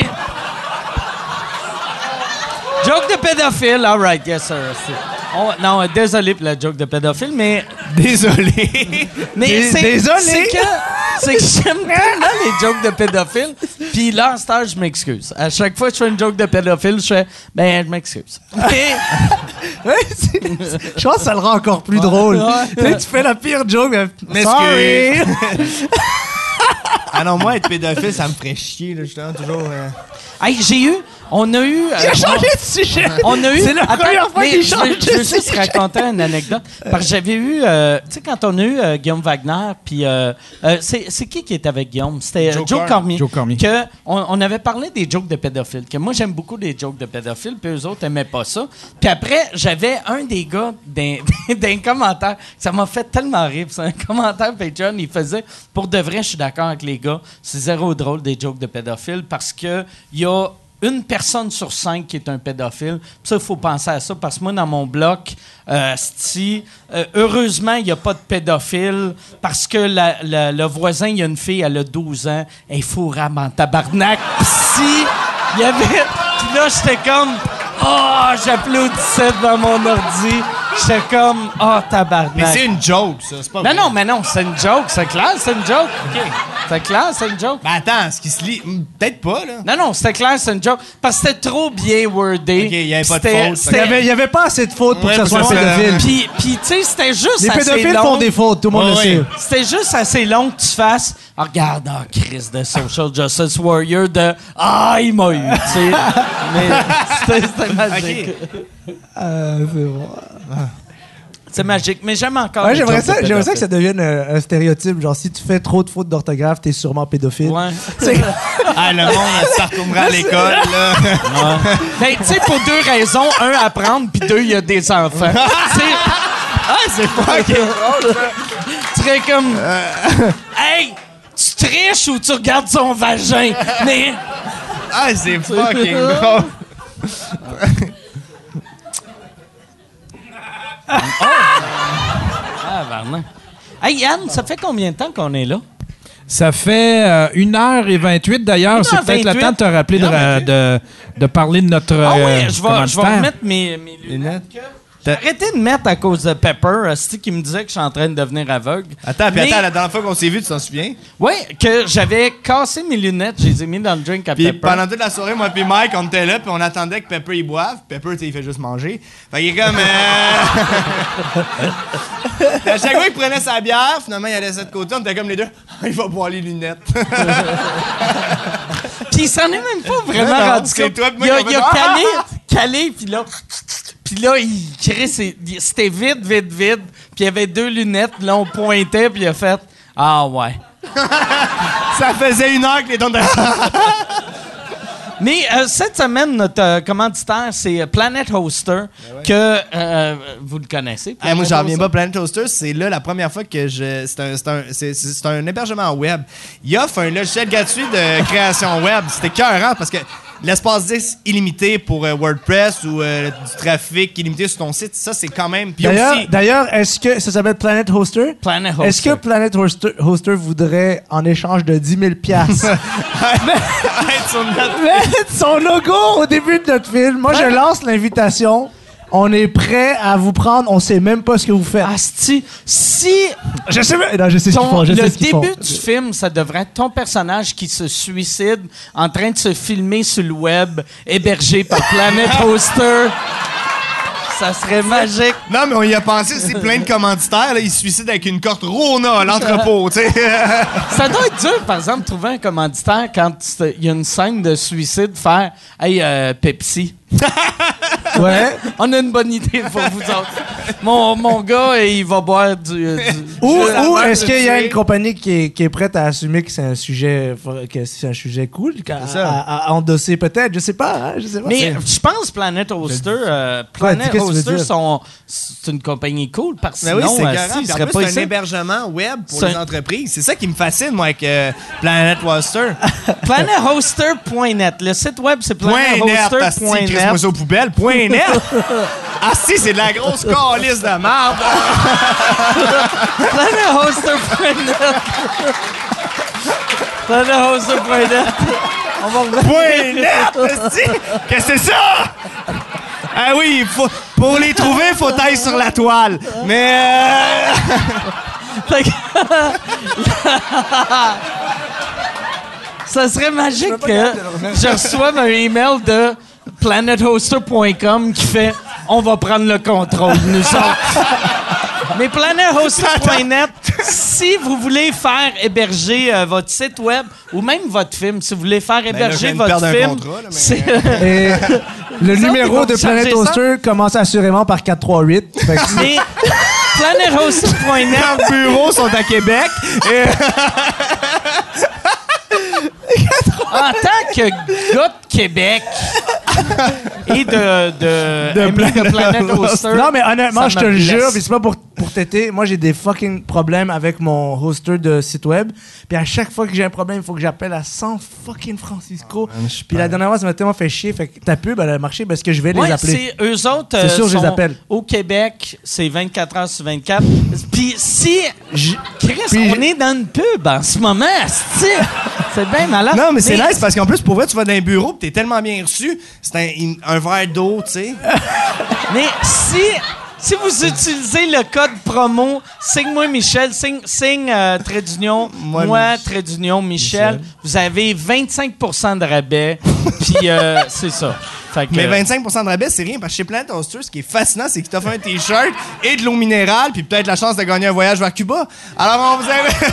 Joke de pédophile, all right, yes sir. C'est- on- non, euh, désolé pour la joke de pédophile, mais. Désolé. mais Dés- c'est, désolé. C'est que, c'est que j'aime tellement les jokes de pédophile. Puis là, en ce temps, je m'excuse. À chaque fois que je fais une joke de pédophile, je fais, ben, je m'excuse. Mais. ouais, c'est- je pense que ça le rend encore plus drôle. Tu sais, tu fais la pire joke. Mais sorry. Ah non, moi, être pédophile, ça me ferait chier, là. Justement, toujours. euh, Hey, j'ai eu. On a eu. Il a euh, changé de sujet. On a eu. C'est la Attends, première fois mais qu'il je change veux- de Je veux juste sujet. raconter une anecdote. Parce que j'avais eu. euh, tu sais, quand on a eu euh, Guillaume Wagner, puis. euh, euh, c'est c'est qui qui était avec Guillaume? C'était euh, Joe Joe, Corm- Cormier. Joe Cormier. Que on, on avait parlé des jokes de pédophiles. Que moi, j'aime beaucoup les jokes de pédophiles, puis eux autres aimaient pas ça. Puis après, j'avais un des gars d'un d'un commentaire. Ça m'a fait tellement rire. C'est un commentaire Patreon. Il faisait pour de vrai, je suis d'accord avec les gars. C'est zéro drôle des jokes de pédophiles parce que il y a une personne sur cinq qui est un pédophile. Puis ça, il faut penser à ça, parce que moi, dans mon bloc, euh, sti, euh, heureusement, il n'y a pas de pédophile, parce que la- la- le voisin, il y a une fille, elle a douze ans, elle est fourrable en tabarnak. Puis si, il y avait... Puis là, j'étais comme... Oh, j'applaudissais devant mon ordi. J'étais comme... Oh, tabarnak. Mais c'est une joke, ça. C'est pas Non, vrai. non, mais non, c'est une joke. C'est clair, c'est une joke. OK. C'est clair, c'est une joke. Ben attends, ce qui se lit. hmm, Peut-être pas, là. Non, non, c'était clair, c'est une joke. Parce que c'était trop bien wordé. OK, il y avait pas de C'était- faute. Il c'était- y avait, il y avait pas assez de fautes pour Ouais, que ça soit pour un que ça- pédophile. Puis, puis tu sais, c'était juste Les assez pédophiles long. font des fautes, tout le monde Ouais, le sait. ouais. C'était juste assez long que tu fasses. Ah, regarde, ah, Chris de Social Justice Warrior de Ah, il m'a eu, tu sais. Mais c'était c'était magique. Euh, c'est bon. C'est magique. Mais j'aime encore. Ouais, les j'aimerais jokes ça, de j'aimerais ça que pédophiles. ça devienne un, un stéréotype. Genre, si tu fais trop de fautes d'orthographe, t'es sûrement pédophile. Ouais. C'est- Ah, le monde, ça retomberait à l'école, là. Ben, tu sais, pour deux raisons. Un, apprendre, puis deux, il y a des enfants. Tu sais, Ah, c'est pas OK. tu serais comme. Hey! Tu triches ou tu regardes son vagin? Mais. Ah, c'est fucking drôle. Ah, vraiment. Hey, Yann, ça fait combien de temps qu'on est là? Ça fait euh, une heure et vingt-huit. D'ailleurs, c'est peut-être le temps de te rappeler de, de, de parler de notre Ah euh, oui, je vais, je vais commanditaire. remettre mes, mes lunettes. J'ai arrêté de mettre à cause de Pepper, asti, qui me disait que je suis en train de devenir aveugle. Attends, puis Mais- attends, la dernière fois qu'on s'est vu, tu t'en souviens? Oui, que j'avais cassé mes lunettes, je les ai mis dans le drink à Puis Pepper. pendant toute la soirée, moi puis Mike, on était là, puis on attendait que Pepper il boive. Pepper, tu sais, il fait juste manger. Fait qu'il est comme... Euh... Puis à chaque fois qu'il prenait sa bière, finalement, il allait de l'autre côté, on était comme les deux. Il va boire les lunettes. Puis il s'en est même pas vraiment Non, non, rendu c'est compte. toi puis moi Il a, qui on il a fait- calé, calé, puis là... Puis là, il crée ses... C'était vide, vide, vide. Puis il y avait deux lunettes, là, on pointait, puis il a fait... Ah ouais. Ça faisait une heure que les dons de... Mais euh, cette semaine, notre euh, commanditaire, c'est Planet Hoster, que euh, vous le connaissez. Hey, Planet moi, j'en reviens Hoster. pas. Planet Toaster, c'est là la première fois que je. C'est un, c'est un, c'est, c'est- c'est un hébergement web. Il offre un logiciel gratuit de création web. C'était écœurant parce que l'espace disque illimité pour euh, WordPress ou euh, du trafic illimité sur ton site, ça, c'est quand même. Puis D'ailleurs, aussi. d'ailleurs, est-ce que ça s'appelle Planet Hoster? Planet Hoster. Est-ce que Planet Hoster, Hoster voudrait, en échange de dix mille piastres, Être sur notre- mettre son logo au début de notre film? Moi, je lance l'invitation. On est prêt à vous prendre. On sait même pas ce que vous faites. Asti, si je sais même... Non, je sais ce qu'ils ton- font. Je sais le ce qu'ils font. début du film, ça devrait être ton personnage qui se suicide en train de se filmer sur le web, hébergé par Planet Hoster. Ça serait magique. Non, mais on y a pensé, c'est plein de commanditaires. Là, ils se suicident avec une corde Rona à l'entrepôt, tu sais. Ça doit être dur, par exemple, de trouver un commanditaire quand il y a une scène de suicide, faire « Hey, euh, Pepsi, Ouais. on a une bonne idée pour vous autres. Mon, mon gars, il va boire du... du- Ou, Juste ou avant est-ce de qu'il y a tuer. une compagnie qui est, qui est prête à assumer que c'est un sujet que c'est un sujet cool, à, ça. à- à endosser peut-être, je sais pas, hein, je sais pas. Mais je pense Planet Hoster, euh, Planet qu'est-ce que tu veux Hoster, dire? sont- c'est une compagnie cool parce que Ben oui, sinon, c'est euh, écœurant. si, il Puis en serait plus, pas c'est un ici. hébergement web pour C'est les un- entreprises. C'est ça qui me fascine, moi, avec euh, Planet Hoster. planet hoster point net. Le site web, c'est Point net, planet asti, hoster point crisse-moi net. ça aux poubelles. Point net. Ah si, c'est de la grosse calice de merde. planet hoster point net. planet hoster point net. On va revenir. Point net, asti. Qu'est-ce que c'est ça? Ah oui, il faut, pour les trouver, il faut tailler sur la toile. Mais... euh, Fait que- Ça serait magique que je reçoive un email de planet hoster point com qui fait « On va prendre le contrôle, nous autres. » Mais planet hoster point net, si vous voulez faire héberger euh, votre site web ou même votre film, si vous voulez faire là, je héberger viens de votre perdre un film, contrat, là, mais- c'est... Et le autres, ils numéro vont de vous charger Planet ça? Hoster commence assurément par quatre trois huit. Fait que- Mais planet hoster point net, leurs bureaux sont à Québec. Et... en tant que gars de Québec et de, de, De ami de Planet Hoster. Non, mais honnêtement, ça je te me le jure, blesse. puis c'est pas pour, pour t'aider. Moi, j'ai des fucking problèmes avec mon hoster de site web. Puis à chaque fois que j'ai un problème, il faut que j'appelle à San fucking Francisco. Puis la dernière fois, ça m'a tellement fait chier. Fait que ta pub, elle a marché parce que je vais les Ouais, appeler. c'est eux autres. C'est euh, sûr, je les sont appelle. Au Québec, c'est vingt-quatre heures sur vingt-quatre. Puis si. J- Chris, Puis on est dans une pub en ce moment, asti. C'est bien malade. Non, mais c'est nice parce qu'en plus, pour vrai, tu vas dans un bureau pis t'es tellement bien reçu. C'est un, une- un verre d'eau, tu sais. Mais si. Si vous utilisez le code promo, signe-moi Michel, signe, signe euh, trait d'union, moi, Moi, trait d'union Michel, vous avez vingt-cinq pour cent de rabais, puis euh, c'est ça. Fait que, Mais euh, vingt-cinq pour cent de rabais, c'est rien parce que chez Planet Hoster, ce qui est fascinant, c'est qu'ils t'offrent un T-shirt et de l'eau minérale puis peut-être la chance de gagner un voyage vers Cuba. Alors, on vous invite.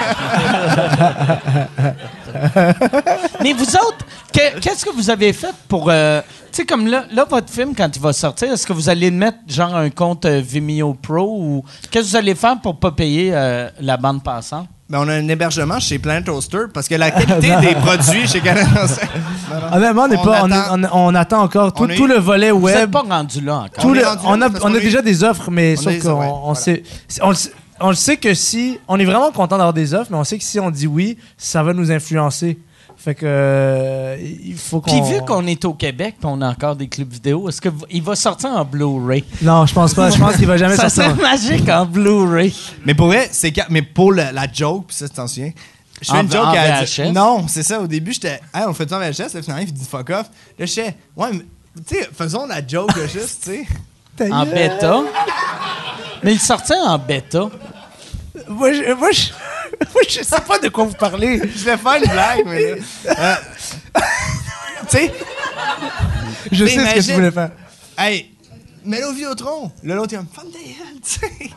Mais vous autres, que- qu'est-ce que vous avez fait pour... euh, tu sais, comme là, là, votre film, quand il va sortir, est-ce que vous allez mettre genre un compte euh, Vimeo Pro ou qu'est-ce que vous allez faire pour pas payer euh, la bande passante? Ben, on a un hébergement chez Planet Hoster parce que la qualité des produits chez Canada... Honnêtement, on, n'est On pas, on, attend- est- on- on attend encore tout, On a tout eu- le volet Vous web. n'êtes pas rendu là encore. Tout On est le- rendu on là a, parce on qu'on a a déjà eu- des offres, mais On sauf a des- qu'on ouais, on voilà. sait, on, le sait- on le sait que si on est vraiment content d'avoir des offres, mais on sait que si on dit oui, ça va nous influencer. Fait que euh, il faut qu'on... Puis vu qu'on est au Québec puis on a encore des clubs vidéo, est-ce qu'il va sortir en Blu-ray? Non, je pense pas. Je pense qu'il va jamais Ça sortir. serait magique en Blu-ray. Mais pour vrai, c'est quand- mais pour le- la joke, pis ça, tu t'en souviens? Je fais En- une joke en à V H S? Non, c'est ça. Au début, j'étais. Hey, on fait ça en V H S. Là, finalement, il dit fuck off. Là, je sais. Ouais, mais. Tu sais, faisons la joke là, juste, tu sais. En bêta. Mais il sortait en bêta. Moi, je, moi, je, moi, je sais pas de quoi vous parlez. Je vais faire une blague, mais là. euh, tu sais. Je sais ce que imagine- tu voulais faire. Hey, mets-le au Vidéotron. Là, l'autre, il va me faire des gueule, tu sais.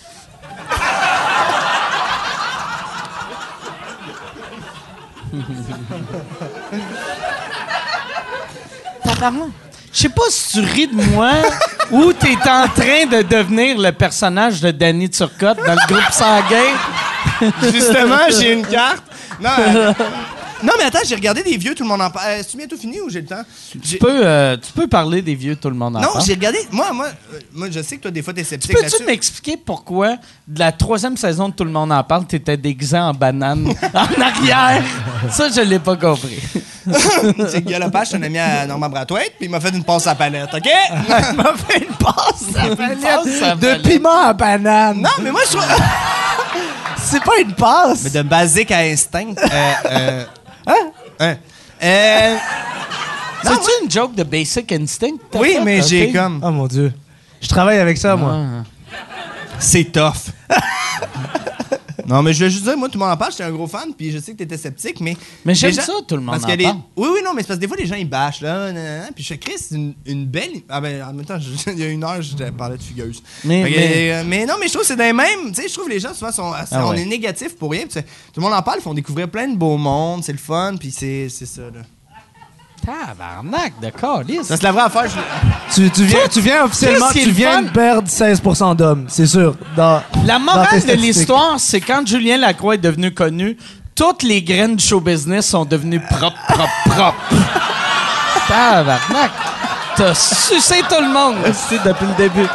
Je sais pas si tu ris de moi ou t'es en train de devenir le personnage de Danny Turcotte dans le groupe sanguin. Justement, j'ai une carte. Non, euh, non, mais attends, j'ai regardé des vieux, tout le monde en parle. Euh, C'est bientôt fini ou j'ai le temps? Tu J'ai- peux, euh, tu peux parler des vieux, tout le monde en Non, parle. j'ai regardé. Moi, moi, euh, moi, je sais que toi, des fois, t'es Tu sceptique peux-tu là-dessus. m'expliquer pourquoi, de la troisième saison de Tout le monde en parle, t'étais déguisé en banane en arrière? Ça, je l'ai pas compris. C'est Guillaume Lepage, un ami à Norman Brathwaite, puis il m'a fait une passe à la palette, OK? Il m'a fait une passe à passe à de palette. piment à banane. Non, mais moi, je trouve... C'est pas une passe. Mais de basique à instinct. Euh, euh, hein? Hein? Euh, non, C'est-tu une joke de Basic Instinct? que t'as oui, faite, mais ok? j'ai comme... Oh mon Dieu. Je travaille avec ça, moi. Ah. C'est tough. Non, mais je veux juste dire, moi, tout le monde en parle, j'étais un gros fan, puis je sais que t'étais sceptique, mais... Mais j'aime les gens- ça, tout le monde parce en que les- parle. Oui, oui, non, mais c'est parce que des fois, les gens, ils bâchent, là, nanana, puis je fais, Chris, c'est une, une belle... Ah ben, en même temps, je- il y a une heure, je te parlais de fugueuse. Mais- Fait que, mais- euh, mais non, mais je trouve que c'est dans les mêmes... Tu sais, je trouve que les gens, souvent, sont... assez- Ah on ouais. est négatif pour rien, puis c'est- tout le monde en parle, ils font découvrir plein de beaux mondes, c'est le fun, puis c'est c'est ça, là. Tabarnak de calice. Ça, c'est la vraie affaire, je... Tu, tu viens, tu viens officiellement, qu'est-ce qui est tu le viens fun? de perdre seize pour cent d'hommes, c'est sûr. Dans, La dans tes morale de statistiques. l'histoire, c'est quand Julien Lacroix est devenu connu, toutes les graines du show business sont devenues propres, propres, propres. Tabarnak. T'as sucé tout le monde aussi depuis le début.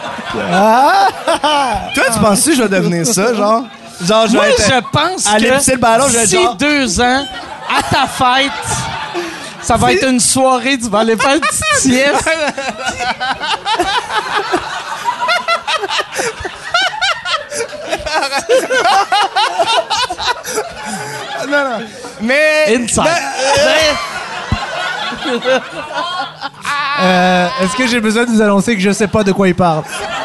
Toi, tu penses que je vais devenir ça, genre? Genre, je Moi, vais être... je pense aller que pisser le ballon, je vais être d'ici genre- deux ans, à ta fête, ça va être une soirée, tu vas aller faire une petite sieste. Non, non. Mais... Inside. Euh, Est-ce que j'ai besoin de vous annoncer que je sais pas de quoi il parle?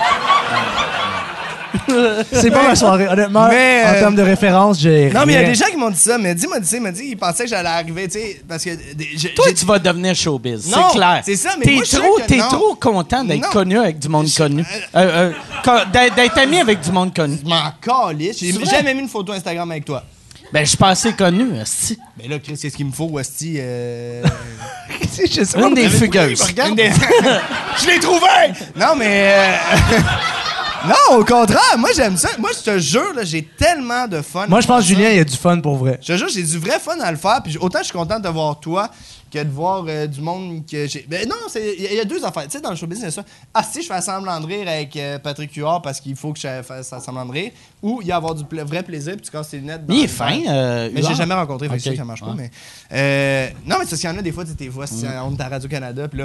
C'est pas ma soirée, honnêtement. Mais, en euh, termes de référence, j'ai. Non, mais il y a rien. des gens qui m'ont dit ça. Mais dis-moi, tu sais, m'a dit, ils pensaient que j'allais arriver, tu sais, parce que... des- j'ai- Toi, j'ai- tu vas devenir showbiz, Non, c'est clair. c'est ça, mais t'es moi, je suis trop, sûr que t'es non. trop content d'être Non. connu avec du monde connu. Euh, euh, co- d'être d'être ami avec du monde connu. Je m'en calisse. J'ai C'est vrai? jamais mis une photo Instagram avec toi. Ben, je suis pas assez connu, esti. Mais là, Chris, c'est ce qu'il me faut, Wasti. Euh... Je sais pas. Une des fugueuses. Une des- Je l'ai trouvé! Non, mais... euh, non, au contraire, moi, j'aime ça. Moi, je te jure, là, j'ai tellement de fun. Moi, je pense que à faire ça. Julien, il y a du fun pour vrai. Je te jure, j'ai du vrai fun à le faire. Puis autant je suis content de voir toi que de voir euh, du monde que j'ai. Ben non, c'est- il y, a- il y a deux affaires. Tu sais, dans le show business, il y a ça. Ah, si je fais semblant de rire avec euh, Patrick Huard parce qu'il faut que je fasse semblant de rire, ou il y a avoir du pla- vrai plaisir puis tu casses tes lunettes. dans Il est le fin, verre. euh, Mais Huard. j'ai jamais rencontré, fait que Ok. je sais que ça marche pas. Ouais. Mais euh, non, mais c'est parce qu'il y en a des fois, tu sais, tes voix, c'est on est à Radio-Canada, puis là.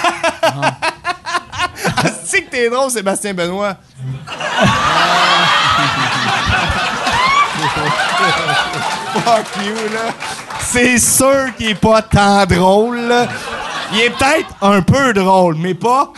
Ah, c'est que t'es drôle, Sébastien Benoît. Fuck you, là. C'est sûr qu'il est pas tant drôle, là. Il est peut-être un peu drôle, mais pas.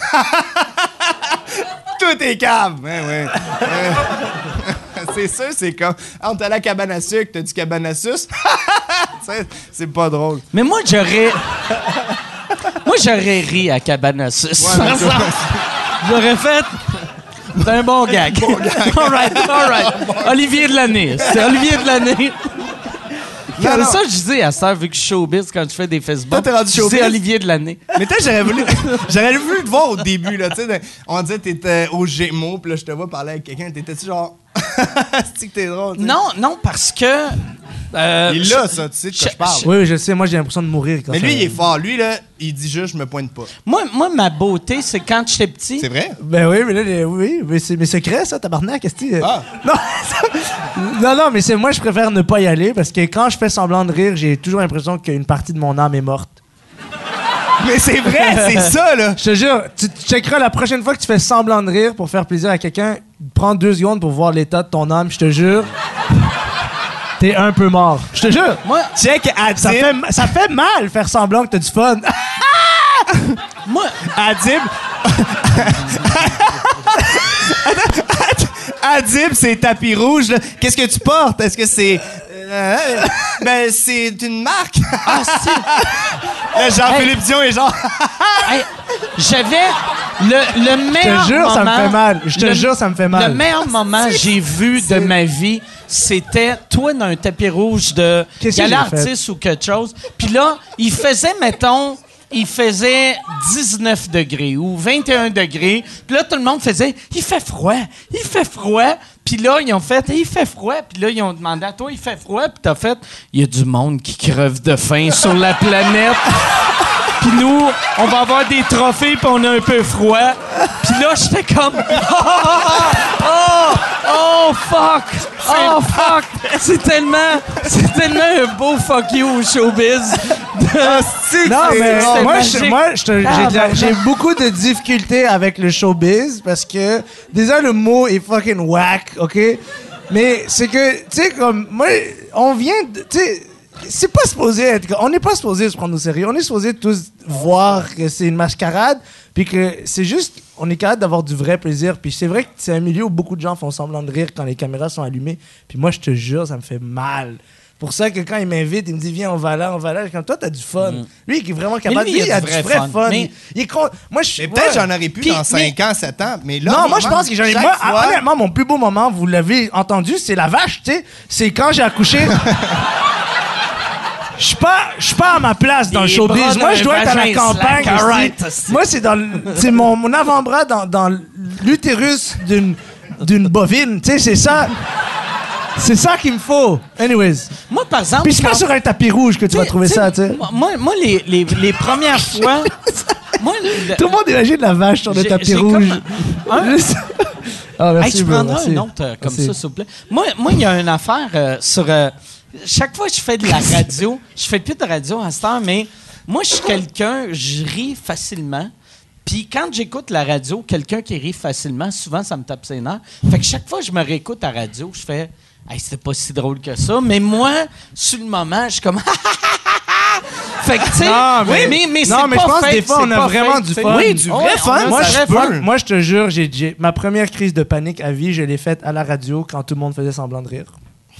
Tout est cave. Ouais, ouais. Euh, c'est sûr, c'est comme. Ah, on est allé à la cabane à sucre, t'as du cabane à suce. C'est- c'est pas drôle. Mais moi, j'aurais. moi, j'aurais ri à Cabane à Suce. Ouais, mais toi- J'aurais fait. C'est un bon gag. all right, all right. Olivier de l'année. C'est Olivier de l'année. Non, Comme non. ça, je disais à ça, vu que je suis showbiz, quand je fais des Facebook, Toi, t'es rendu je disais showbiz? Olivier de l'année. Mais toi, j'aurais voulu, j'aurais voulu te voir au début, là, tu sais. de- On disait que t'étais au Gémeaux, puis là, je te vois parler avec quelqu'un, t'étais-tu genre. C'est que t'es drôle, tu sais? Non, non, parce que Euh, Il est là, ça, tu sais de quoi je- je parle. Oui, je sais, moi j'ai l'impression de mourir quand Mais ça- lui, il est fort. Lui, là, il dit juste, je me pointe pas. Moi, moi, ma beauté, c'est quand j'étais petit. C'est vrai? Ben oui, mais là, les- oui, mais c'est mes secrets, ça, tabarnak, qu'est-ce que tu- Ah. Non, non, non, mais c'est moi, je préfère ne pas y aller parce que quand je fais semblant de rire, j'ai toujours l'impression qu'une partie de mon âme est morte. Mais c'est vrai, c'est ça, là. Je te jure, tu tu checkeras la prochaine fois que tu fais semblant de rire pour faire plaisir à quelqu'un, prends deux secondes pour voir l'état de ton âme, je te jure. T'es un peu mort. Je te jure. Moi, Check Adib. Ça fait, ça fait mal faire semblant que t'as du fun. moi, Adib. Adib, c'est tapis rouge, là. Qu'est-ce que tu portes? Est-ce que c'est. Euh, ben, c'est une marque. ah, si. Là, Jean-Philippe Dion est genre. Hey, j'avais le, le meilleur Je te jure, moment... ça me fait mal. Je te le- jure, ça me fait mal. Le meilleur moment que j'ai vu de ma vie, c'était toi dans un tapis rouge de Qu'est-ce que gala j'ai fait? artiste ou quelque chose. Puis là, il faisait, mettons... Il faisait dix-neuf degrés ou vingt et un degrés. Puis là, tout le monde faisait « Il fait froid! Il fait froid! » Puis là, ils ont fait « Il fait froid! » Puis là, ils ont demandé à toi « Il fait froid? » Puis t'as fait « Il y a du monde qui creve de faim sur la planète. » Puis nous, on va avoir des trophées puis on a un peu froid. Puis là, j'étais comme « Oh! Oh, fuck! Oh, fuck! » C'est tellement... C'est tellement un beau fuck you au showbiz. Non, mais c'est moi, magique. je, moi je te- j'ai, Ah, de la- ben, j'ai beaucoup de difficultés avec le showbiz parce que déjà le mot est fucking whack, ok? Mais c'est que, tu sais, comme, moi, on vient de, tu sais, c'est pas supposé être, on n'est pas supposé se prendre au sérieux, on est supposé tous voir que c'est une mascarade, puis que c'est juste, on est capable d'avoir du vrai plaisir, puis c'est vrai que c'est un milieu où beaucoup de gens font semblant de rire quand les caméras sont allumées, puis moi, je te jure, ça me fait mal. Pour ça que quand il m'invite, il me dit viens, on va là, on va là. Comme toi, t'as du fun. Lui, il est vraiment capable. lui, Lui, il a du vrai, fun. Mais- Il, il est con... Moi, je Mais peut-être ouais. j'en aurais pu Puis, dans cinq ans, sept ans. Mais là, Non, moi, je honnêtement, pense que j'en ai. chaque Moi, fois- honnêtement, mon plus beau moment, vous l'avez entendu, c'est la vache, tu sais. C'est quand j'ai accouché. Je suis pas, je suis pas à ma place dans le Les showbiz. bras Moi, d'un je dois être à la vagin campagne. slack, aussi. alright, Moi, c'est dans le- c'est mon, mon avant-bras dans, dans l'utérus d'une d'une bovine. Tu sais, c'est ça. C'est ça qu'il me faut. Anyways. Moi, par exemple... Puis c'est pas quand- sur un tapis rouge que tu vas trouver T'sais, ça, tu sais. Moi, moi, moi, les, les, les premières fois... moi, le- Tout le monde imagine la vache sur le J'ai- tapis j'ai rouge. comme un- Juste- Ah, Hey, merci, tu bro, prendras merci. un autre euh, comme Merci. ça, s'il vous plaît. Moi, moi, il y a une affaire euh, sur... euh, chaque fois que je fais de la radio, je fais plus de radio à cette heure, mais moi, je suis quelqu'un, je ris facilement. Puis quand j'écoute la radio, quelqu'un qui rit facilement, souvent, ça me tape ses nerfs. Fait que chaque fois que je me réécoute à la radio, je fais « Hey, c'était pas si drôle que ça. » Mais moi, sur le moment, je suis comme « Fait que, tu sais... Non, mais- oui, mais, mais non, c'est mais pas je pense que fake, des fois, c'est on a pas vraiment fake, du tu sais. fun. Oui, Du vrai vrai fun. Moi, ça je, vrai peux. fun. Moi, je te jure, j'ai, j'ai- ma première crise de panique à vie, je l'ai faite à la radio quand tout le monde faisait semblant de rire.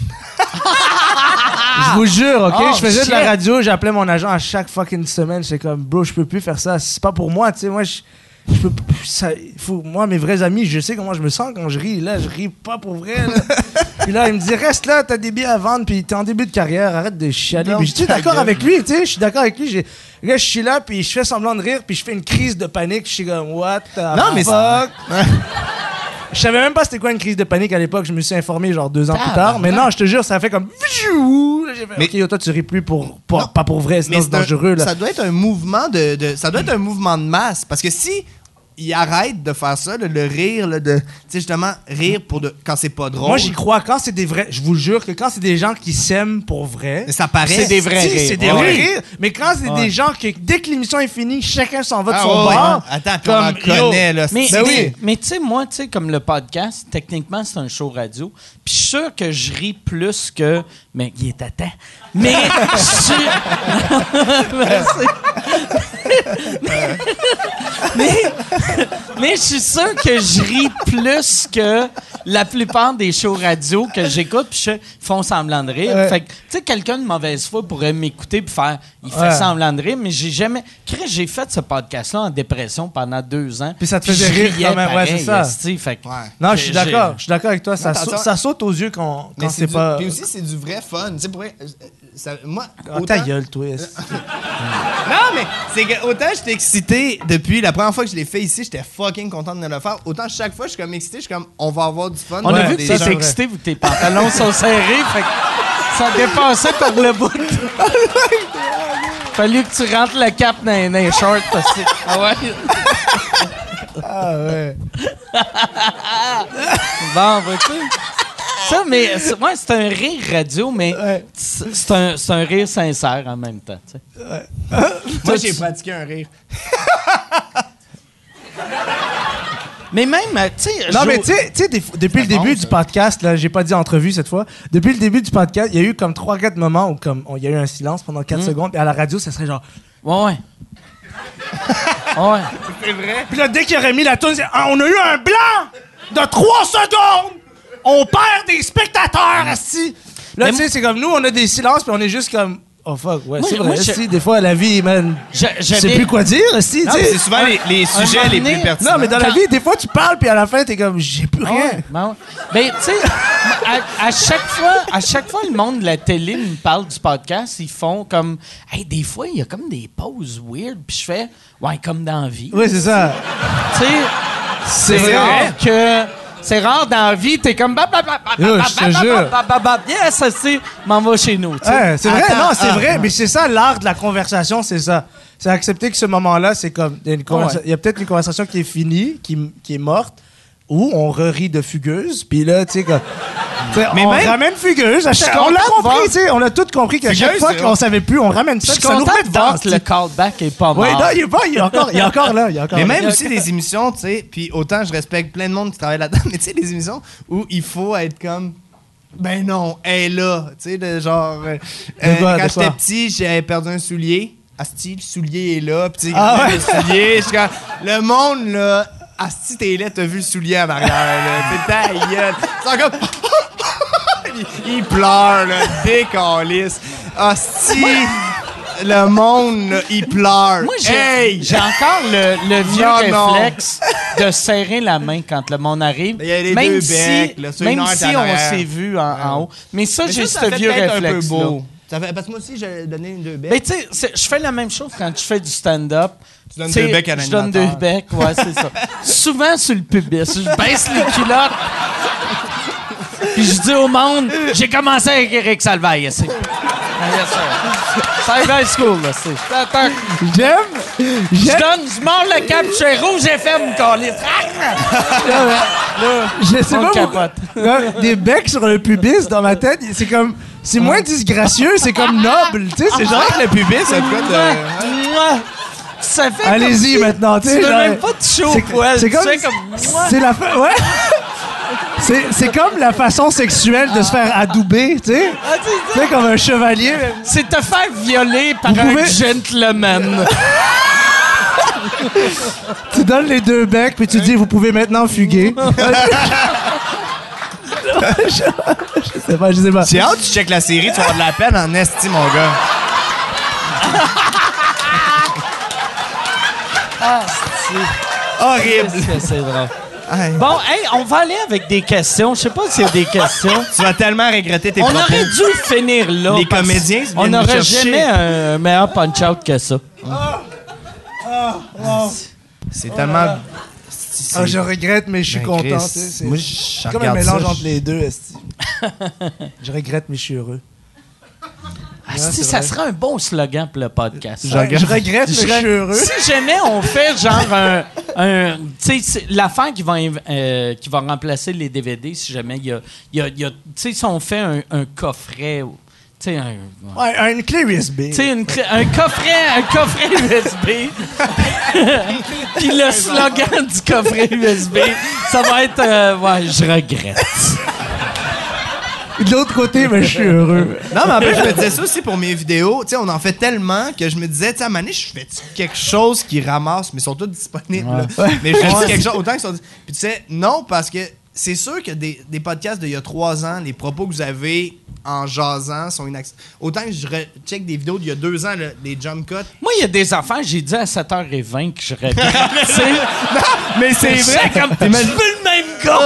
Je vous jure, OK? Oh, je faisais de shit. la radio, j'appelais mon agent à chaque fucking semaine. J'étais comme, bro, je peux plus faire ça. C'est pas pour moi, tu sais. Moi, je, je peux plus- ça, faut, moi, mes vrais amis, je sais comment je me sens quand je ris. Là, je ris pas pour vrai. Là. Puis là, il me dit, reste là, t'as des billets à vendre, puis t'es en début de carrière, arrête de chialer. Non, Puis je suis ta d'accord gueule. avec lui, tu sais. Je suis d'accord avec lui. J'ai- Là, je suis là, puis je fais semblant de rire, puis je fais une crise de panique. Je suis comme, what the Non, mais fuck? Je savais même pas c'était quoi une crise de panique à l'époque. Je me suis informé genre deux ans plus tard. Mais non, je te jure, ça a fait comme. Là, j'ai fait, Mais- ok, yo, toi, tu ris plus pour, pour- Non, pas pour vrai, sinon c'est un- dangereux. Là. ça doit être un mouvement de, de- ça doit être un mouvement de masse parce que si il arrête de faire ça, là, le rire, là, de, tu sais justement rire pour de, quand c'est pas drôle. Moi, j'y crois. Quand c'est des vrais. Je vous jure que quand c'est des gens qui s'aiment pour vrai. ça paraît. C'est des vrais si, rires. c'est des Ouais. vrais rires. Mais quand c'est Ouais. des gens qui, dès que l'émission est finie, chacun s'en va de Ah, son ouais, ouais. bord. Attends, puis on en comme, yo, connaît là. Mais, c'est- mais, mais tu sais, moi, tu sais, comme le podcast, techniquement, c'est un show radio. Puis je suis sûr que je ris plus que. Mais il est à temps. Mais je suis. Merci. mais, mais je suis sûr que je ris plus que la plupart des shows radio que j'écoute, puis je- ils font semblant de rire. Ouais. Fait que, tu sais, quelqu'un de mauvaise foi pourrait m'écouter puis faire. Il fait Ouais. semblant de rire, mais j'ai jamais. Chris, j'ai fait ce podcast-là en dépression pendant deux ans. Puis ça te Puis faisait je rire riais quand même. Ouais, pareil, c'est ça. esti, fait que- Ouais. Non, je J'ai- suis d'accord. Je suis d'accord avec toi. Ça, Attention. saute, ça saute aux yeux quand, Mais quand c'est du- pas. Puis aussi c'est du vrai fun. Tu sais pour vrai, euh, ça- moi Ah, autant- ta gueule, toi. esti. Non, mais c'est que autant j'étais excité depuis la première fois que je l'ai fait ici, j'étais fucking content de le faire. Autant chaque fois, je suis comme excité, je suis comme, on va avoir du fun. On Ouais, a vu que des ça gens- s'est excité, vu que tes pantalons sont serrés, fait que ça dépassait par le bout. Fallu que tu rentres le cap dans, dans les shorts parce que... Ah ouais? Ah ouais. Bon, vois-tu? Ça, mais c'est, ouais, c'est un rire radio, mais Ouais. c'est, c'est un, c'est un rire sincère en même temps. Tu sais. Moi, j'ai pratiqué un rire. Mais même, euh, tu sais... Non, Jo- mais tu sais, tu sais, des- depuis le bon, début ça. du podcast, là, j'ai pas dit entrevue cette fois. Depuis le début du podcast, il y a eu comme trois quatre moments où comme il y a eu un silence pendant quatre secondes. Et à la radio, ça serait genre. Ouais, ouais. Ouais. C'est vrai? Puis là, dès qu'il aurait mis la toune, c'est ah, on a eu un blanc de trois secondes. On perd des spectateurs, asti. Là, Mais tu sais, c'est comme nous, on a des silences, puis on est juste comme. Oh fuck, ouais, Moi, c'est moi, vrai. je- asti, des fois, la vie, man. Je- Je sais j'avais- plus quoi dire, asti, tu Non, mais sais. c'est souvent les, les sujets les moment plus pertinents. Non, mais dans la Quand- vie, des fois, tu parles, puis à la fin, t'es comme, j'ai plus rien. Ouais, ben ouais. Ben, tu sais, à, à chaque fois, à chaque fois, le monde de la télé me parle du podcast, ils font comme, hey, des fois, il y a comme des pauses weird, puis je fais, ouais, comme dans la vie. Oui, c'est ça. Tu sais, c'est vrai. rare que. C'est rare dans la vie, t'es comme. Bap, bap, bap, bap, Yo, bap, je te bap, jure. bap, bap, bap, bap. Yes, ça, c'est. M'en va chez nous, tu sais. Ouais, c'est vrai, Attends, non, c'est ah, vrai, ah. mais c'est ça l'art de la conversation, c'est ça. C'est accepter que ce moment-là, c'est comme. Il y a, une conversa- Ouais. il y a peut-être une conversation qui est finie, qui, qui est morte, ou on re-rit de Fugueuse, puis là, tu sais, comme. tu sais, Mais on même- ramène Fugueuse. à chaque- suis on l'a content de compris, voir- tu sais, on a tous compris qu'à chaque Fugueuse, fois c'est qu'on vrai. savait plus, on ramène Je ça, suis puis ça nous content remet de dedans. voir que le callback est pas mort. Oui, non, il est pas, il est encore, il est encore là, il est encore Mais là. même aussi des émissions, tu sais, puis autant je respecte plein de monde qui travaille là-dedans, mais tu sais, des émissions où il faut être comme. Ben non, elle est là. Tu sais, de genre. euh, euh, quoi, de quand j'étais quoi? petit, j'avais perdu un soulier. Asti, le soulier est là. Puis tu sais, Ah quand ouais? le soulier, je suis comme. Le monde, là. Asti, t'es là, t'as vu le soulier en arrière, là. C'est ta gueule. Ils sont comme. il, il pleure, là. Décalisse. Asti. Le monde, là, il pleure. Moi, j'ai, hey! j'ai encore le, le vieux Non, non. réflexe de serrer la main quand le monde arrive. Il y a les même deux si, becs, là, sur une même heure si en on arrière. s'est vu en, en haut. Mais ça, Mais j'ai ça, ce ça fait vieux peut-être réflexe. un peu beau. Ça fait, parce que moi aussi, j'ai donné une deux becs. Mais tu sais, c'est- je fais la même chose quand je fais du stand-up. Tu donnes Tu sais, deux becs à Je donne deux l'animateur. becs, ouais, c'est ça. Souvent sur le pubis. Je baisse les culottes. Puis je dis au monde, j'ai commencé avec Eric Salvaille. C'est... Ah, yes, sir. Salvaille School, là, c'est... Attends. J'aime, Je j'aime, donne, je mords le cap, je fais rouge F M, câlisse. je sais On pas, capote. pourquoi- des becs sur le pubis dans ma tête, c'est comme, c'est moins disgracieux, c'est comme noble, tu sais, c'est genre. le pubis, ça te coûte. euh, Mouah. Ça fait Allez-y comme si maintenant, tu Tu sais. veux genre- même pas te chaud au c'est- poil. c'est Tu comme, fais comme... Mouah. c'est la fa- ouais. C'est, c'est comme la façon sexuelle de se faire adouber, tu sais. Ah, tu sais, Tu sais, comme un chevalier. c'est te faire violer par Vous un pouvez- gentleman. Tu donnes les deux becs, puis tu dis, vous pouvez maintenant fuguer. je, je sais pas, je sais pas. J'ai hâte que tu checkes la série, tu vas avoir de la peine en esti, mon gars. Horrible. C'est, c'est drôle. Hey. Bon, hey, on va aller avec des questions. Je sais pas s'il y a des questions. Tu vas tellement regretter tes On propos. aurait dû finir là. Les parce comédiens viennent On nous n'aurait chercher. jamais un meilleur punch-out que ça. C'est tellement... Ah, je regrette, mais je suis Ben, content. Chris, tu sais, c'est, moi, je c'est comme un regarde mélange ça, entre je- les deux, esti. Je regrette, mais je suis heureux. Ah, c'est si, ça vrai. serait un bon slogan pour le podcast. Je regrette, mais je suis heureux. Si jamais on fait genre un. un tu sais, c'est l'affaire qui va, inv- euh, qui va remplacer les D V D, si jamais il y a. il y a- il y a- tu sais, si on fait un, un coffret. ou- Tu sais, un. Ouais, une clé U S B. Tu sais, une clé- un coffret, un coffret U S B. Puis le slogan du coffret U S B, ça va être euh, ouais, je regrette. De l'autre côté, mais je suis heureux. Non, mais en plus, je me disais ça aussi pour mes vidéos. Tu sais, on en fait tellement que je me disais, tu sais, à un moment donné, je fais quelque chose qui ramasse, mais ils sont tous disponibles. là. Mais je fais quelque chose, autant qu'ils sont. Puis tu sais, non, parce que c'est sûr que des, des podcasts d'il y a trois ans, les propos que vous avez en jasant sont inacceptables. Autant que je check des vidéos d'il y a deux ans, là, les jump cuts. Moi, il y a des affaires, j'ai dit à sept heures vingt que je regrette. Tu sais, Non, mais c'est vrai. comme je veux le même gars.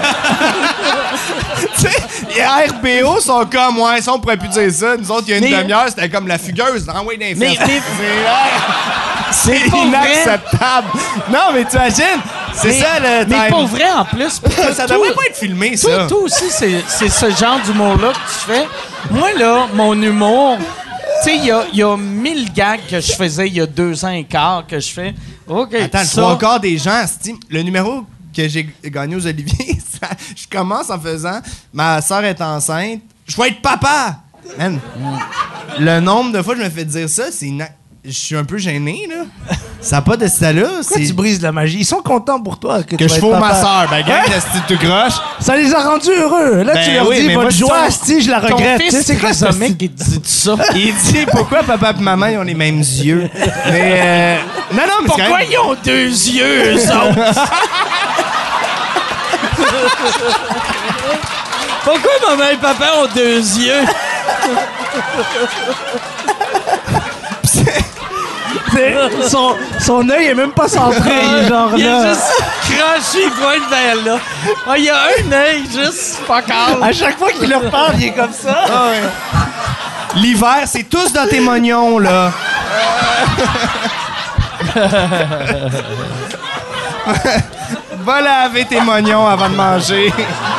Tu sais, les R B O sont comme, ouais, ça, on pourrait plus dire ça. Nous autres, il y a une Mais- demi-heure, c'était comme la fugueuse. Renvoyer dans les Mais- fesses. mais- C'est Mais pour inacceptable. Non, mais tu imagines, c'est Mais- ça le Mais time. pour vrai, en plus, Ça tout- devrait pas être filmé, Toi, ça. toi aussi, c'est, c'est ce genre d'humour-là que tu fais. Moi, là, mon humour, tu sais, il y a, y a mille gags que je faisais il y a deux ans et quart que je fais. OK, Attends, le ça, trois quarts des gens, c'est- le numéro que j'ai gagné aux Oliviers, ça- je commence en faisant « Ma soeur est enceinte, je vais être papa! » Man, le nombre de fois que je me fais dire ça, c'est ina- je suis un peu gêné, là. Ça n'a pas de ça là. Pourquoi tu brises la magie? Ils sont contents pour toi que, tu Que vas je être fous ma papa. soeur, ben gang de style tout croche. Ça les a rendus heureux. Là, Ben tu leur oui, dis, mais moi, votre je joie, sens- asti, je la ton regrette. Tu sais, fils c'est quoi ça? trisomique qui te dit tout ça? Il dit pourquoi papa et maman ils ont les mêmes yeux. Mais euh, non non mais c'est Pourquoi quand même- ils ont deux yeux, eux autres? Pourquoi maman et papa ont deux yeux? C'est- son, son œil est même pas centré, il est genre Il là. a juste craché, il pointe vers là. Ah, il y a un œil juste pas calme. À chaque fois qu'il leur parle, il est comme ça. Ah ouais. L'hiver, c'est tous dans tes mognons là. Va laver tes mognons avant de manger.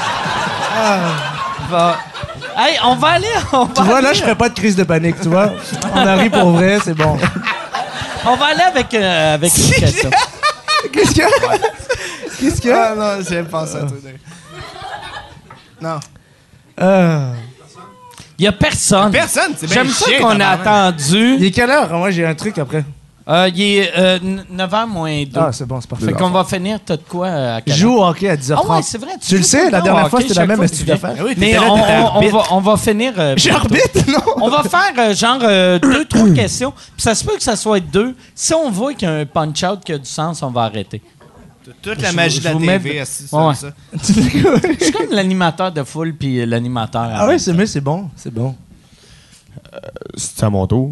Hey, on va aller. On va Tu vois, là, aller- je ferais pas de crise de panique, tu vois. On a ri pour vrai, c'est bon. On va aller avec, euh, avec une question. Qu'est-ce qu'il y a? Qu'est-ce qu'il y a? Ah non, j'aime pas ça. toi. Non. Euh, Il y a personne. Personne, c'est bien J'aime ça chiant, qu'on a tabarnak. il attendu. est quelle heure? Moi, j'ai un truc après. Euh, il est euh, neuf heures moins deux. Ah, c'est bon, c'est parfait. Fait qu'on va finir, t'as de quoi euh, à Je quelle heure? joue au hockey à dix heures Ah ouais, trente. c'est vrai. Tu le joues sais, tout le la temps dernière au fois, hockey, c'était la chaque même fois astuce que tu d'affaires. viens. Ah oui, Mais t'étais là, on, t'étais on- on arbitre. va, on va finir. euh, J'arbitre, non? On va faire euh, genre euh, deux, trois questions. Puis ça se peut que ça soit deux. Si on voit qu'il y a un punch-out qui a du sens, on va arrêter. Toute la Je- magie de je la vous T mets- V, assis Ouais. sur ça. Je suis comme l'animateur de foule puis l'animateur. Ah ouais, c'est mais c'est bon, c'est bon. C'est à mon tour.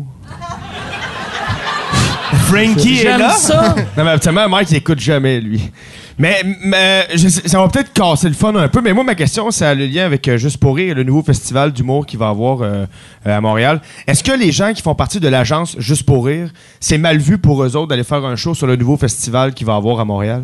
Frankie est J'aime là. ça. Non, mais absolument, Mike, il écoute jamais, lui. Mais, mais je sais- ça va peut-être casser le fun un peu, mais moi, ma question, c'est le lien avec euh, Juste pour rire, le nouveau festival d'humour qu'il va avoir euh, euh, à Montréal. Est-ce que les gens qui font partie de l'agence Juste pour rire, c'est mal vu pour eux autres d'aller faire un show sur le nouveau festival qu'il va avoir à Montréal?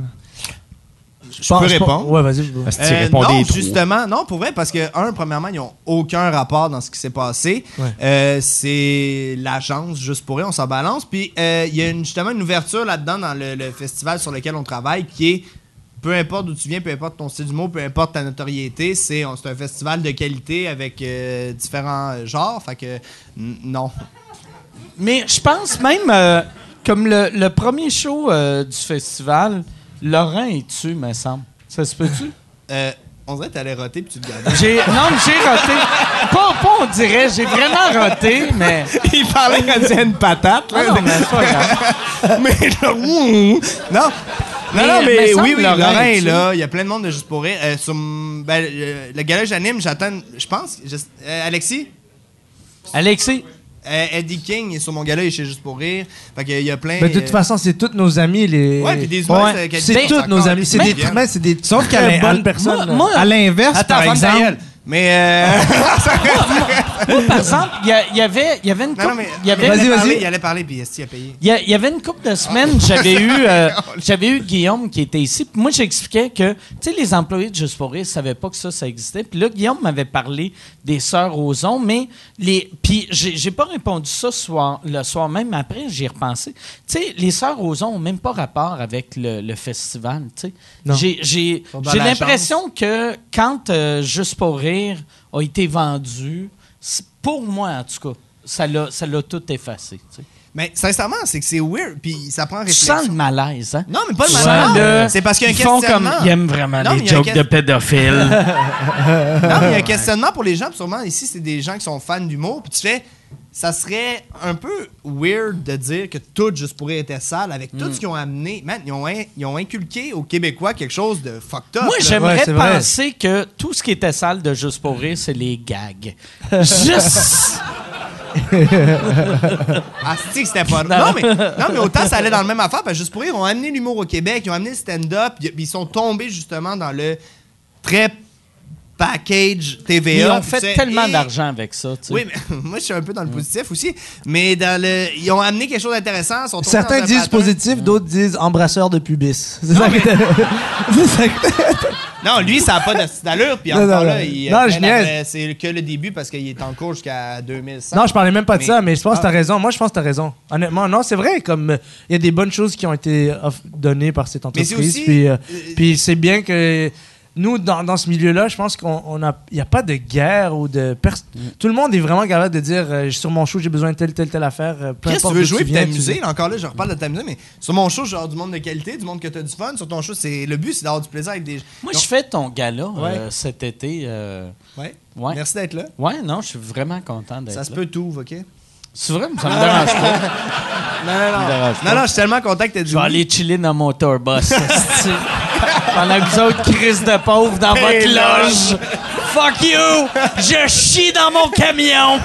Je peux répondre. Ouais, vas-y. je- Est-ce que tu Euh, répondais non, les trois? justement, non, pour vrai, parce que, un, premièrement, ils n'ont aucun rapport dans ce qui s'est passé. Ouais. Euh, c'est l'agence, juste pour eux, on s'en balance. Puis, euh, il y a une- justement une ouverture là-dedans dans le, le festival sur lequel on travaille qui est peu importe d'où tu viens, peu importe ton style d'humour, peu importe ta notoriété, c'est on- c'est un festival de qualité avec euh, différents euh, genres. Fait que, n- non. Mais je pense même, euh, comme le, le premier show euh, du festival, Laurent est dessus, me semble. Ça se peut-tu? Euh, on dirait que t'allais roter puis tu te gardais. J'ai, non, mais j'ai roté. Pas, pas on dirait, j'ai vraiment roté, mais. Il parlait comme si c'était une patate. Ah non, mais c'est pas grave. mais là, ouh, non. Non, Mais- non, mais, mais semble oui, oui, Laurent Laurent est est dessus. là. Il y a plein de monde de Juste pour rire. Euh, sur, m- ben, euh, le gala que j'anime, j'attends, je pense, je- euh, Alexis, Alexis, euh, Eddie King est sur mon gala, il est chez Juste pour rire. Fait qu'il y a plein... Mais de toute euh, façon, c'est tous nos amis. Les... Ouais, puis des humoristes, Ouais, euh, qui- c'est Ben, tous nos encore amis. des C'est des, bien. mais c'est des Sauf qu'à très l'in- bonnes à- personnes. moi- moi- À l'inverse, Attends, par ferme ta exemple... gueule. Mais... Euh... moi, par exemple, il y, a- il y avait, il y avait une non, non, couple. mais... Il y avait, il allait Vas-y, parler, vas-y. Il allait parler, puis Esti a payé. Il y, a- il y avait une couple de semaines, j'avais eu, euh, j'avais eu Guillaume qui était ici. Puis moi, j'expliquais que, tu sais, les employés de Juste pour rire ne savaient pas que ça, ça existait. Puis là, Guillaume m'avait parlé des Sœurs Ozon, mais les, puis j'ai, j'ai pas répondu ça soir, le soir même. Mais après, j'y ai repensé. Tu sais, les Sœurs Ozon n'ont même pas rapport avec le, le festival. Tu sais, Non. j'ai, j'ai, sont dans j'ai l'agence. l'impression que quand euh, Juste pour rire a été vendu, c'est- pour moi en tout cas, ça l'a, ça l'a tout effacé. Tu sais. Mais sincèrement, c'est que c'est weird, puis ça prend Tu réflexion. sens le malaise, hein? Non, mais pas le Tu sens malaise. le- C'est parce qu'il y a un ils font comme questionnement. ils aiment vraiment Non, mais les il y a un jokes ques- de pédophiles. Non, mais il y a un questionnement pour les gens. Puis sûrement, ici, c'est des gens qui sont fans d'humour. Puis tu fais, ça serait un peu weird de dire que tout Juste pour rire était sale avec tout Mm. ce qu'ils ont amené. Man, ils ont, in- ils ont inculqué aux Québécois quelque chose de fucked up. Moi, là. j'aimerais Ouais, c'est vrai. penser que tout ce qui était sale de Juste pour rire, c'est les gags. Juste... Ah, c'est que c'était pas. Non mais, non, mais autant ça allait dans le même affaire, parce que Juste pour rire, ils ont amené l'humour au Québec, ils ont amené le stand-up, puis ils sont tombés justement dans le très package T V A. Ils ont puis fait tu sais, tellement et- d'argent avec ça. Tu sais. Oui, mais moi, je suis un peu dans le positif aussi. Mais dans le, ils ont amené quelque chose d'intéressant. sont tombés Certains dans un disent pattern. positif, d'autres disent embrasseur de pubis. C'est ça que C'est ça que- Non, lui, ça n'a pas de- d'allure. Puis Non, encore non, là, non. il, Non, euh, je la- niaise. la- c'est que le début parce qu'il est en cours jusqu'à deux mille cent. Non, je parlais même pas de Mais- ça, mais je pense que Ah. t'as raison. Moi, je pense que t'as raison. Honnêtement, non, c'est vrai. Comme euh, il y a des bonnes choses qui ont été off- données par cette Mais c'est entreprise. aussi- Puis, euh, euh, puis c'est bien que nous, dans, dans ce milieu-là, je pense qu'on on a, il y a pas de guerre ou de pers- Tout le monde est vraiment capable de dire euh, sur mon show j'ai besoin de telle telle telle affaire. euh, Peu Qu'est-ce que importe tu veux d'où jouer et viens, tu- t'amuser? Là, encore là, je reparle de t'amuser, mais sur mon show, genre du monde de qualité, du monde que t'as du fun. Sur ton show, c'est le but, c'est d'avoir du plaisir avec des. Moi, Non. je fais ton gala Ouais. euh, cet été. euh, Ouais. Ouais. Merci d'être là. Ouais, non, je suis vraiment content d'être Ça se là. peut tout, ok? C'est vrai, mais ça me dérange pas. Non, non, Ça me dérange non. pas. Non, non, je suis tellement content que t'aies dit Je vais oui. aller chiller dans mon tourbus. esti. Pendant que vous autres, crise de pauvres dans Hey, votre là. loge. Fuck you! Je chie dans mon camion!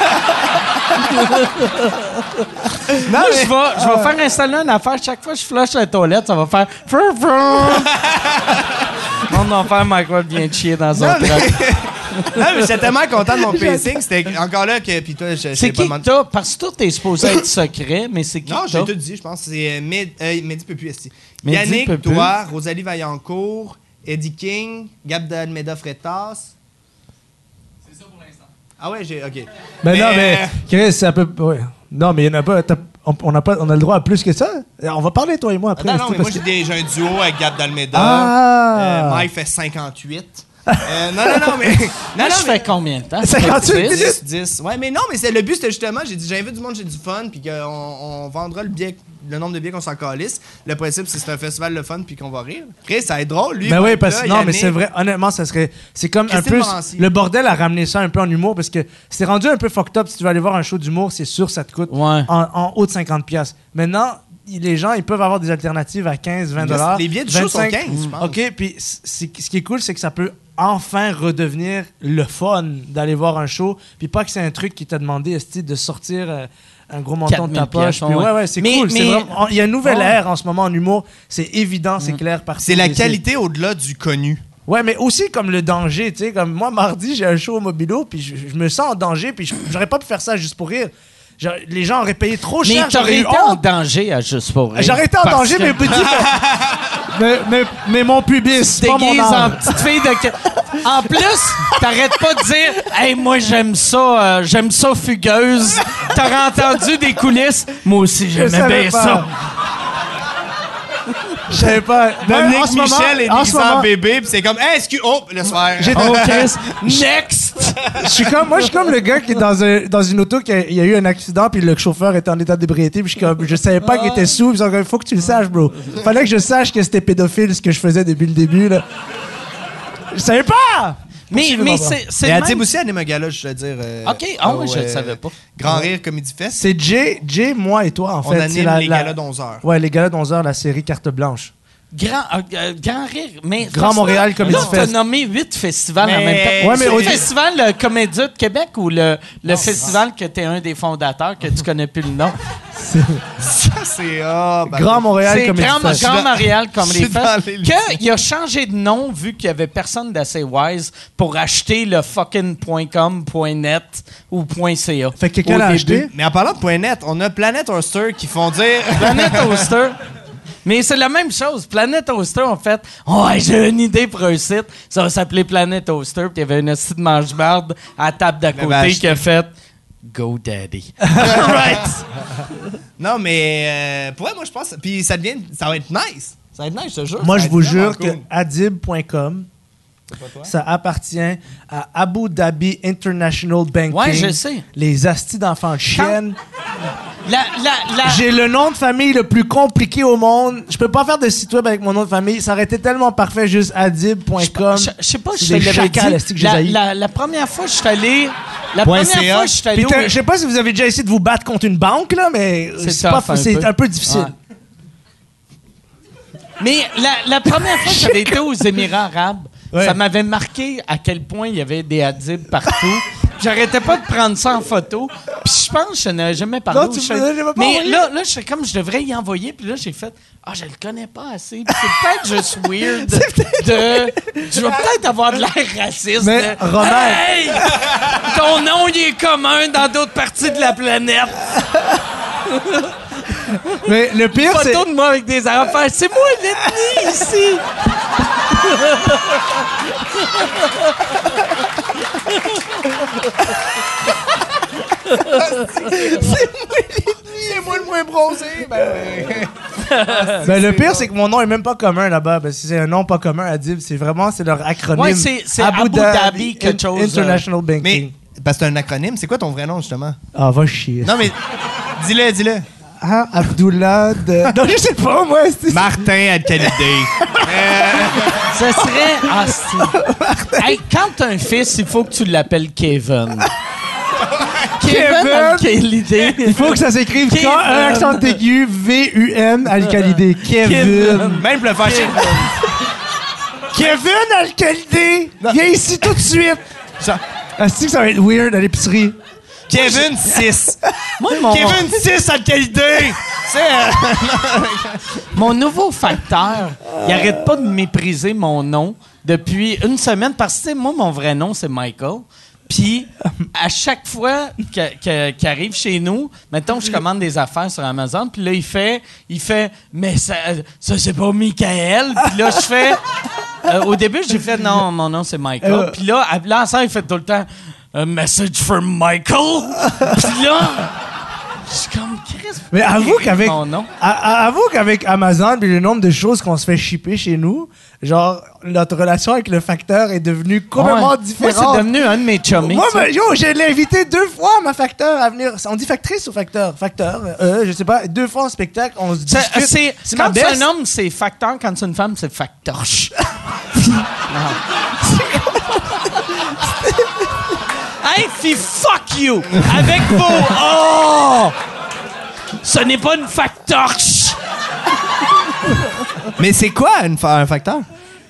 Non, Moi, mais- je vais, je vais faire installer une affaire. Chaque fois que je flush la toilette, ça va faire... Frou, frou. Mon enfant, Mike Ward vient de chier dans son Non, mais- truc. Non, mais j'étais tellement content de mon pacing. C'était encore là que. Puis toi, je- je C'est sais qui pas que t'as? Parce que tout est supposé être secret, mais c'est qui Non, que j'ai t'as? tout dit, je pense. C'est euh, Med- euh, Mehdi Pepu, esti. Mehdi Yannick, Pepu. toi, Rosalie Vaillancourt, Eddie King, Gab d'Almeida Freitas. C'est ça pour l'instant. Ah ouais, j'ai. OK. Mais, non, Mais, mais Chris, c'est un peu. Ouais. Non, mais il y en a pas. t'as- On, on a pas. On a le droit à plus que ça. On va parler toi et moi après. Attends, non, c'est mais parce moi, que- j'ai, des- j'ai un duo avec Gab d'Almeida. Ah! Euh, Mike fait cinquante-huit. Euh, non, non, non, mais. Non, Moi, non, je mais- fais combien de temps? cinquante-huit Dix? minutes? dix, dix. Ouais, mais non, mais c'est le but, c'était justement, j'ai dit, j'invite du monde, j'ai du fun, puis qu'on on vendra le billet, le nombre de billets qu'on s'en calisse. Le principe, c'est que c'est un festival de fun, puis qu'on va rire. Chris, ça va être drôle, lui. Mais il va oui, être parce là, que non, mais Yannick. c'est vrai, honnêtement, ça serait. C'est comme Christine un peu. Morancy. Le bordel a ramené ça un peu en humour parce que c'est rendu un peu fucked up. Si tu vas aller voir un show d'humour, c'est sûr, ça te coûte Ouais. en, en haut de cinquante piastres. Maintenant, il- les gens, ils peuvent avoir des alternatives à quinze, vingt dollars. Les billets du show sont quinze, je pense. OK, puis c'est- ce qui est cool, c'est que ça peut enfin redevenir le fun d'aller voir un show, puis pas que c'est un truc qui t'a demandé esti, de sortir euh, un gros montant de ta quatre mille poche. piastres, Puis ouais. ouais, ouais, c'est Mais- cool. c'est mais- vraiment- Il y a une nouvelle Ouais. ère en ce moment en humour. C'est évident, c'est clair partout. C'est la Et qualité au-delà du connu. Ouais, mais aussi comme le danger, tu sais, comme moi mardi, j'ai un show au Mobilo, puis je, je me sens en danger, puis je- j'aurais pas pu faire ça juste pour rire. Genre, les gens auraient payé trop Mais cher, t'aurais j'aurais eu été en honte. danger à Juste pour rire. J'aurais été en Parce danger, que mais petit, mais, mais, mais mon pubis, pas mon déguise en âme. petite fille de... En plus, t'arrêtes pas de dire « Hey, moi, j'aime ça, euh, j'aime ça fugueuse. » T'aurais entendu des coulisses. Moi aussi, Je j'aimais savais bien pas. ça. Je savais pas. Dominique En ce moment- Michel est en ce déguisé en moment- bébé, puis c'est comme, hey, excuse, oh, le soir. J'ai- Oh, Chris. Next! Je suis comme, moi, je suis comme le gars qui est dans, un, dans une auto, qui a- il y a eu un accident, puis le chauffeur était en état d'ébriété, puis je suis comme, je savais pas qu'il était sous, puis ils sont comme, faut que tu le saches, bro. Fallait que je sache que c'était pédophile, ce que je faisais depuis le début, là. Je savais pas! Mais, Poursuivez-moi mais pas. c'est... c'est Et le Adib même- aussi anime un gala, je te dire. euh, OK, ah oui, au, je le euh, savais pas. Grand Rire Comédie Fest. C'est Jay, Jay, moi et toi, en On fait. anime c'est la- les la- galas d'onze heures. Ouais, les galas d'onze heures, la série Carte Blanche. Grand, euh, euh, Grand Rire, mais... Grand parce que Montréal là, Comedy là, t'as Fest. nommé huit festivals en Mais- même temps. Ouais, mais c'est au le dé- festival le Comédia de Québec ou le, le festival que t'es un des fondateurs, que tu connais plus le nom? Ça, c'est. Ah, ben, Grand Montréal C'est Comedy Grand, Fest. Grand Montréal Je Comedy suis dans Fest. les Qu'il a changé de nom vu qu'il y avait personne d'assez wise pour acheter le fucking .com, .net ou .ca. Fait que quelqu'un Au l'a début. acheté. Mais en parlant de .net, on a Planet Oyster qui font dire. Planet Toaster. Mais c'est la même chose. Planet Toaster, en fait, oh, ouais, j'ai une idée pour un site. Ça va s'appeler Planet Toaster. Puis il y avait une petite mange-marde à la table d'à Mais côté vache. qui a fait GoDaddy. Right. Non, mais. Euh, pour vrai, moi, je pense. Puis ça devient. Ça va être nice. Ça va être nice, ce jeu. Moi, Ça je va vous être vraiment jure que cool. adib point com, C'est pas toi? ça appartient à Abu Dhabi International Banking. Ouais, je sais. Les astis d'enfants de chienne. La, la, la... J'ai le nom de famille le plus compliqué au monde. Je peux pas faire de site web avec mon nom de famille. Ça aurait été tellement parfait, juste adib point com. Je je sais pas si C'est je te des l'avais chacals, dit. esti, que La, j'haïs. la, la première fois que je suis allé La Point première C A. fois que je suis allé Puis au... t'as- je sais pas si vous avez déjà essayé de vous battre contre une banque, là, mais C'est c'est, tough pas, un c'est peu. un peu difficile. Ouais. Mais la, la première fois que j'avais été aux Émirats arabes, Ouais. ça m'avait marqué à quel point il y avait des hadibs partout. J'arrêtais pas de prendre ça en photo. Puis je pense que je n'avais jamais parlé. Non, au tu chef. me l'avais pas Mais envoyé. là, là, je suis comme, je devrais y envoyer. Puis là, j'ai fait, ah, je le connais pas assez. Puis c'est peut-être juste weird de... Je vais peut-être avoir de l'air raciste. Mais, de, Romain- Hey! Ton nom, il est commun dans d'autres parties de la planète. Mais le pire, c'est... Photo de moi avec des affaires. C'est moi l'ennemi ici. C'est moi le moins bronzé. Ben, Ben, le pire, c'est que mon nom est même pas commun là-bas. Parce que c'est un nom pas commun, Adib. C'est vraiment, c'est leur acronyme. Ouais, c'est- c'est Abu Dhabi quelque chose, International Banking. mais, parce que c'est un acronyme. C'est quoi ton vrai nom, justement? Ah, va chier. Non, mais dis-le, dis-le. Ah, Abdullah de... Non, je sais pas, moi. C'est... Martin Al-Khalidé. Ce serait. Ah, c'est- Hey, quand t'as un fils, il faut que tu l'appelles Kevin. Kevin Al-Khalidé. Il faut que ça s'écrive Kevin. K, un accent aigu, V U N, Al-Khalidé. Kevin. Kevin. Même le fâché. Kevin Al-Khalidé! Viens ici tout de suite! Ça... Est-ce que ça va être weird à l'épicerie? Kevin six. Moi, mon, Kevin six Al-Khalidé. C'est... euh, mon nouveau facteur, il arrête pas de mépriser mon nom depuis une semaine parce que, tu sais, moi, mon vrai nom, c'est Michael. Puis, à chaque fois que- que- qu'il arrive chez nous, mettons que je commande des affaires sur Amazon, puis là, il fait, il fait, mais ça, ça c'est pas Michael. Puis là, je fais, euh, au début, j'ai fait, non, mon nom, c'est Michael. Euh. Puis là, à- là, ensemble, il fait tout le temps, a message for Michael. Puis là, je suis comme, Chris, Mais avoue qu'avec, mon nom. a- a- avoue qu'avec Amazon et le nombre de choses qu'on se fait shipper chez nous, genre, notre relation avec le facteur est devenue complètement Ouais. différente. Moi, c'est devenu un de mes chummies. Moi, tu sais. ben, yo, je l'ai invité deux fois, ma facteur, à venir. On dit factrice ou facteur? Facteur, euh, je sais pas, deux fois en spectacle, on se C'est, discute. c'est, C'est ma quand c'est best. un homme, c'est facteur. Quand c'est une femme, c'est factorche. Hey, puis fuck you! Avec vos... Oh! Ce n'est pas une factorche! Mais c'est quoi une fa- un facteur?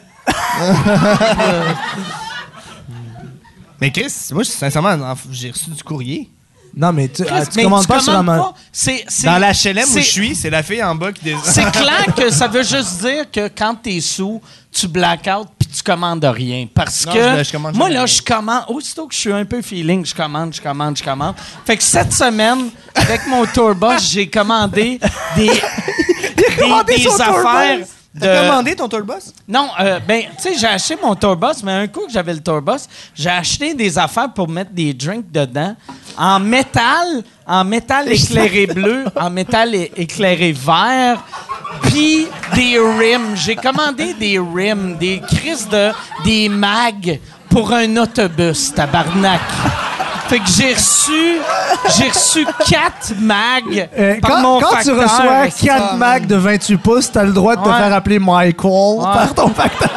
Mais Chris, moi, sincèrement, en- j'ai reçu du courrier. Non, mais tu, Chris, ah, tu mais commandes pas sur commandes Amazon. pas. C'est, c'est, Dans la H L M où c'est- je suis, c'est la fille en bas qui désire. C'est clair que ça veut juste dire que quand t'es sous, tu black out puis tu commandes rien. Parce Non, que je- je commande moi, jamais là, rien. je commande. Aussitôt que je suis un peu feeling, je commande, je commande, je commande. Fait que cette semaine, avec mon tourbus, j'ai commandé des, des, commandé des son affaires. tourbus. T'as de- commandé ton tourbus? Non, euh, ben, tu sais, j'ai acheté mon tourbus, mais un coup que j'avais le tourbus, j'ai acheté des affaires pour mettre des drinks dedans en métal, en métal éclairé bleu, en métal é- éclairé vert, puis des rims. J'ai commandé des rims, des crises de, des mags pour un autobus, tabarnak. Fait que j'ai reçu, j'ai reçu quatre mags Euh, par quand mon quand tu facteur. reçois Esti. quatre Macs de vingt-huit pouces, t'as le droit de te Ouais. faire appeler Michael par ton facteur.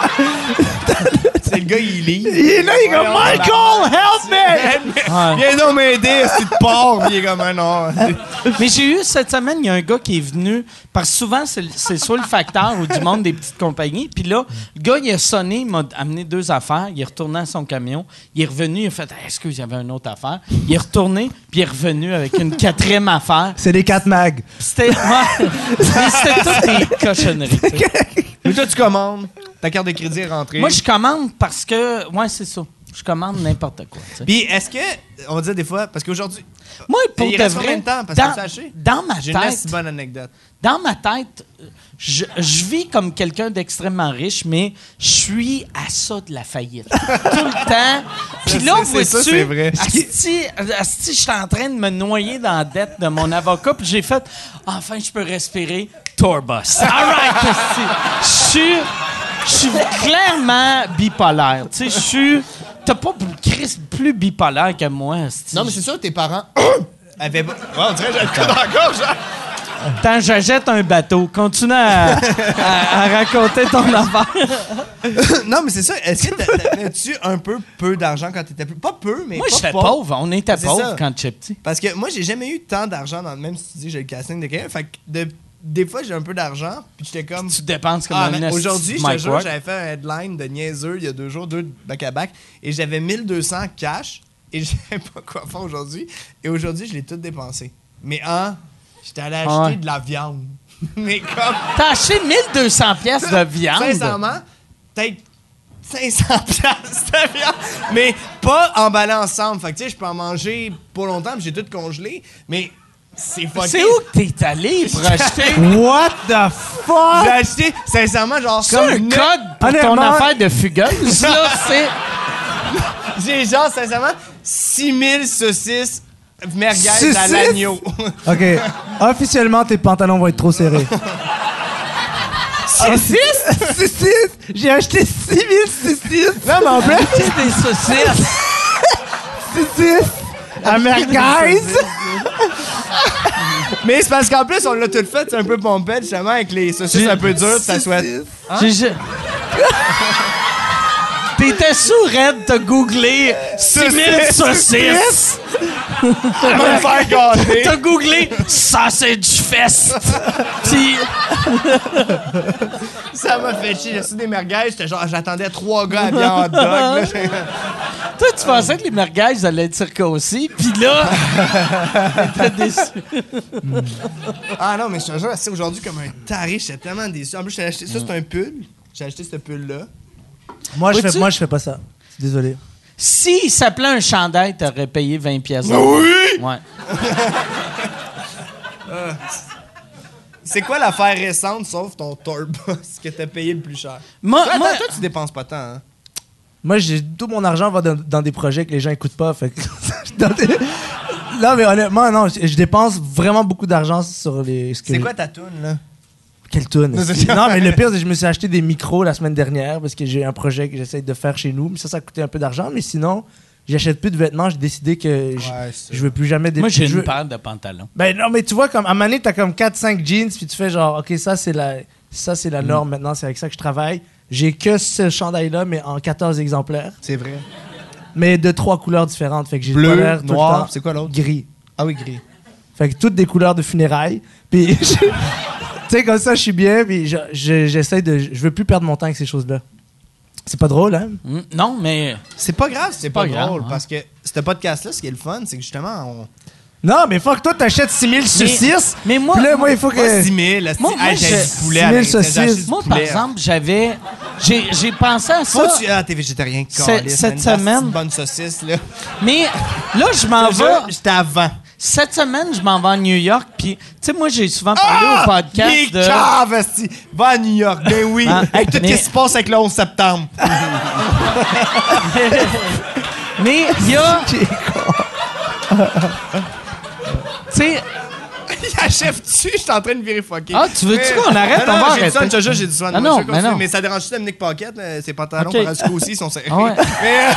C'est le gars, il lit. Il est là, il est comme Michael, help me! Ouais. Viens donc m'aider, c'est de porc. Puis il est comme un non. Mais j'ai eu cette semaine, il y a un gars qui est venu, parce que souvent, c'est, c'est soit le facteur ou du monde des petites compagnies. Puis là, le gars, il a sonné, il m'a amené deux affaires. Il est retourné à son camion. Il est revenu, il a fait hey, excuse, il y avait une autre affaire. Il est retourné, puis il est revenu avec une quatrième affaire. C'est des quatre Macs. Puis c'était. Ouais, mais c'était toutes des cochonneries. tu sais. Mais toi, tu commandes. Ta carte de crédit est rentrée. Moi, je commande parce que. Ouais, c'est ça. Je commande n'importe quoi. tu sais. Puis est-ce que, on va dire des fois, parce qu'aujourd'hui, Moi, pour il de reste vrai. combien de temps? Parce dans, que tu as acheté? dans ma j'ai une tête. assez bonne anecdote. Dans ma tête, je, je vis comme quelqu'un d'extrêmement riche, mais je suis à ça de la faillite. Tout le temps. Puis là, C'est- c'est ça, vois-tu, c'est vrai. asti, asti, je suis en train de me noyer dans la dette de mon avocat, puis j'ai fait « Enfin, je peux respirer. Tourbus. » All right, asti. Je suis... Je suis clairement bipolaire. Tu sais, je suis... T'as pas Chris plus bipolaire que moi, asti. Non, mais c'est ça, tes parents avaient. Ouais, on dirait que j'ai le coup dans la gorge. hein. Tant j'achète un bateau. Continue à, à- à raconter ton affaire. Non, mais c'est ça. Est-ce que t'a- t'avais-tu un peu peu d'argent quand t'étais plus... Pas peu, mais Moi, pas j'étais pauvre. pauvre. On était C'est pauvre ça. quand j'étais petit. Parce que moi, j'ai jamais eu tant d'argent dans... Même si tu dis que j'ai le casting de quelqu'un. Fait que de- des fois, j'ai un peu d'argent, puis j'étais comme... Tu dépenses comme Ah, un mais esti aujourd'hui, de je te Mike jure, Ward. j'avais fait un headline de niaiseux il y a deux jours, deux back-à-back, et j'avais mille deux cents cash, et je savais pas quoi faire aujourd'hui. Et aujourd'hui, je l'ai tout dépensé. Mais en... J'étais allé acheter Ah ouais. de la viande. Mais comme... T'as acheté mille deux cents pièces de viande. Sincèrement, peut-être cinq cents piastres de viande, mais pas emballé ensemble. Fait que tu sais, je peux en manger pas longtemps, puis j'ai tout congelé, mais c'est fucké. C'est où que t'es allé pour acheter? What the fuck? J'ai acheté, sincèrement, genre C'est comme un neuf- code pour ton Honnêtement- affaire de fugueuse, là, c'est... J'ai genre, sincèrement, six mille saucisses merguez à Saucisses? l'agneau. OK. Officiellement, tes pantalons vont être trop serrés. Saucisses? Saucisses? J'ai acheté six mille saucisses. Non, mais en plus, C'est des saucisses. saucisses à merguez. Mais c'est parce qu'en plus, on l'a tout fait, c'est un peu pompette, justement, avec les saucisses un peu dures, ça soit... J'ai- j'ai- T'étais sous raide, t'as googlé six mille saucisses. me faire gâter. T'as googlé sausage fest. Puis Ça m'a fait chier. J'ai reçu des merguez, j'étais genre, j'attendais trois gars habillés en hot dog. Là. toi, tu pensais que les merguez allaient être circoncis, puis là, t'étais déçu. Ah non, mais je te jure, c'est aujourd'hui comme un taré, j'étais tellement déçu. En plus, j'ai acheté ça, c'est un pull. J'ai acheté ce pull-là. Moi, je Vois-tu? fais, moi, je fais pas ça. Désolé. S'il s'appelait un chandail, t'aurais payé vingt pièces. Oui! Ouais. C'est quoi l'affaire récente, sauf ton tourbus que t'as payé le plus cher? Moi, Toi, moi, toi, tu dépenses pas tant, hein? Moi, j'ai, tout mon argent va dans, dans des projets que les gens écoutent pas. Fait que dans des- Non, mais honnêtement, non, je, je dépense vraiment beaucoup d'argent sur les. ce que- C'est quoi ta toune, là? Quelle toune? Non, c'est- Non, mais le pire, c'est que je me suis acheté des micros la semaine dernière parce que j'ai un projet que j'essaie de faire chez nous. Mais ça, ça a coûté un peu d'argent. Mais sinon, j'achète plus de vêtements. J'ai décidé que je, c'est- je veux plus jamais... dé- moi, j'ai je une veux- paire de pantalons. Ben non, mais tu vois, comme à un moment donné, t'as comme quatre cinq jeans, puis tu fais genre, OK, ça, c'est la, ça, c'est la norme maintenant, c'est avec ça que je travaille. J'ai que ce chandail-là, mais en quatorze exemplaires. C'est vrai. Mais de trois couleurs différentes. Fait que j'ai Bleu, pas l'air tout le noir, temps c'est quoi l'autre? Gris. Ah oui, gris. Fait que toutes des couleurs de funérailles. Puis, je- tu sais, comme ça, je suis bien, puis je- je- j'essaie de... Je veux plus perdre mon temps avec ces choses-là. C'est pas drôle, hein? Hmm, non, mais C'est pas grave, c'est pas, pas grave, drôle, hein. parce que ce podcast-là, ce qui est le fun, c'est que justement, on... Non, mais fuck, toi, t'achètes six mille saucisses. mais moi- Puis là, moi, il faut Pas que... six mille, là, Moi- c'est- moi, hey, j'ai je- du poulet six à mille l'intérieur, j'ai acheté saucisses. du moi, par poulet. exemple, j'avais... J'ai j'ai pensé à Faut ça, que tu... Ah, t'es végétarien, Cette- câlisse, cette man, une semaine- petite bonne saucisse, là. mais là, je m'en Je te vais... jure, J'étais avant. Cette semaine, je m'en vais à New York, puis, tu sais, moi, j'ai souvent parlé au Il podcast est de... cave, esti. Va à New York, ben oui. Ah, Avec tout mais- ce qui se passe avec le onze septembre. Mais il y a... Tu sais... Il achève-tu? Je suis en train de virer fucké. Ah, tu veux-tu Mais- qu'on arrête? Non, On non, va j'ai dit ça, arrêter. je te jure, j'ai dit ça. Ah non, mais non. Mais ça dérange-tu Dominique Paquette? là? Ses pantalons Ok. Parasco aussi, ils sont serrés. Ah ouais. Mais, euh,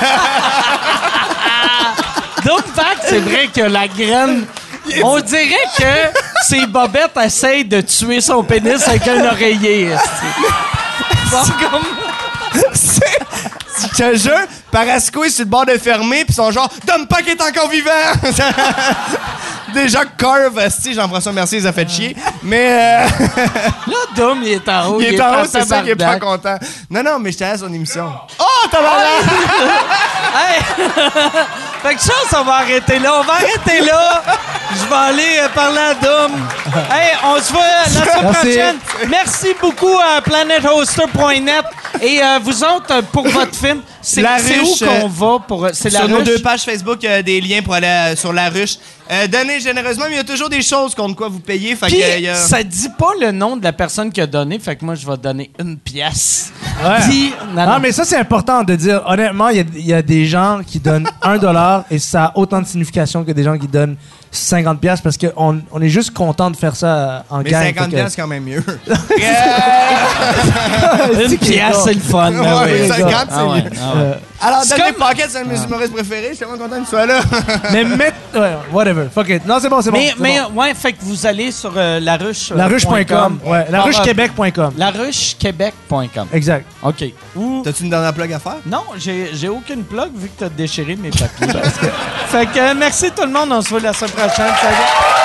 D'autres fact, c'est vrai que la graine... On dirait que ses bobettes essayent de tuer son pénis avec un oreiller. esti. C'est comme... c'est- je te jure, Parasco est sur le bord de fermer, pis ils sont genre, Dom Pack est encore vivant! Déjà, Carve, esti, Jean-François Mercier, les a fait chier. Mais, euh, Là, Dom, il est en haut. il est en haut, c'est ça qu'il est pas tabarnak. content. Non, non, mais j'étais à son émission. Oh, tabarnak! Hey! Fait que chance, on va arrêter là. On va arrêter là. Je vais aller euh, parler à Dom. Hey, on se voit la semaine Merci. prochaine. Merci beaucoup à planet hoster point net. Et euh, vous autres, euh, pour votre film, c'est La c'est Ruche, où qu'on va pour. C'est la Sur nos Ruche? deux pages Facebook, euh, des liens pour aller euh, sur La Ruche. Euh, donnez généreusement, mais il y a toujours des choses contre quoi vous payez. Fait Puis, que, euh, y a- ça dit pas le nom de la personne qui a donné, fait que moi, je vais donner une pièce. Ouais. Puis, non, Non, non. mais ça, c'est important de dire. Honnêtement, il y a- il y, a des gens qui donnent un dollar et ça a autant de signification que des gens qui donnent cinquante piastres parce qu'on on est juste content de faire ça en Mais gang. cinquante fait que- piastres, c'est quand même mieux. Une pièce, c'est le fun. ben Ouais, oui. cinquante, c'est Ah ouais, mieux. ah ouais. Euh, Alors, C'est Dominic comme- Pocket, c'est un de mes humoristes préférés. Je suis vraiment content que tu sois là. Mais mettre. Ouais, whatever. Fuck it. Non, c'est bon, c'est bon. Mais, c'est mais bon. ouais, fait que vous allez sur euh, laruche. euh, Laruche point com. point Ouais, Par, laruchequebec point com. euh, laruchequebec point com. Exact. OK. Ou. T'as-tu une dernière plug à faire? Non, j'ai j'ai aucune plug vu que t'as déchiré mes papiers. Parce que... Fait que euh, merci tout le monde. On se voit la semaine prochaine. Salut.